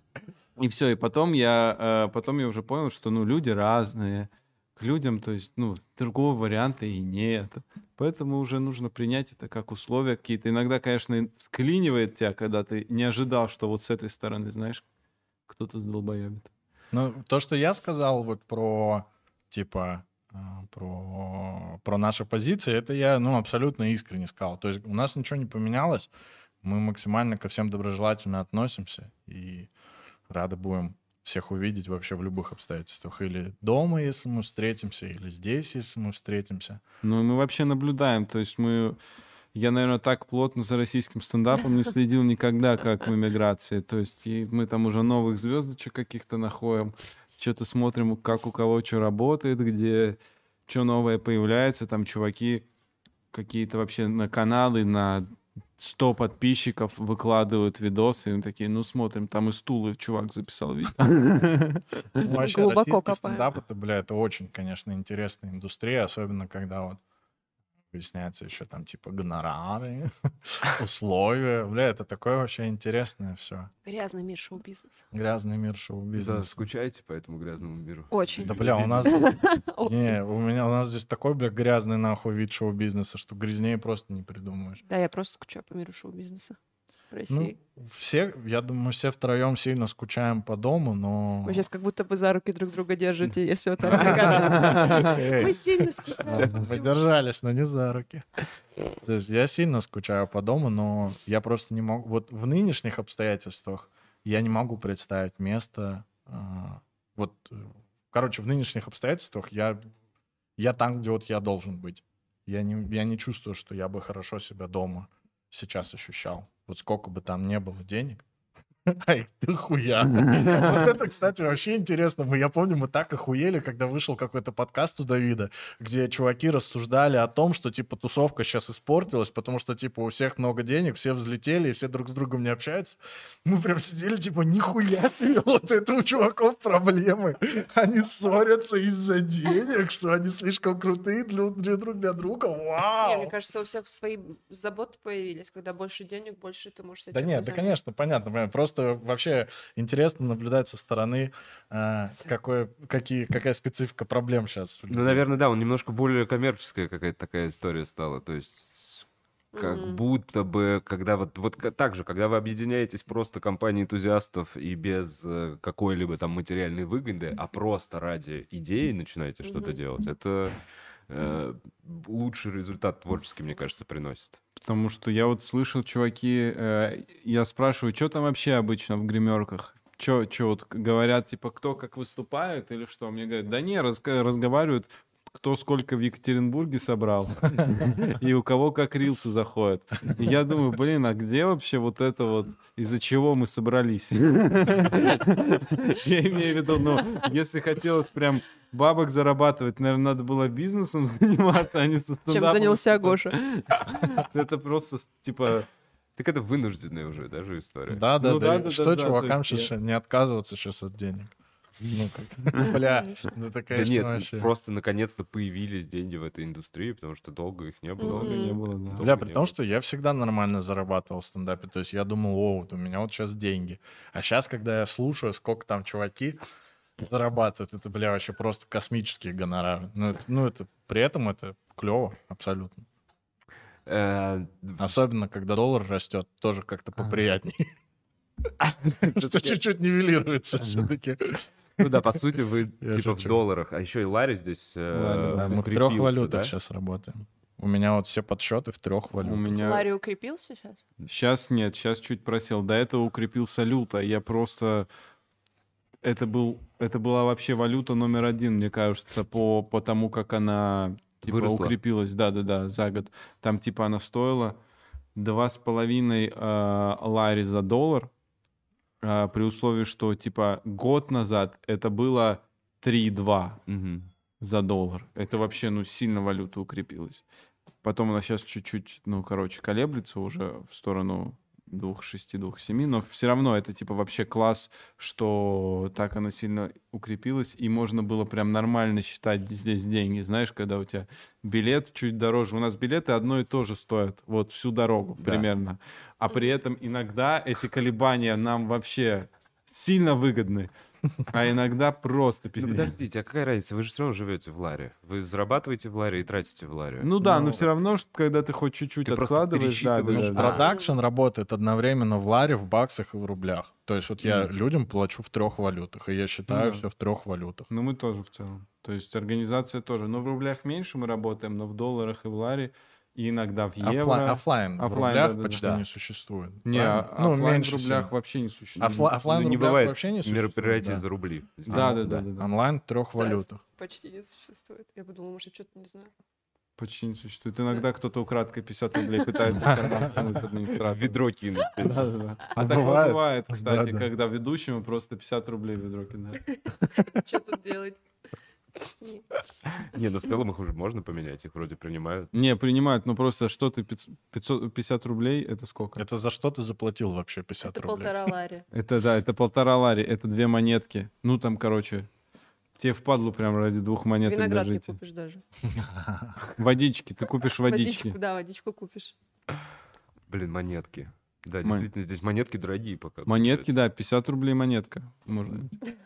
и все. И потом я, э, потом я уже понял, что ну люди разные. К людям, то есть, ну, другого варианта и нет. Поэтому уже нужно принять это как условия какие-то. Иногда, конечно, склинивает тебя, когда ты не ожидал, что вот с этой стороны, знаешь, кто-то сдолбоебит. Ну, то, что я сказал вот про, типа, а, про, про наши позиции, это я, ну, абсолютно искренне сказал. То есть у нас ничего не поменялось, мы максимально ко всем доброжелательно относимся и рады будем всех увидеть вообще в любых обстоятельствах. Или дома, если мы встретимся, или здесь, если мы встретимся. Ну, и мы вообще наблюдаем, то есть мы... Я, наверное, так плотно за российским стендапом не следил никогда, как в эмиграции. То есть и мы там уже новых звездочек каких-то находим, что-то смотрим, как у кого что работает, где что новое появляется. Там чуваки какие-то вообще на каналы, на сто подписчиков выкладывают видосы, и мы такие, ну смотрим, там и стулы чувак записал видео. Ну, вообще, Глубоко российский копаем. стендап, это, бля, это очень, конечно, интересная индустрия, особенно когда вот выясняется еще там типа гонорары, условия. Бля, это такое вообще интересное все. Грязный мир шоу-бизнеса. Грязный мир Да, шоу-бизнеса. скучаете по этому грязному миру? Очень. Да, бля, у нас... Очень. Не, у меня, у нас здесь такой, бля, грязный нахуй вид шоу-бизнеса, что грязнее просто не придумаешь. Да, я просто скучаю по миру шоу-бизнеса в Ну, России. все, я думаю, все втроем сильно скучаем по дому, но... Вы сейчас как будто бы за руки друг друга держите, если вот так покажется. Эй, Мы сильно скучаем. ладно, подержались, но не за руки. То есть я сильно скучаю по дому, но я просто не могу... Вот в нынешних обстоятельствах я не могу представить место... а, Вот, э, короче, в нынешних обстоятельствах я, я там, где вот я должен быть. Я не, я не чувствую, что я бы хорошо себя дома сейчас ощущал. Вот сколько бы там не было денег, Ай, ты хуя. Вот это, кстати, вообще интересно. Мы, я помню, мы так охуели, когда вышел какой-то подкаст у Давида, где чуваки рассуждали о том, что, типа, тусовка сейчас испортилась, потому что, типа, у всех много денег, все взлетели, и все друг с другом не общаются. Мы прям сидели, типа, нихуя себе, вот это у чуваков проблемы. Они ссорятся из-за денег, что они слишком крутые для, для друг для друга. Вау! Не, мне кажется, у всех свои заботы появились, когда больше денег, больше ты можешь с Да этим нет, да, конечно, понятно. понятно. Просто вообще интересно наблюдать со стороны, э, какой, какие, какая специфика проблем сейчас. Ну, наверное, да, он немножко более коммерческая какая-то такая история стала. То есть как Мгм. будто бы, когда вот, вот ка- так же, когда вы объединяетесь просто компанией энтузиастов и без э, какой-либо там материальной выгоды, а просто ради идеи начинаете что-то Мгм. делать, это э, лучший результат творческий, мне кажется, приносит. Потому что я вот слышал, чуваки, э, я спрашиваю, что там вообще обычно в гримерках? Что вот к- говорят, типа, кто как выступает или что? Мне говорят, да не, разга- разговаривают, кто сколько в Екатеринбурге собрал и у кого как рилсы заходят. И я думаю, блин, а где вообще вот это вот, из-за чего мы собрались? Я имею в виду, ну, если хотелось прям бабок зарабатывать, наверное, надо было бизнесом заниматься, а не со стендапом. Чем занялся выступать. Гоша? Это просто, с- типа, Так это вынужденная уже даже история. Да, да, Ну да. да, да, Что да, да, чувакам то есть сейчас не отказываться сейчас от денег? Ну, как, бля, Конечно. ну это, Да конечно, нет, вообще. просто наконец-то появились деньги в этой индустрии, потому что долго их не было. долго не Мгм. было, да. Долго Бля, не при том, было. что я всегда нормально зарабатывал в стендапе. То есть я думал, о, вот у меня вот сейчас деньги. А сейчас, когда я слушаю, сколько там чуваки зарабатывают, это, бля, вообще просто космические гонорары. Ну, это, ну, это при этом это клево абсолютно. Э, Особенно, когда доллар растет, тоже как-то поприятнее. Что чуть-чуть нивелируется все-таки. Ну да, по сути, вы Я типа в шучу. долларах. А еще и Ларри здесь э, Ларри, Да, мы в трех укрепился, валютах да? сейчас работаем. У меня вот все подсчеты в трех У валютах. меня Ларри укрепился сейчас? сейчас нет, сейчас чуть просел. До этого укрепился люто. Я просто... Это, был, это была вообще валюта номер один, мне кажется, по, по тому, как она типа, Выросла. укрепилась. Да-да-да, за год. Там типа она стоила два с половиной э, лари за доллар, э, при условии, что типа год назад это было три и два Мгм. за доллар. Это вообще, ну, сильно валюта укрепилась. Потом она сейчас чуть-чуть, ну, короче, колеблется уже в сторону двух шести, двух семи, но все равно это, типа, вообще класс, что так она сильно укрепилась, и можно было прям нормально считать здесь деньги. Знаешь, когда у тебя билет чуть дороже. У нас билеты одно и то же стоят, вот всю дорогу Да. примерно. А при этом иногда эти колебания нам вообще сильно выгодны, а иногда просто Ну пиздец. подождите, а какая разница? Вы же все равно живете в Ларе. Вы зарабатываете в Ларе и тратите в Ларе. Ну да, Ну, но все равно, что когда ты хоть чуть-чуть ты просто откладываешь, да, да, пересчитываешь, да, да. да. Продакшн работает одновременно в ларе, в баксах и в рублях. То есть вот я Мгм. людям плачу в трех валютах, и я считаю да. все в трех валютах. Ну мы тоже в целом. То есть организация тоже. Но в рублях меньше мы работаем, но в долларах и в ларе, и иногда в евро. Оффлайн, оффлайн в Оффлайн, рублях да-да-да. почти Да. не существует. Не, правильно? а- оффлайн в рублях сильно. вообще не существует. Оффла- оффлайн Ну, в не рублях бывает вообще не существует. мероприятий да. за рубли. Здесь, Да, да, да, да, да. Онлайн в трех Да, валютах. почти не существует. Я подумала, может, что-то не знаю. Почти не существует. Иногда кто-то украдкой пятьдесят рублей пытается в карман сунуть В администратора. ведро кинуть. Да-да-да. А А такое бывает? бывает, кстати, Да-да. когда ведущему просто пятьдесят рублей в ведро кидают. Что тут делать? С ней. Не, ну в целом их уже можно поменять, их вроде принимают. Не, принимают, но просто что ты, пятьсот пятьсот пятьдесят рублей, это сколько? Это за что ты заплатил вообще пятьдесят Это рублей? полтора лари. Это, да, это полтора лари, это две монетки. Ну, там, короче, тебе впадлу прям ради двух монеток Виноград не дожить. купишь даже. Водички, ты купишь водички. Водичку, да, водичку купишь. Блин, монетки. Да, Мон- действительно, здесь монетки дорогие пока. Монетки, получается. да, пятьдесят рублей монетка. Может быть.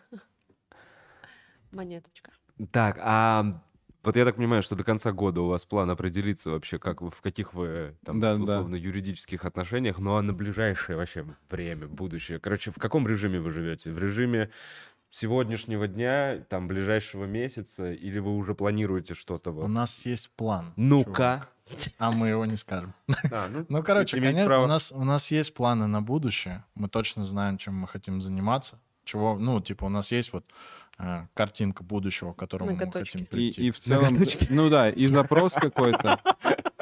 Монеточка. Так, а вот я так понимаю, что до конца года у вас план определиться вообще, как вы, в каких вы там Да, да. условно юридических отношениях, ну а на ближайшее вообще время, будущее. Короче, в каком режиме вы живете? В режиме сегодняшнего дня, там, ближайшего месяца, или вы уже планируете что-то У вот? нас есть план. Ну-ка. чувак. А мы его не скажем. А, ну, Ну, короче, имеете конечно, право. у нас, у нас есть планы на будущее. Мы точно знаем, чем мы хотим заниматься. Чего, ну, типа, у нас есть вот э, картинка будущего, к которому мы Ноготочки. хотим И, прийти. и в целом, ну да, и запрос какой-то.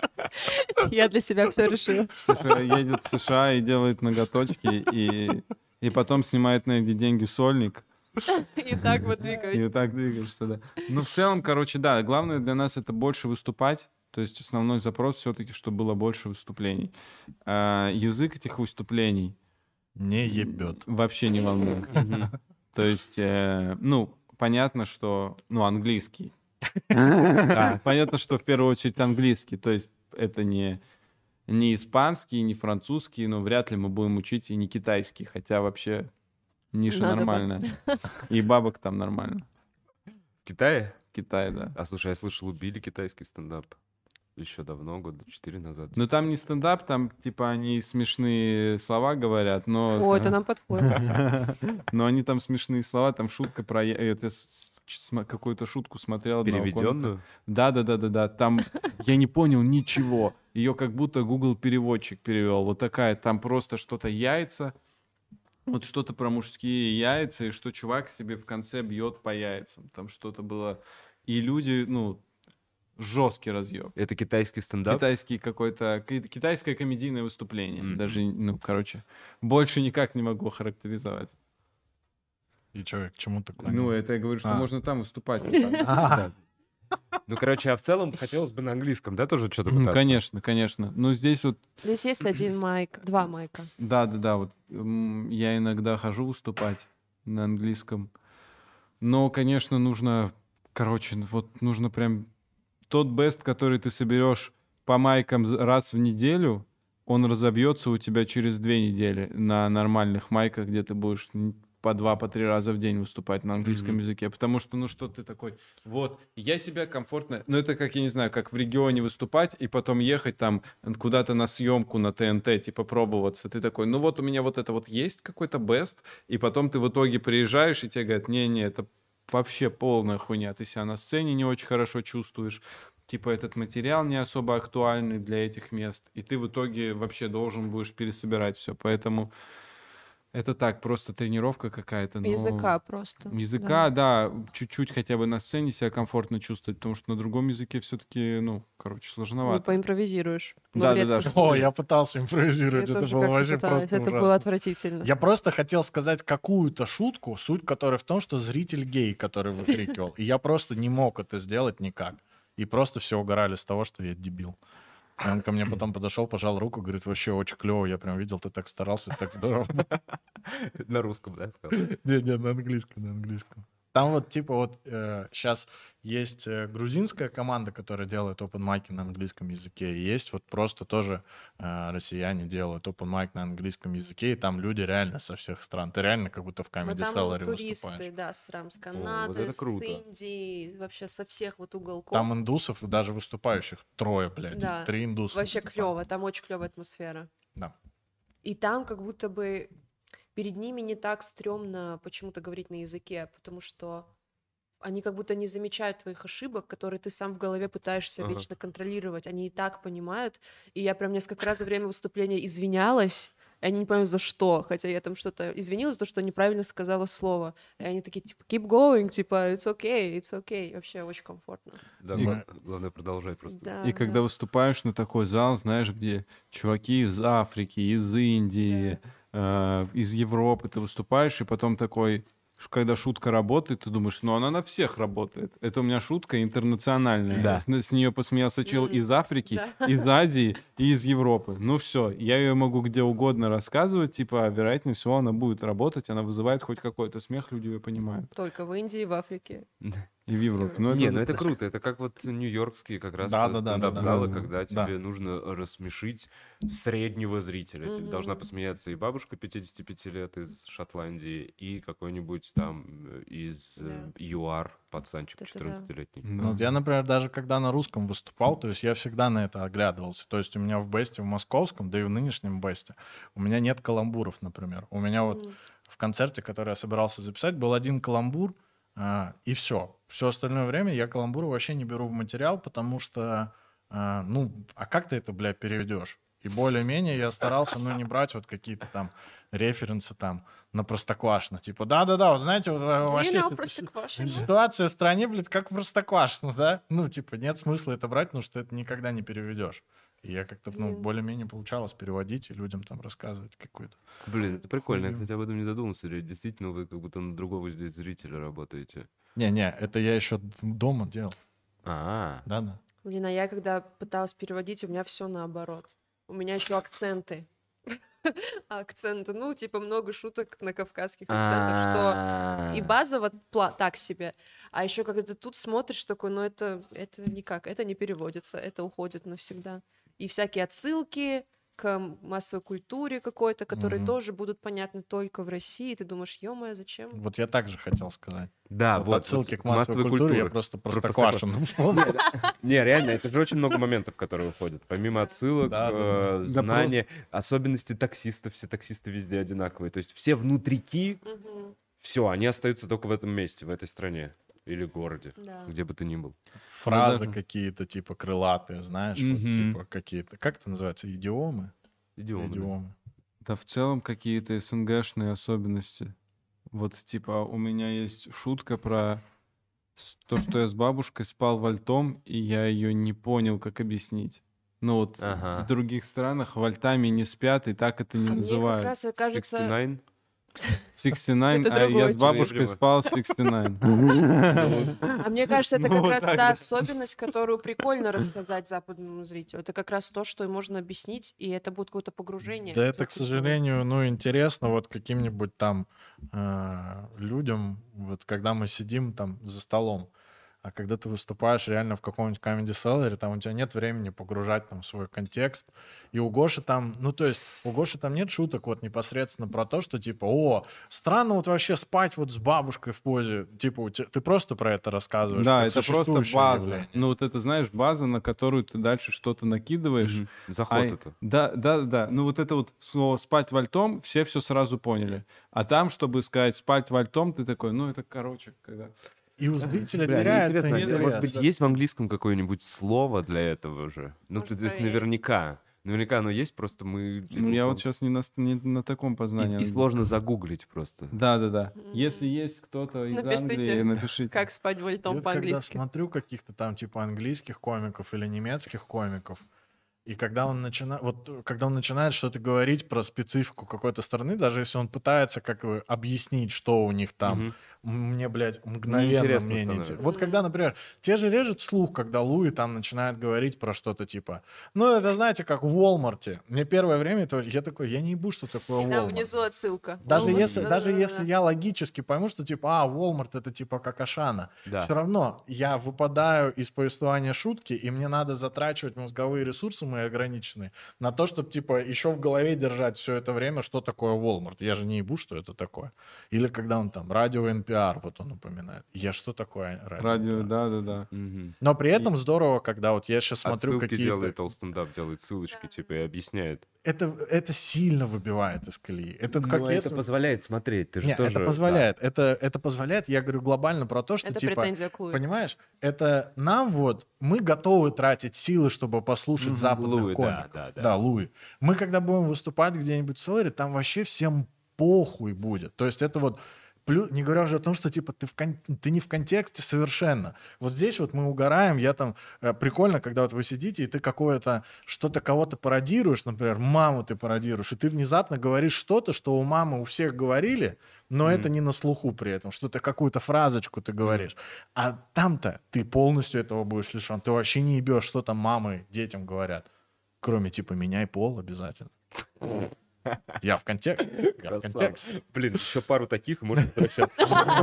Я для себя все решила. В США едет в США и делает ноготочки, и И потом снимает на эти деньги сольник. И так вот И двигаюсь. так двигаешься, да. Ну, в целом, короче, да, главное для нас это больше выступать. То есть основной запрос все-таки, чтобы было больше выступлений. А язык этих выступлений Не ебет. вообще не волнует. То есть, э, ну, понятно, что, ну, английский. Да, понятно, что в первую очередь английский. То есть это не, не испанский, не французский, но вряд ли мы будем учить и не китайский, хотя вообще ниша Надо бы. нормальная. И бабок там нормально. В Китае? В Китае, да. А слушай, я слышал, убили китайский стендап. Еще давно, года четыре назад. Ну там не стендап, там типа они смешные слова говорят, но... О, это нам подходит. Но они там смешные слова, там шутка про... я- Это с- см- какую-то шутку смотрел. одного комика. Переведенную? Да, да, да, да, да. Там я не понял ничего. Ее как будто Google переводчик перевел. Вот такая, там просто что-то яйца, вот что-то про мужские яйца, и что чувак себе в конце бьет по яйцам. Там что-то было. И люди, ну, жесткий разъем. Это китайский стендап? Китайский какой-то, ки- китайское комедийное выступление. Мгм. Даже, ну, короче, больше никак не могу характеризовать. И что, к чему ты Ну, клонил? это я говорю, что А. можно там выступать. вот так. А, Ну, короче, а в целом хотелось бы на английском, да, тоже что-то Ну, пытаться? конечно, конечно. Ну, здесь вот, Здесь есть один майк, два майка. да-да-да, вот м, я иногда хожу выступать на английском. Но, конечно, нужно, короче, вот нужно прям тот бест, который ты соберешь по майкам з- раз в неделю, он разобьется у тебя через две недели на нормальных майках, где ты будешь м, по два, по три раза в день выступать на английском Мгм. языке. Потому что, ну что ты такой, вот, я себя комфортно... Ну это как, я не знаю, как в регионе выступать и потом ехать там куда-то на съемку на ТНТ, типа пробоваться. Ты такой, ну вот у меня вот это вот есть какой-то бест, и потом ты в итоге приезжаешь, и тебе говорят, не-не, это вообще полная хуйня, ты себя на сцене не очень хорошо чувствуешь, типа этот материал не особо актуальный для этих мест, и ты в итоге вообще должен будешь пересобирать все, поэтому это так, просто тренировка какая-то. но- Языка просто. Языка, да. чуть-чуть хотя бы на сцене себя комфортно чувствовать, потому что на другом языке все-таки, ну, короче, Да. Не сложновато. поимпровизируешь. Но Да, в да, да, редких О, случаях. я пытался Я импровизировать, это тоже было как-то вообще пыталась. просто Это было ужасно. отвратительно. Я просто хотел сказать какую-то шутку, суть которой в том, что зритель гей, который выкрикивал. И я просто не мог это сделать никак. И просто все угорали с того, что я дебил. И он ко мне потом подошел, пожал руку, говорит, вообще очень клево, я прям видел, ты так старался, так здорово. На русском, да, сказал? Не-не, на английском, на английском. Там вот типа вот сейчас есть э, грузинская команда, которая делает open mic на английском языке, и есть вот просто тоже э, россияне делают open mic на английском языке, и там люди реально со всех стран. Ты реально как будто в Но Comedy там Cellar туристы, выступаешь. да, с, там, с вот Канады, это с круто. Индии, вообще со всех вот уголков. Там индусов, даже выступающих, трое, блядь. Да. Три индуса. Вообще выступают. клево, там очень клевая атмосфера. Да. И там как будто бы перед ними не так стрёмно почему-то говорить на языке, потому что они как будто не замечают твоих ошибок, которые ты сам в голове пытаешься Ага. вечно контролировать. Они и так понимают. И я прям несколько раз во время выступления извинялась, и они не понимают, за что. Хотя я там что-то извинилась за то, что неправильно сказала слово. И они такие, типа, keep going, типа, it's okay, it's okay. Вообще очень комфортно. Да, И- гла- главное, продолжай просто. Да, И да. когда выступаешь на такой зал, знаешь, где чуваки из Африки, из Индии, э, из Европы, ты выступаешь, и потом такой, ш- когда шутка работает, ты думаешь, ну она на всех работает. Это у меня шутка интернациональная. Да. С, нее посмеялся чел М, из Африки, да. из Азии и из Европы. Ну все, я ее могу где угодно рассказывать, типа, вероятнее всего, она будет работать, она вызывает хоть какой-то смех, люди ее понимают. Только в Индии, в Африке. И в Европе. Ну, Не, ну это достаточно. круто. Это как вот нью-йоркские как раз Да, э, да, да, да, стендап-залы, да. когда Да. тебе нужно рассмешить среднего зрителя. Тебе должна Мгм. посмеяться и бабушка пятидесяти пяти лет из Шотландии, и какой-нибудь там э, из э, ЮАР пацанчик Это да. четырнадцатилетний. Да. Ну, вот я, например, даже когда на русском выступал, то есть я всегда на это оглядывался. То есть у меня в бесте, в московском, да и в нынешнем бесте, у меня нет каламбуров, например. У меня вот М. в концерте, который я собирался записать, был один каламбур, а, и все. Все остальное время я каламбуры вообще не беру в материал, потому что, а, ну, а как ты это, бля, переведешь? И более-менее я старался, ну, не брать вот какие-то там референсы там на Простоквашино. Типа, да-да-да, вот знаете, вот а, Do you вообще know ситуа- Простоквашино? ситуация в стране, блядь, как Простоквашино, да? Ну, типа, нет смысла это брать, потому что это никогда не переведешь. И я как-то, ну, Блин. более-менее получалось переводить и людям там рассказывать какую-то. Блин, это прикольно. Я, Хуйню. кстати, об этом не задумался. Ведь действительно, вы как будто на другого здесь зрителя работаете. Не-не, это я еще дома делал. А, Да-да. Блин, а я когда пыталась переводить, у меня все наоборот. У меня еще акценты. Акценты, ну, типа много шуток на кавказских акцентах, что и базово пла- так себе. А еще когда ты тут смотришь, такой, ну это, это никак, это не переводится, это уходит навсегда. И всякие отсылки к массовой культуре какой-то, которые Мгм. тоже будут понятны только в России. Ты думаешь, ё-моё, зачем? Вот я также хотел сказать. Да, вот, вот. отсылки вот к массовой культуре, я просто Про Простоквашино вспомнил. Не, реально, это же очень много моментов, которые уходят. Помимо отсылок, Да, да, да. э, Да знания, особенности таксистов, все таксисты везде одинаковые. То есть все внутрики, Мгм. все, они остаются только в этом месте, в этой стране или городе, Да. где бы ты ни был. Фразы да. какие-то, типа, крылатые, знаешь, вот, Мгм. типа, какие-то, как это называется, идиомы? Идиомы. да. Идиомы. Да в целом какие-то СНГшные особенности. Вот типа у меня есть шутка про с- то, что я с бабушкой спал вальтом, и я ее не понял, как объяснить. Ну вот Ага. в других странах вальтами не спят, и так это не А мне как называют. раз и кажется... шестьдесят девять? шестьдесят девять, Это а я другое с бабушкой число. спал с шестьдесят девять. А мне кажется, это Ну, как вот раз так, та да. особенность, которую прикольно рассказать западному зрителю. Это как раз то, что и можно объяснить, и это будет какое-то погружение. Да в это, к культуру. сожалению, ну, интересно вот каким-нибудь там э, людям, вот когда мы сидим там за столом, а когда ты выступаешь реально в каком-нибудь Comedy Cellar, там у тебя нет времени погружать там свой контекст. И у Гоши там, ну то есть у Гоши там нет шуток вот непосредственно про то, что типа, о, странно вот вообще спать вот с бабушкой в позе. Типа у тебя- ты просто про это рассказываешь. Да, как это просто существующее база. явление. Ну вот это, знаешь, база, на которую ты дальше что-то накидываешь. Мгм. Заход А, это. Да, да, да. Ну вот это вот слово «спать вальтом» все все сразу поняли. А там, чтобы сказать «спать вальтом», ты такой, ну это короче, когда... И у зрителя Бля, мне теряется интересно, интерес. может быть, есть в английском какое-нибудь слово для этого же? Ну, Может, то есть проверить. наверняка. Наверняка оно есть, просто мы... Ну, я вот сейчас не на, с- не на таком познании. И, и сложно загуглить просто. Да, да, да. Мгм. Если есть кто-то из Напишите. Англии, напишите. Как спать И вальтом вот когда по-английски. смотрю каких-то там типа английских комиков или немецких комиков, и когда он начинает, вот э, когда он начинает что-то говорить про специфику какой-то страны, даже если он пытается как бы объяснить, что у них там, Мгм. мне, блядь, мгновенно Неинтересно мне не становится. интересно. Вот когда, например, те же режет слух, когда Луи там начинает говорить про что-то типа, ну это знаете, как в Walmart. Мне первое время, то я такой, я не ебу, что такое И там Walmart. внизу отсылка. Даже Walmart. если, даже Да-да-да-да. если я логически пойму, что типа, а, Walmart это типа как Ашана, Да. все равно я выпадаю из повествования шутки, и мне надо затрачивать мозговые ресурсы мои ограниченные на то, чтобы типа еще в голове держать все это время, что такое Walmart. Я же не ебу, что это такое. Или когда он там радио эн пи ар, вот он упоминает. Я что такое радио? Радио, эн пи ар? да, да, да. Мгм. Но при этом здорово, когда вот я сейчас смотрю Отсылки какие-то... делает, толстендап делает ссылочки, типа, и объясняет. Это, это сильно выбивает из колеи. Это Ну, как это если... позволяет смотреть, ты же Не, тоже... это да. позволяет. Это, это позволяет, я говорю глобально про то, что Это типа... претензия к Луи. Понимаешь, это нам вот, мы готовы тратить силы, чтобы послушать Мгм. западных Луи, да, комиков. да, да. Да, Луи. Мы когда будем выступать где-нибудь в Селлере, там вообще всем похуй будет. То есть это вот... плю- Не говоря уже о том, что типа ты, в кон- ты не в контексте совершенно. Вот здесь вот мы угораем, я там... э, прикольно, когда вот вы сидите, и ты какое-то... Что-то кого-то пародируешь, например, маму ты пародируешь, и ты внезапно говоришь что-то, что у мамы у всех говорили, но Мгм. это не на слуху при этом. Что-то, какую-то фразочку ты говоришь. А там-то ты полностью этого будешь лишен. Ты вообще не ебешь, что там мамы детям говорят. Кроме типа «меняй пол» обязательно. Я в контексте. Я в Красава. контексте. Блин, еще пару таких, и можно возвращаться.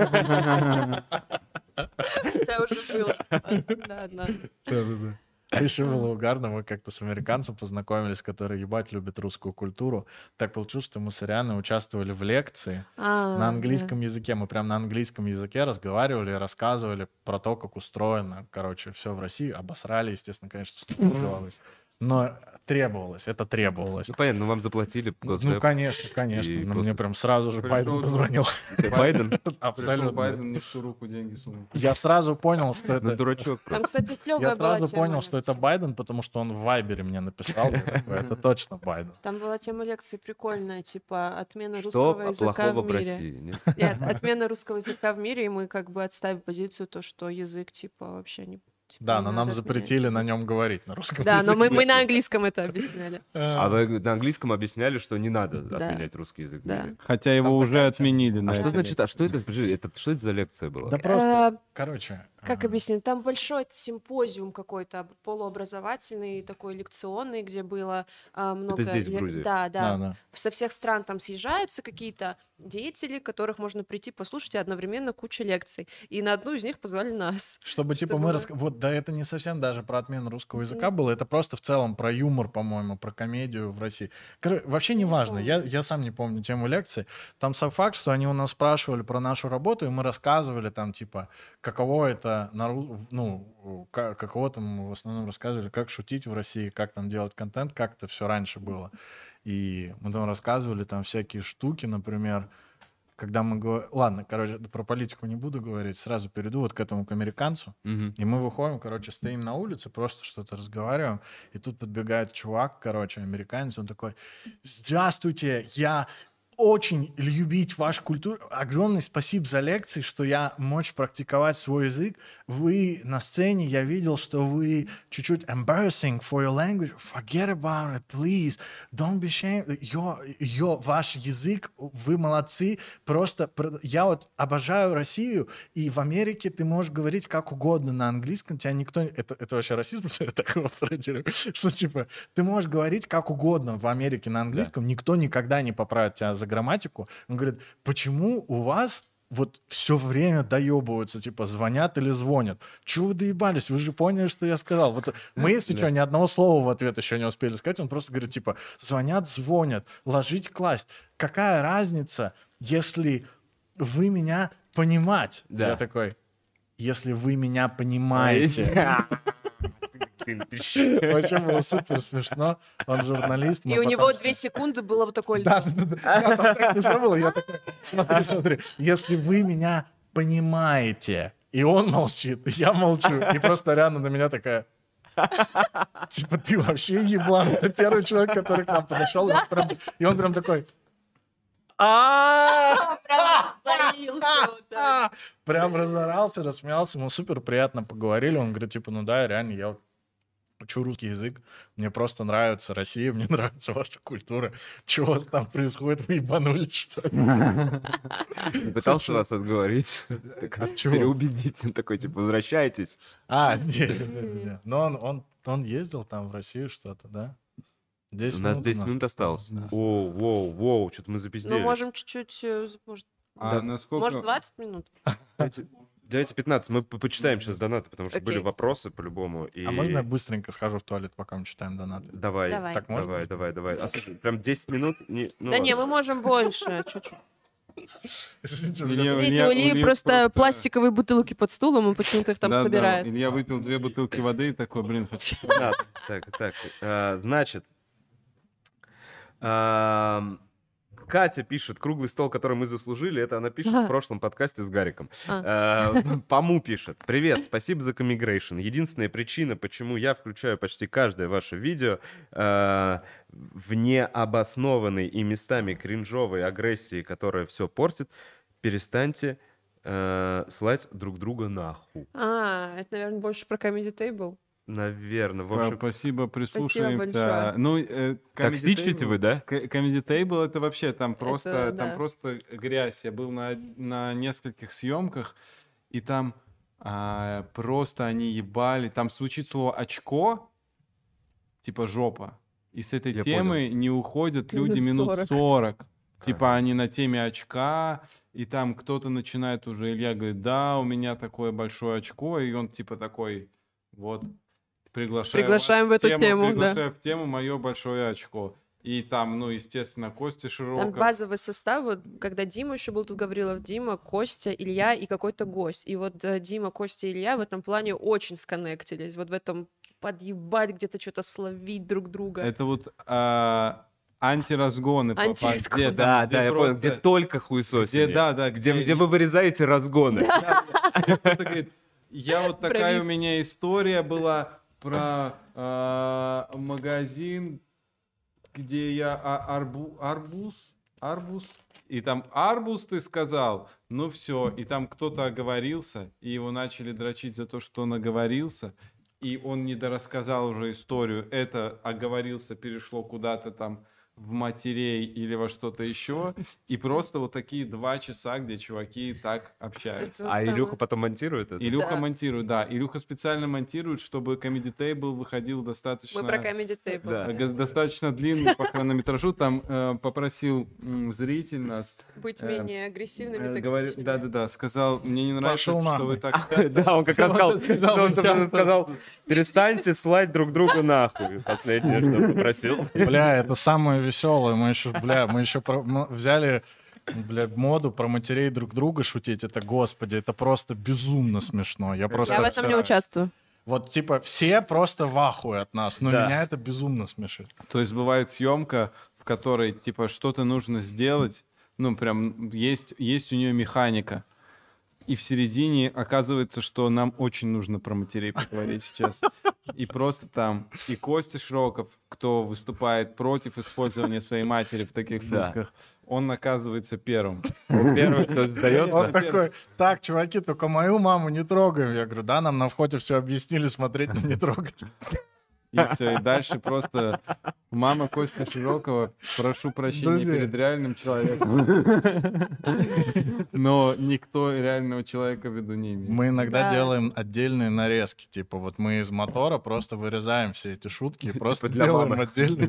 У тебя уже было. Да, однажды. А еще было угарно, мы как-то с американцем познакомились, который ебать любит русскую культуру. Так получилось, что мы с Арианой участвовали в лекции А, на английском языке. Мы прям на английском языке разговаривали и рассказывали про то, как устроено, короче, все в России. Обосрали, естественно, конечно, с ног до головы. Но требовалось, это требовалось. Ну, понятно, ну вам заплатили. Ну, Госдеп. конечно, конечно. И Но после- мне прям сразу же Пришел Байден Джо- позвонил. Ты Байден? Пришел Абсолютно. Байден, не в ту руку деньги сунул. Я сразу понял, что Ну, это... дурачок Там, просто. кстати, клевая Я была сразу тема понял, что это лекции. Байден, потому что он в Вайбере мне написал. Я такой, это точно Байден. Там была тема лекции прикольная, типа отмена Что русского языка плохого в в мире. России? Нет? Нет, отмена русского языка в мире, и мы как бы отставим позицию, то, что язык, типа, вообще не, Типа, Да, не но надо нам отменять запретили язык. на нем говорить, на русском Да, но мы, языке. мы на английском это объясняли. А вы на английском объясняли, что не надо Да. отменять русский язык? Да. говорили? Хотя его Там уже такая тема отменили была. на А что этой значит, а лекции. что это, подожди, это, что это за лекция была? Да просто, А, короче... Как а, объяснить? Там большой симпозиум какой-то об- полуобразовательный, такой лекционный, где было а, много... здесь, в лек- Грузии? Да, да. Да, да. Со всех стран там съезжаются какие-то деятели, которых можно прийти послушать, и одновременно куча лекций. И на одну из них позвали нас. Чтобы, типа, Чтобы- мы... рас- Вот, да, это не совсем даже про отмену русского языка было, это просто в целом про юмор, по-моему, про комедию в России. Кор- Вообще не Не важно, я, помню. я сам не помню тему лекции. Там сам факт, что они у нас спрашивали про нашу работу, и мы рассказывали там, типа, каково это, на ру- ну, ка- каково там мы в основном рассказывали, как шутить в России, как там делать контент, как это все раньше было. И мы там рассказывали там всякие штуки, например, когда мы говорим... Ладно, короче, про политику не буду говорить, сразу перейду вот к этому, к американцу. Мгм. И мы выходим, короче, стоим на улице, просто что-то разговариваем, и тут подбегает чувак, короче, американец, он такой: «Здравствуйте, я очень любить вашу культуру. Огромное спасибо за лекции, что я мочь практиковать свой язык. Вы на сцене, я видел, что вы чуть-чуть embarrassing for your language. Forget about it, please. Don't be ashamed. Your, your, ваш язык, вы молодцы. Просто про- я вот обожаю Россию, и в Америке ты можешь говорить как угодно на английском, тебя никто... Это, это вообще расизм, что я так его пародирую? Что типа, ты можешь говорить как угодно в Америке на английском, никто никогда не поправит тебя за грамматику. Он говорит, почему у вас вот все время доебываются, типа, звонят или звонят? Чего вы доебались? Вы же поняли, что я сказал. Вот мы, если Да. что, ни одного слова в ответ еще не успели сказать, он просто говорит, типа, звонят, звонят, ложить, класть. Какая разница, если вы меня понимать? Да. Я такой, если вы меня понимаете. Вообще было супер смешно. Он журналист. мы И у потом него с- две секунды было вот такое... Да, да, да, да. Да, там так смешно было. Я такой, смотри, смотри. Если вы меня понимаете, и он молчит, и я молчу, и просто Ариана на меня такая... Типа, ты вообще еблан. Это первый человек, который к нам подошел. И он прям- И он прям такой... «А-а-а!» Прям разорился вот так. Прям разорался, рассмеялся. Мы супер приятно поговорили. Он говорит, типа, ну да, реально, я вот учу русский язык. Мне просто нравится Россия, мне нравится ваша культура. Чего у вас там происходит? Вы ебанулись, что ли? Пытался вас отговорить, От чего? переубедить. Он такой, типа, возвращайтесь. А, не, но он, он, он ездил там в Россию что-то, да? десять У нас минут десять минут осталось. да. Воу, воу, воу, что-то мы запиздели. Ну, можем чуть-чуть... э, Может, А Да. насколько... может, двадцать минут? Давайте, давайте пятнадцать, мы по- почитаем сейчас донаты, потому что были Окей. вопросы по-любому. И... А можно я быстренько схожу в туалет, пока мы читаем донаты? Давай, Давай. Так можно? давай, давай, давай. А слушай, прям десять минут? Не, ну Да не, ладно. мы можем больше, чуть-чуть. Извините, у Илья- меня- Видите, у Ильи Ильи просто просто- пластиковые бутылки под стулом, он почему-то их там Да, да, собирает. Илья выпил две бутылки воды и такой, блин, хочу... Так, так, так. а, Значит, ам, Катя пишет, круглый стол, который мы заслужили, это она пишет в Ага. прошлом подкасте с Гариком. А. А, Паму пишет, привет, спасибо за коммигрейшн. Единственная причина, почему я включаю почти каждое ваше видео а, в необоснованной и местами кринжовой агрессии, которая все портит, перестаньте а, слать друг друга нахуй. А, это, наверное, больше про Comedy Table. Наверное, в П- общем, Спасибо, прислушаемся. большое. Ну, э, Comedy токсичите Table- вы, да? К- Comedy Table это вообще там просто, Это, там да. просто грязь. Я был на, на нескольких съемках, и там а, просто они ебали. Там звучит слово очко, типа жопа. И с этой Я темы не уходят люди Минут минут сорок. сорок. Типа Ага. они на теме очка, и там кто-то начинает уже, Илья говорит, да, у меня такое большое очко, и он типа такой, вот, приглашаю Приглашаем вас в эту тему, да. приглашаю в тему мое большое очко. И там, ну, естественно, Костя Там Широков. базовый состав, вот когда Дима еще был тут, Гаврилов, Дима, Костя, Илья и какой-то гость. И вот э, Дима, Костя и Илья в этом плане очень сконнектились. Вот в этом подъебать, где-то что-то словить друг друга. Это вот а, антиразгоны. папа, Антиразгоны. где там, Да, где да, я понял, просто- где только хуесосили. где, да, да, Где, где, где вы вырезаете разгоны. где кто-то говорит, я вот такая Провис. у меня история была про а, магазин, где я а, арбу, арбуз, арбуз. И там арбуз ты сказал, ну все. И там кто-то оговорился, и его начали дрочить за то, что он оговорился. И он не дорассказал уже историю. Это оговорился, перешло куда-то там в матерей или во что-то еще. И просто вот такие два часа, где чуваки так общаются. Это А самое- Илюха потом монтирует это? Илюха Да. монтирует, да. Илюха специально монтирует, чтобы Comedy Table выходил достаточно... Мы про Comedy Table. Да. э, га- достаточно длинный по хронометражу. Там э, попросил м, зритель нас... Быть Э, менее агрессивными, э, говори- токсичными. Да-да-да, сказал, мне не нравится, Пошел что нахуй. вы так... Да, он как раз сказал, Он сказал, он «Сейчас». сказал, перестаньте слать друг другу нахуй. Последнее, что попросил. Бля, это самое веселое. Мы еще, бля, мы еще про- мы взяли, бля, моду про матерей друг друга шутить. Это, господи, это просто безумно смешно. Я просто... Я в этом не всё- участвую. Вот, типа, все просто в ахуе от нас, но Да. меня это безумно смешит. То есть бывает съемка, в которой, типа, что-то нужно сделать, ну, прям есть, есть у нее механика. И в середине оказывается, что нам очень нужно про матерей поговорить сейчас. И просто там и Костя Широков, кто выступает против использования своей матери в таких Да. шутках, он оказывается первым. Первый, кто сдает. Он такой, так, чуваки, только мою маму не трогаем. Я говорю, да, нам на входе все объяснили, смотреть, но не трогать. И все, и дальше просто мама Кости Широкова, прошу прощения Да, да. перед реальным человеком. Но никто реального человека в виду не имеет. Мы иногда Да. делаем отдельные нарезки. Типа, вот мы из мотора просто вырезаем все эти шутки и просто для делаем мамы. отдельные.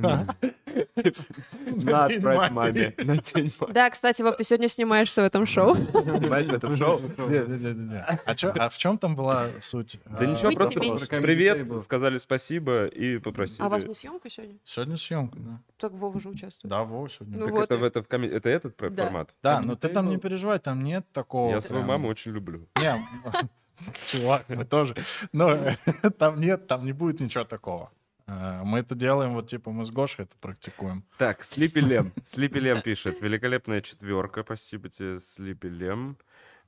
На, День отправь матери. маме. На день матери. Да, кстати, Вов, ты сегодня снимаешься в этом шоу. Снимайся в этом шоу. Не-не-не-не. А чё- а в чем там была суть? Да А, ничего, Быть просто себе. просто Comedy привет, Table. сказали спасибо и попросили. А у вас не съемка сегодня? Сегодня съемка, да. Так Вова же участвует. Да, Вова сегодня. Ну Так вот это, и- в это, в коме- это этот про- Да. формат? Да, Comedy но ты там не Table. переживай, там нет такого. Я свою прям- маму очень люблю. Не, чувак, мы тоже. Но там нет, там не будет ничего такого. Э, Мы это делаем, вот типа мы с Гошей это практикуем. Так, Слипи Лем. Слипи Лем пишет. Великолепная четверка. Спасибо тебе, Слипи Лем.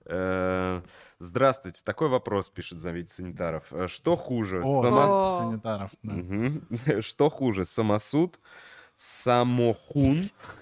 Э, Здравствуйте. Такой вопрос, пишет Завид Санитаров. Э, Что хуже? О, Само- О. санитаров. да. Мгм. Что хуже? Самосуд, самохун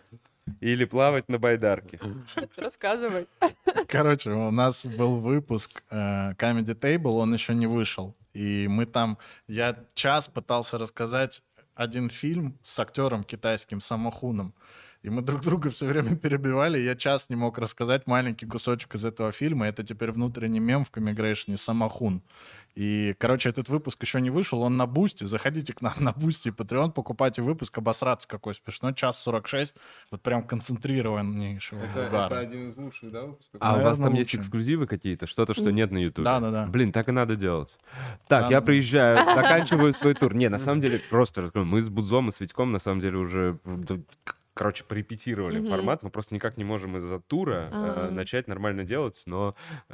или плавать на байдарке? Рассказывай. Короче, у нас был выпуск э, Comedy Table, он еще не вышел. И мы там, я час пытался рассказать один фильм с актером китайским Самохуном. И мы друг друга все время перебивали. и Я час не мог рассказать маленький кусочек из этого фильма. Это теперь внутренний мем в Коммигрейшне Самохун. И, короче, этот выпуск еще не вышел. Он на Бусти. Заходите к нам на Бусти и Patreon, покупайте выпуск. Обосраться какой смешной. Час сорок шесть. Вот прям концентрированнейшего Это, угара. это один из лучших, да, выпусков? А у вас Наверно, там есть лучше. эксклюзивы какие-то? Что-то, что нет на Ютубе? Да-да-да. Блин, так и надо делать. Так, Да, я да. приезжаю, заканчиваю свой тур. Не, на самом деле, просто расскажу. Мы с Будзом и с Витьком, на самом деле, уже, м, к- короче, порепетировали Мгм. формат. Мы просто никак не можем из-за тура э, А. начать нормально делать, но...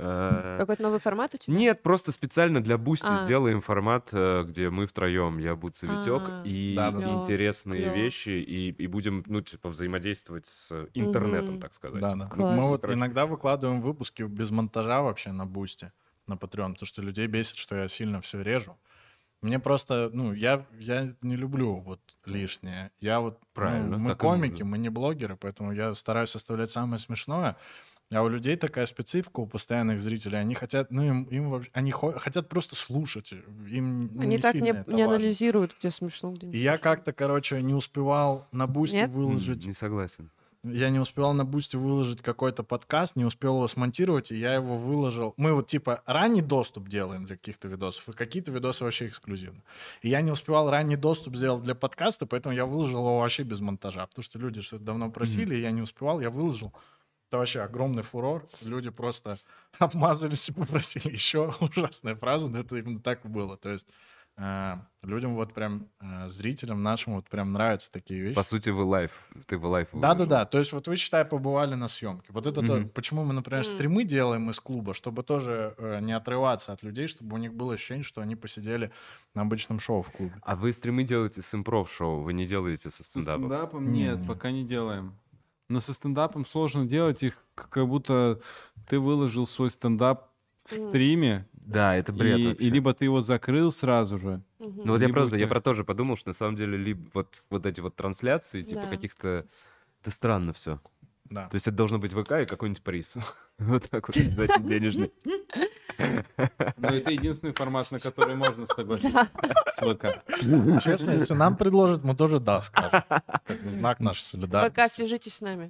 э, Какой-то новый формат у тебя? Нет, просто специально для Бусти А. сделаем формат, э, где мы втроем, я, Буц и Витек, А. и Да-да-да. интересные Клёво. вещи, и, и будем, ну, типа, взаимодействовать с интернетом, Мгм. так сказать. Да, да. Класс. Мы вот Короче. иногда выкладываем выпуски без монтажа вообще на Бусти, на Patreon, потому что людей бесит, что я сильно все режу. Мне просто, ну, я, я не люблю вот лишнее. Я вот, ну, Правильно, мы так и комики, нужно. мы не блогеры, поэтому я стараюсь оставлять самое смешное. А у людей такая специфика, у постоянных зрителей, они хотят, ну, им, им вообще- они хо- хотят просто слушать. Им ну, Они так сильно не, это не важно. анализируют, где смешно, где не И я как-то, короче, не успевал на Бусти Нет? выложить. М, Не согласен. Я не успевал на Бусти выложить какой-то подкаст, не успел его смонтировать, и я его выложил. Мы вот типа ранний доступ делаем для каких-то видосов, и какие-то видосы вообще эксклюзивно. И я не успевал ранний доступ сделать для подкаста, поэтому я выложил его вообще без монтажа, потому что люди что-то давно просили, и я не успевал, я выложил. Это вообще огромный фурор. Люди просто обмазались и попросили еще. Ужасная фраза, но это именно так и было. То есть э, людям вот прям, э, зрителям нашим вот прям нравятся такие вещи. По сути, вы лайв. Ты в лайв выложил. Да-да-да, то есть вот вы, считай, побывали на съемке. Вот это то, Мгм. почему мы, например, Мгм. стримы делаем из клуба, чтобы тоже э, не отрываться от людей, чтобы у них было ощущение, что они посидели на обычном шоу в клубе. А вы стримы делаете с импров-шоу, вы не делаете со Со стендапом? стендапом Не, нет, не. пока не делаем. Но со стендапом сложно делать их, к- как будто ты выложил свой стендап в Мгм. стриме, Да, это бред и, вообще. и либо ты его закрыл сразу же. Мгм. Ну вот я либо просто, у я тебя- про то же подумал, что на самом деле либо вот, вот эти вот трансляции, типа Да. каких-то... Это странно все. да. То есть это должно быть ВК и какой-нибудь приз. Вот так вот, обязательно денежный. Но это единственный формат, на который можно согласиться с ВК. Честно, если нам предложат, мы тоже да скажем. Как знак нашей солидарности. Пока свяжитесь с нами.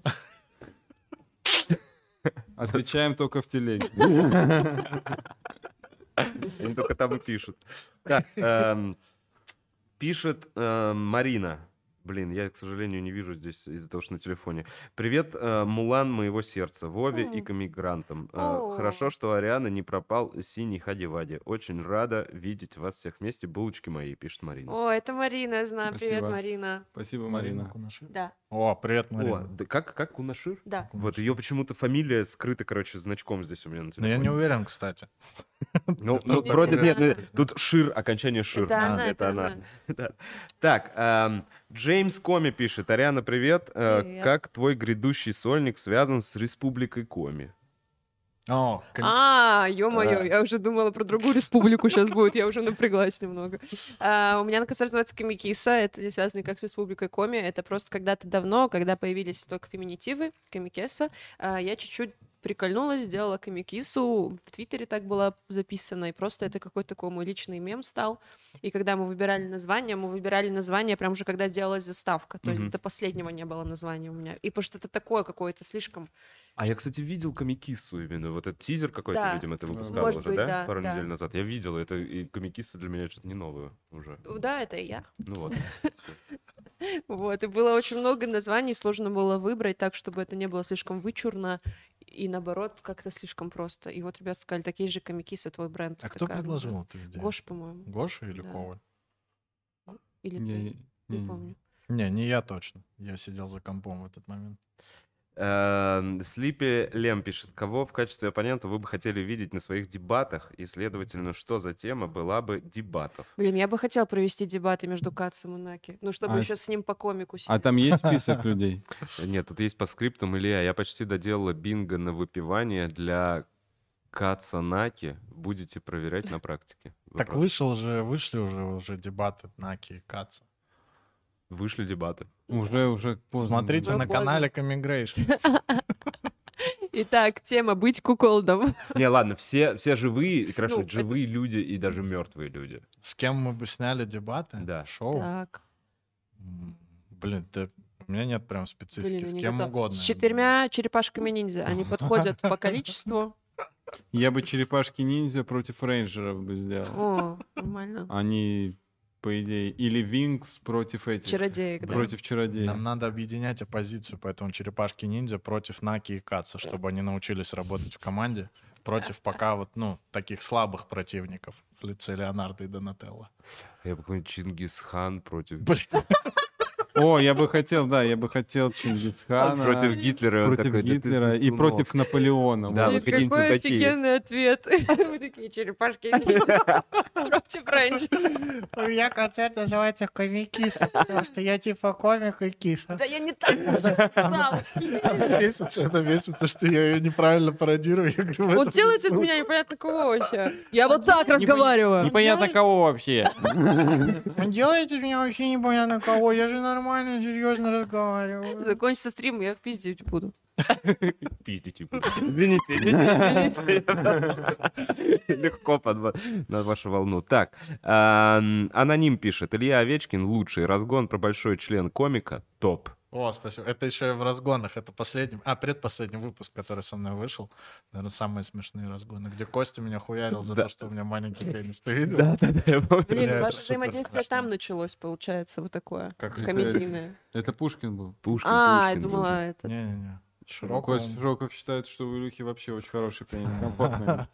Отвечаем только в телеге. Они только там и пишут. Так, эм, пишет эм, Марина. Блин, я, к сожалению, не вижу здесь из-за того, что на телефоне. Привет, э, Мулан моего сердца, Вове и М. комигрантам. Э, О. Хорошо, что Ариана не пропал синий Хади-Вади. Очень рада видеть вас всех вместе. Булочки мои, пишет Марина. О, это Марина, я знаю. Привет, Спасибо. Марина. Спасибо, Марина Марина. Кунашир. Да, О, привет, О, Марина. да как, как Кунашир? да. Вот ее почему-то фамилия скрыта, короче, значком здесь у меня на Но телефоне. я не уверен, кстати. Ну, Ты ну, просто вроде такой, нет, да, нет, да. тут шир, окончание шир. Это А, она, это она. Да. Так, эм, Джеймс Коми пишет. Ариана, привет. Э, Привет. Как твой грядущий сольник связан с Республикой Коми? О, кон- А, ё-моё, Да. я уже думала про другую республику сейчас будет, я уже напряглась немного. А, у меня на концерте называется Комикиса, это не связано никак с республикой Коми, это просто когда-то давно, когда появились только феминитивы, Комикеса, а, я чуть-чуть прикольнулась, сделала комикису, в Твиттере так было записано, и просто это какой-то такой мой личный мем стал. И когда мы выбирали название, мы выбирали название прям уже когда делалась заставка, то есть Мгм. до последнего не было названия у меня. И потому что это такое какое-то слишком... А я, кстати, видел Комикису именно. Вот этот тизер какой-то, Да. видимо, ты выпускала Может уже, быть, да? да, Пару да. недель назад. Я видел это, и Комикиса для меня что-то не новое уже. Да, это и я. Ну вот. Вот, и было очень много названий, сложно было выбрать так, чтобы это не было слишком вычурно и, наоборот, как-то слишком просто. И вот ребята сказали, такие же комикисы, твой бренд. А кто Такая, ну, предложил да. эту идею? Гош, по-моему. Гоша или Да. Коваль? Или Не- ты? не- Не не- помню. Не, не я точно. Я сидел за компом в этот момент. Эм, Слипи Лем пишет, кого в качестве оппонента вы бы хотели видеть на своих дебатах, и, следовательно, что за тема была бы дебатов? Блин, я бы хотела провести дебаты между Кацем и Наки. Ну, чтобы А еще с ним по комику А сидеть. там есть список людей? Нет, тут есть по скриптам, Илья, я почти доделала бинго на выпивание для Кацанаки. Будете проверять на практике. Так Вопрос. вышел же, вышли уже, уже дебаты Наки и Каца. Вышли дебаты. Уже, уже поздно. Смотрите Уже на поздно. канале Комигрейшн. Итак, тема «Быть куколдом». Не, ладно, все, все живые, и, конечно, Ну, это- живые люди и даже мертвые люди. С кем мы бы сняли дебаты? Да. Шоу? Так, М, Блин, да у меня нет прям специфики. блин, С я не кем готова. угодно. С четырьмя черепашками-ниндзя. Они подходят по количеству. Я бы черепашки-ниндзя против рейнджеров бы сделал. О, нормально. Они, по идее, или Винкс против этих. Чародеек, да. Против чародеев. Нам надо объединять оппозицию, поэтому черепашки-ниндзя против Наки и Каца, чтобы они научились работать в команде против пока вот, ну, таких слабых противников в лице Леонардо и Донателло. Я бы какой-нибудь Чингисхан против... Блин, О, я бы хотел, да, я бы хотел Чингисхана. Против Гитлера. он против такой, «Да ты Гитлера и засунул». против Наполеона. Да, Вот. вот Блин, какие-нибудь какой вот такие. офигенный ответ. Вы такие черепашки против рейнджеров. У меня концерт называется «Комикиса», потому что я типа комик и киса. Да я не так вообще сказала. месяц, это месяц, что я ее неправильно пародирую. Я говорю, в Он этом делает из суть. меня непонятно кого вообще. Я вот так разговариваю. Непонятно кого вообще. Он делает из меня вообще непонятно кого, я же нормально, серьезно разговариваю. Закончится стрим, я в пизде буду. Пиздите. Извините, извините, извините. Легко под ва- на вашу волну. Так, ам, аноним пишет. Илья Овечкин лучший. Разгон про большой член комика. Топ. О, спасибо. Это еще в разгонах. Это последний, а, предпоследний выпуск, который со мной вышел. Наверное, самые смешные разгоны, где Костя меня хуярил за Да. то, что у меня маленький пенис. Ты видел? Да-да-да, я помню. Блин, это ваше супер взаимодействие смешно. там началось, получается, вот такое. Как Это- Комедийное. Это Пушкин был. Пушкин, А, я Пушкин думала, был. это... Не-не-не. Широкого. Костя Широков считает, что у Илюхи вообще очень хороший пенис, комфортный.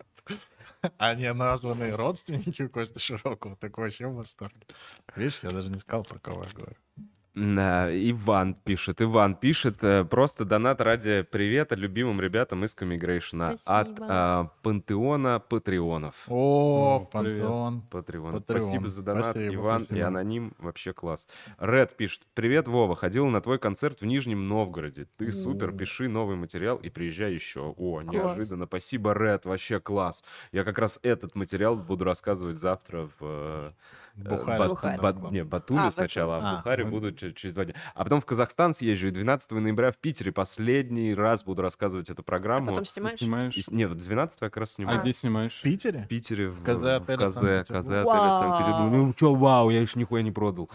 Они названные родственники у Кости Широкого. Так вообще в восторге. Видишь, я даже не сказал, про кого я говорю. Да, Иван пишет. Иван пишет. э, Просто донат ради привета любимым ребятам из Комигрейшна. От Спасибо. а, Пантеона Патреонов. О, О, привет. Пантеон. Патреон. Патреон. Спасибо за донат, Спасибо, Иван и спасибо. аноним. Вообще класс. Ред пишет. Привет, Вова. Ходил на твой концерт в Нижнем Новгороде. Ты супер. Пиши новый материал и приезжай еще. О, неожиданно. Спасибо, Ред. Вообще класс. Я как раз этот материал буду рассказывать завтра в... э, Бухаре. Бат- Бухаре. Бат- не, Батуми А, сначала, а в Батуми. Бухаре А, буду мы- ч- через два дня. А потом в Казахстан съезжу, и двенадцатого ноября в Питере последний раз буду рассказывать эту А программу. потом Ты снимаешь? снимаешь? И с- Нет, двенадцатого я как раз А снимаю. где В снимаешь? Питере? В Питере, в, КЗ в отеле КЗ, Санкт-Петербург. КЗ отеля Санкт-Петербург. Ну чё, вау, я еще нихуя не продал.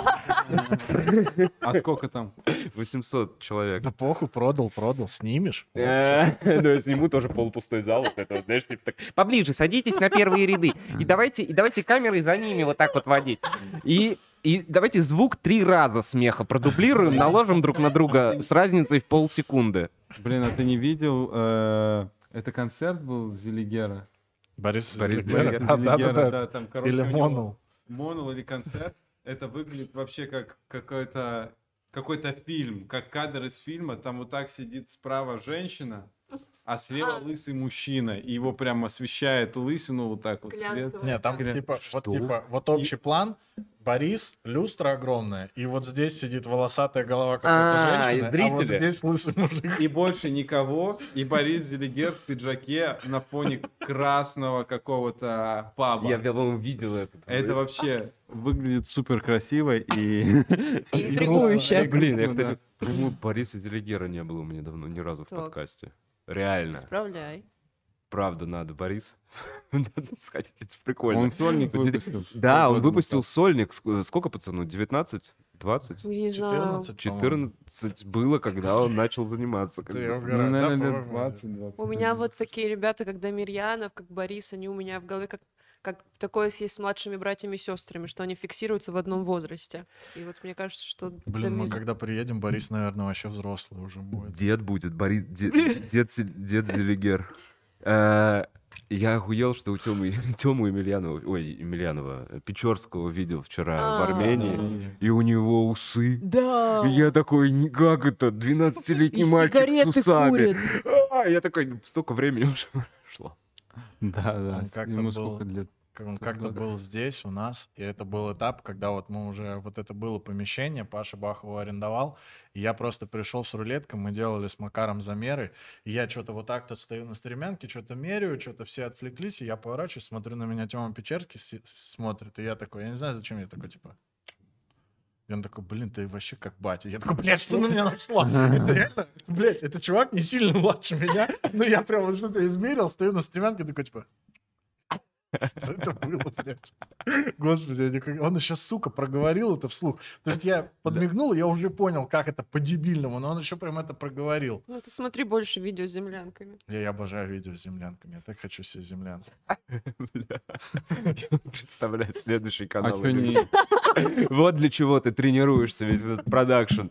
А сколько там? восемьсот человек. Да похуй, продал, продал. Снимешь? Э, Ну, я сниму тоже полупустой зал. Вот это вот, знаешь, типа так, поближе садитесь на первые ряды. И давайте, и давайте камерой за ними вот так вот водить. И, и давайте звук три раза смеха продублируем, наложим друг на друга с разницей в полсекунды. Блин, а ты не видел? э, Это концерт был Зелигера? Борис Борис Зелегера? Зелегера. А, да, да, Зелигера, да. да, там, короче, Или у него Монул. Монул или концерт. Это выглядит вообще как какой-то какой-то фильм, как кадр из фильма. Там вот так сидит справа женщина, а слева А. лысый мужчина. И его прям освещает лысину вот так вот свет. Глянцевый. Нет, там Гля- типа, вот Что? типа, вот общий план. Борис, люстра огромная, и вот здесь сидит волосатая голова какой-то А, и женщины, а вот зрители. здесь лысый мужик. И больше никого. И Борис Зелигер в пиджаке на фоне красного какого-то паба. Я, по-моему, видел это. Это вообще выглядит супер красиво и... Интригующе. Э, Блин, я, Ну кстати, по-моему, Бориса Делегера не было у меня давно ни разу в Так. подкасте. Реально. Справляй. Правда, надо, Борис. Надо сходить, это прикольно. Он сольник Вот выпустил. Да, он Полгода выпустил назад. сольник. Ск- Сколько пацану? девятнадцать? двадцать? Ну, я не знаю. четырнадцать, по-моему. четырнадцать было, когда он начал заниматься. как Ты бы. угорай, Ну, да, наверное, лет по-моему? двадцать двадцать. У меня вот такие ребята, как Дамирьянов, как Борис, они у меня в голове как как такое есть с младшими братьями и сестрами, что они фиксируются в одном возрасте. И вот мне кажется, что... Блин, мы Дами- когда приедем, Борис, наверное, вообще взрослый уже будет. Дед будет, Борис, дед, дед, Сель- дед Зелегер. Э, Я охуел, что у Тёмы, Тёму Емельянова, ой, Емельянова, э, Печорского видел вчера в А, Армении, и у него усы. Да! И я такой, «Не- как это, двенадцатилетний И мальчик с сигареты усами. курит. А, я такой, «Ну, столько времени уже прошло. Да, да. Он с- как-то Ему был- сколько лет? Как Он как-то был здесь у нас, и это был этап, когда вот мы уже, вот это было помещение, Паша Бахова арендовал, и я просто пришел с рулеткой, мы делали с Макаром замеры, и я что-то вот так-то стою на стремянке, что-то меряю, что-то все отвлеклись, и я поворачиваюсь, смотрю на меня, Тёма Печерский си- смотрит, и я такой, я не знаю, зачем я такой, типа... И он такой, блин, ты вообще как батя. Я такой, блядь, что на меня нашло? Это реально, блядь, это чувак не сильно младше меня, но я прям вот что-то измерил, стою на стремянке, такой, типа... Что это было, блядь? Господи, я никак- он еще, сука, проговорил это вслух. То есть я подмигнул, я уже понял, как это по-дебильному, но он еще прям это проговорил. Ну, ты смотри больше видео с землянками. Я, я обожаю видео с землянками, я так хочу себе землянку. Я представляю следующий А канал. чё не... Вот для чего ты тренируешься, весь этот продакшн.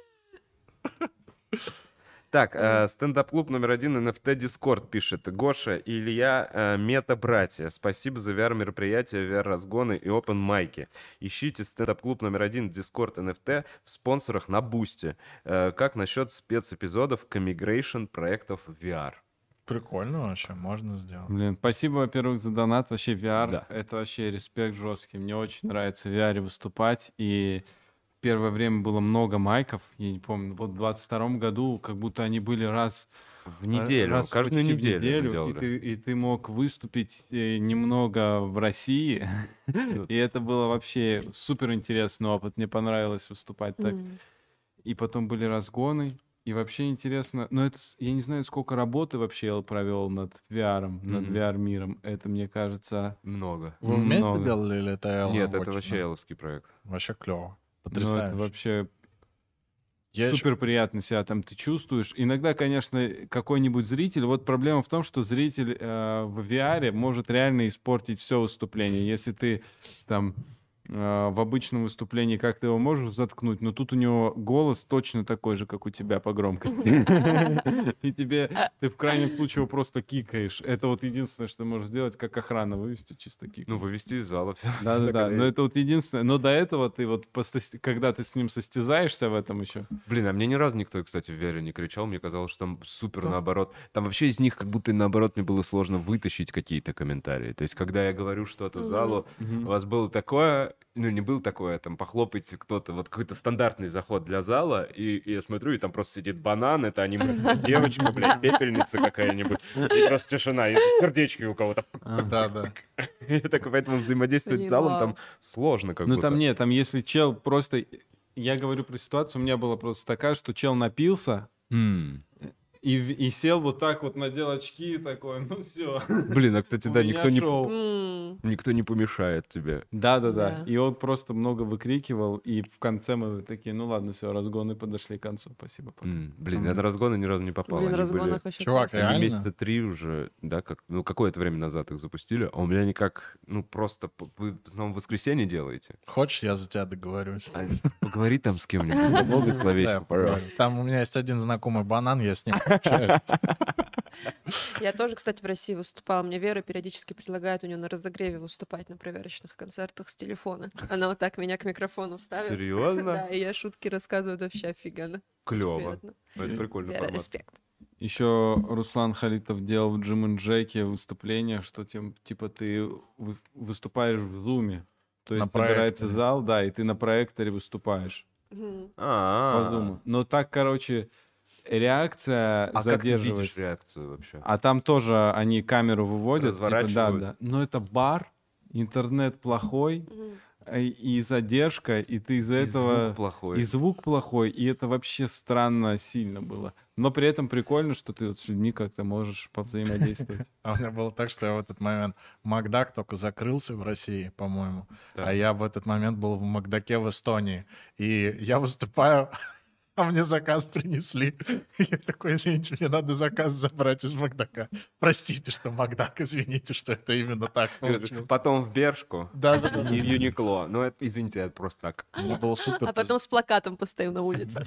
Так, э, стендап-клуб номер один эн эф ти Discord пишет. Гоша и Илья, э, мета-братья. Спасибо за ви ар-мероприятия, ви ар-разгоны и опен-майки. Ищите стендап-клуб номер один Discord эн эф ти в спонсорах на Бусти. Э, как насчет спецэпизодов коммигрейшн проектов ви ар? Прикольно вообще, можно сделать. Блин, спасибо, во-первых, за донат. Вообще ви ар, Да. это вообще респект жесткий. Мне очень нравится в ви ар выступать. И первое время было много майков. Я не помню, вот в двадцать втором году как будто они были раз В неделю, раз каждую почти в неделю. мы неделю, и делали. ты, и ты мог выступить э, немного в России. И это было вообще супер интересный опыт. Мне понравилось выступать так. М. И потом были разгоны. И вообще интересно, но это, с- я не знаю, сколько работы вообще я провел над ви ар, над Мгм. ви ар-миром. Это, мне кажется, Много. Вы вместе много. делали или это Элла Нет, это Вотчина? вообще эловский проект. Вообще клево. ну, Потрясающе. это вообще Я ещё- супер приятно себя там ты чувствуешь. Иногда, конечно, какой-нибудь зритель, вот проблема в том, что зритель э, в ви ар может реально испортить все выступление. Если ты там э, в обычном выступлении как-то его можешь заткнуть, но тут у него голос точно такой же, как у тебя по громкости. И тебе, ты в крайнем случае его просто кикаешь. Это вот единственное, что можешь сделать, как охрана вывести, чисто кикать. Ну, вывести из зала все. Да-да-да, но это вот единственное. Но до этого ты вот, посто- когда ты с ним состязаешься в этом еще, Блин, а мне ни разу никто, кстати, в ви ар не кричал. Мне казалось, что там супер наоборот. Там вообще из них как будто наоборот мне было сложно вытащить какие-то комментарии. То есть, когда я говорю что-то залу, у вас было такое, ну не было такое, там похлопайте кто-то, вот какой-то стандартный заход для зала, и, и я смотрю, и там просто сидит банан, это аниме девочка, блядь, пепельница какая-нибудь, и просто тишина, и сердечки у кого-то. Да, да. Я такой, поэтому взаимодействовать с залом там Поняла. сложно как ну будто. там нет, там если чел просто Я говорю про ситуацию, у меня была просто такая, что чел напился М. и, в- и сел вот так вот, надел очки такой, ну все. Блин, а, кстати, да, никто не, М, никто не помешает тебе. Да-да-да. Да. И он просто много выкрикивал, и в конце мы такие, ну ладно, все, разгоны подошли к концу, спасибо. пока». М, Блин, я на разгоны ни разу не попал. Блин, Они разгонах были- вообще Чувак, классно. Они реально? месяца три уже, да, как, ну, какое-то время назад их запустили, а у меня никак, ну, просто п- вы в основном в воскресенье делаете. Хочешь, я за тебя договорюсь? А, Поговори там с кем-нибудь, много Да, словечко, пожалуйста. поговорю. Там у меня есть один знакомый банан, я с ним общаюсь. Я тоже, кстати, в России выступала. Мне Вера периодически предлагает у нее на разогреве выступать на проверочных концертах с телефона. Она вот так меня к микрофону ставит. Да, Серьезно? и я шутки рассказываю, это вообще офигенно. Клево. Приятно. Это прикольный Вера, формат. респект. Еще Руслан Халитов делал в Джим и Джеке выступление, что тем, типа ты вы- выступаешь в зуме. То На есть собирается проекторе. зал, да, и ты на проекторе выступаешь Мгм. по А, зуму. Но так, короче, реакция а как ты видишь задерживается. реакцию вообще? А там тоже они камеру выводят. типа, да, Разворачивают. да. Но это бар, интернет плохой, Мгм. э, и задержка, и ты из-за И этого... звук плохой. И звук плохой, и это вообще странно сильно было. Но при этом прикольно, что ты вот с людьми как-то можешь повзаимодействовать. А у меня было так, что я в этот момент... Макдак только закрылся в России, по-моему. Так. А я в этот момент был в Макдаке в Эстонии. И я выступаю, а мне заказ принесли. Я такой, извините, мне надо заказ забрать из Макдака. Простите, что Макдак, извините, что это именно так получилось. Потом в Бершку. Да, да, да. И в Юникло. Ну, это, извините, это просто так. Мне было супер. А потом с плакатом постою на улице.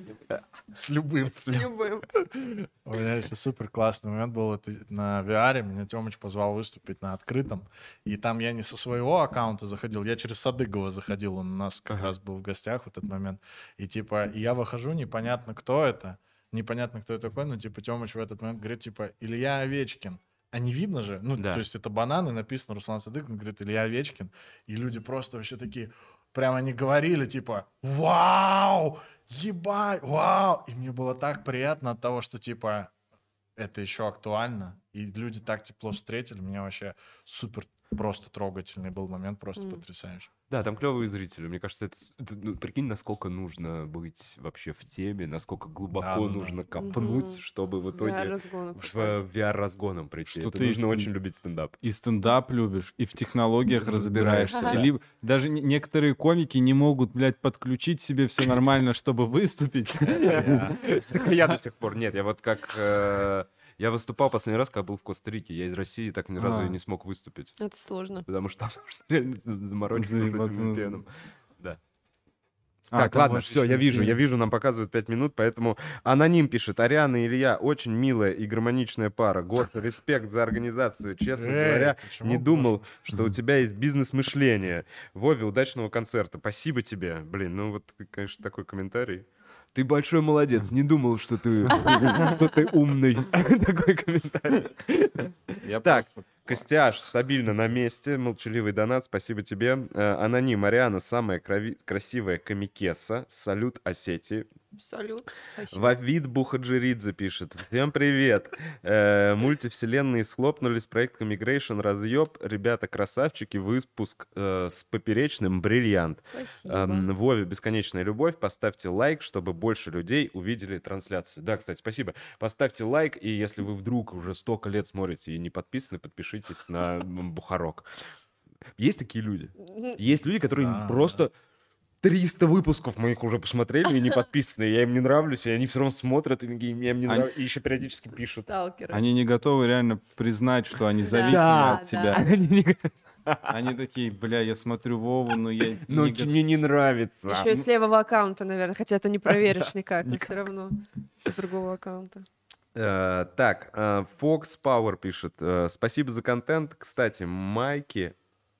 С любым. С любым. У меня еще супер классный момент был это на ви ар. Меня Тёмыч позвал выступить на открытом. И там я не со своего аккаунта заходил, я через Садыгова заходил. Он у нас как раз был в гостях в этот момент. И типа, и я выхожу, непонятно, кто это. Непонятно, кто это такой, но типа Тёмыч в этот момент говорит, типа, Илья Овечкин. А не видно же, ну, Да. то есть это бананы, написано Руслан Садык, он говорит, Илья Овечкин. И люди просто вообще такие, прям они говорили, типа, вау, ебать, вау. И мне было так приятно от того, что, типа, это еще актуально. И люди так тепло встретили. Меня вообще супер просто трогательный был момент, просто М. потрясающий. Да, там клевые зрители. Мне кажется, это, с- это, ну, прикинь, насколько нужно быть вообще в теме, насколько глубоко Да-да-да. нужно копнуть, Мгм. чтобы в Да, итоге разгоны в пошла. ви ар-разгоном прийти. Что это ты нужно из- очень любить стендап. И стендап любишь, и в технологиях разбираешься. Ага. Либо даже не- некоторые комики не могут, блядь, подключить себе все нормально, чтобы выступить. Так и я до сих пор нет. Я вот как... э, Я выступал последний раз, когда был в Коста-Рике. Я из России так ни разу А. и не смог выступить. Это сложно. Потому что там нужно реально заморочиться с Заебаться этим нужно. ви пи эн. Да. А, Так, там ладно, больше все, я всех вижу, я денег. вижу, нам показывают пять минут, поэтому аноним пишет: Ариана и Илья очень милая и гармоничная пара. Горд, респект за организацию. Честно Эй, говоря, почему не Гоша? думал, что у тебя есть бизнес-мышление. Вове, удачного концерта. Спасибо тебе. Блин, ну вот, конечно, такой комментарий. Ты большой молодец. Не думал, что ты, что ты умный. Такой комментарий. Я Так, просто- Костяш стабильно на месте. Молчаливый донат. Спасибо тебе. Э, Аноним. Ариана самая крави- красивая комикеса. Салют Осетии. Салют. Спасибо. Вавид Бухаджиридзе пишет. Всем привет. Э, мультивселенные схлопнулись. Проект Migration разъеб. Ребята красавчики. Выпуск э, с поперечным бриллиант. Спасибо. Эм, Вове бесконечная любовь. Поставьте лайк, чтобы больше людей увидели трансляцию. Да, кстати, спасибо. Поставьте лайк, и если вы вдруг уже столько лет смотрите и не подписаны, подпишитесь на м, Бухарок. Есть такие люди. Мгм. Есть люди, которые Да, просто триста выпусков моих уже посмотрели и не подписаны. Я им не нравлюсь, и они все равно смотрят, и им я им не Они- нравлюсь, и еще периодически пишут. Сталкеры. Они не готовы реально признать, что они зависимы Да, от тебя. Они не- Они такие, бля, я смотрю Вову, но я Но не ч- го- мне не нравится. Еще и с левого аккаунта, наверное, хотя это не проверишь никак, но все равно с другого аккаунта. Э, Так, э, Fox Power пишет. э, Спасибо за контент. Кстати, майки...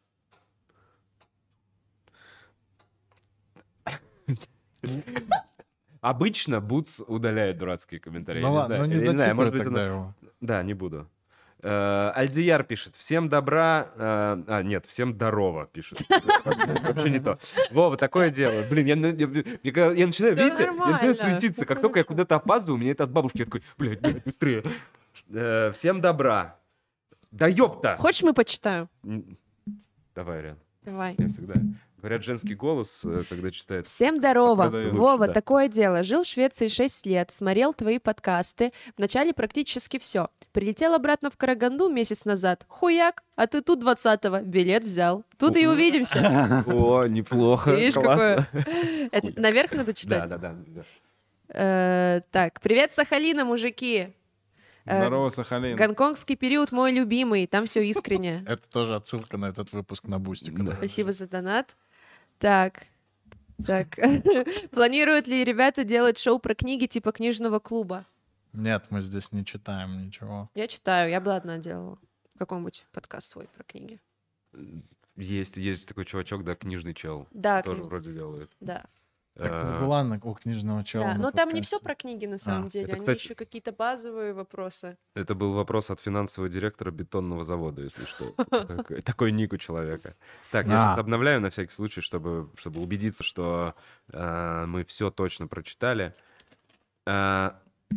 Обычно Бутс удаляет дурацкие комментарии. Ну Я не ладно, знаю, ну не я не знаю, может быть, зачитывай он- тогда его. Да, не буду. Э, Альдияр пишет. Всем добра... э, А, нет, всем здорово, пишет. Вообще не то. Вова, такое дело. Блин, я, на- я, я когда- я начинаю, Всё видите, я нормально, начинаю суетиться. Как всё только я хорошо. куда-то опаздываю, у меня это от бабушки. Я такой, блядь, блядь, быстрее. Э, Всем добра. Да ёпта! Хочешь, мы почитаю? М, Давай, Ариан. Давай. Я всегда Говорят, женский голос, э, когда читает. Всем здорово. продает. Лучше, Вова, да. такое дело. Жил в Швеции шесть лет, смотрел твои подкасты. Вначале практически все. Прилетел обратно в Караганду месяц назад. Хуяк, а ты тут двадцатого. Билет взял. Тут и увидимся. О, неплохо, Видишь, классно. какое... Это наверх надо Да, читать? да, да. да. Э, Так, привет, Сахалина, мужики. Э, Здорово, Сахалин. Гонконгский период мой любимый, там все искренне. Это тоже отсылка на этот выпуск на Бусти. который- Спасибо за донат. Так, так. Планируют ли ребята делать шоу про книги типа книжного клуба? Нет, мы здесь не читаем ничего. Я читаю, я бы одна делала. Какой-нибудь подкаст свой про книги. Есть, есть такой чувачок, да, книжный чел. Да, Тоже кни- вроде делает. да. Так Э, была на- у книжного чела. Да, на но там не все подкасте. про книги на самом А, деле, это, они кстати- еще какие-то базовые вопросы. Это был вопрос от финансового директора бетонного завода, если что. Такой- Такой ник у человека. Так, я А. сейчас обновляю на всякий случай, чтобы, чтобы убедиться, что э, мы все точно прочитали. Э,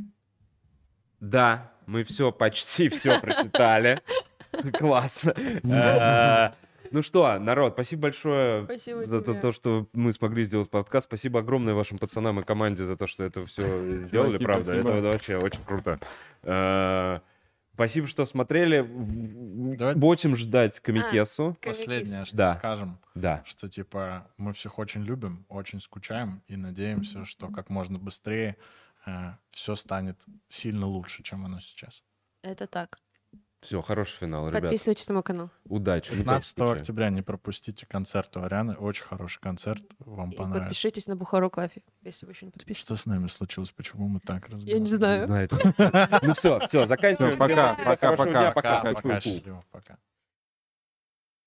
Да, мы все, почти все прочитали. Класс. Э, Ну что, народ, спасибо большое Спасибо за то, тебе. то, что мы смогли сделать подкаст. Спасибо огромное вашим пацанам и команде за то, что это все сделали, Чуваки, правда. спасибо. Это вообще очень круто. Э, Спасибо, что смотрели. Давай- Будем ждать Комикесу. Последнее, что Да. скажем, Да. что типа мы всех очень любим, очень скучаем и надеемся, что как можно быстрее все станет сильно лучше, чем оно сейчас. Это так. Все, хороший финал, ребят. Подписывайтесь на мой канал. Удачи. Ну, как пятнадцатого скучаем. октября не пропустите концерт у Арианы. Очень хороший концерт. Вам И понравится. подпишитесь на Бухарок Лайф, если вы еще не подпишетесь. Что с нами случилось? Почему мы так Я разговариваем? не знаю. Знает. Ну все, все, заканчиваем. Всё, пока, Всем пока, хорошего пока, дня, пока, пока. Пока, счастливо, пока.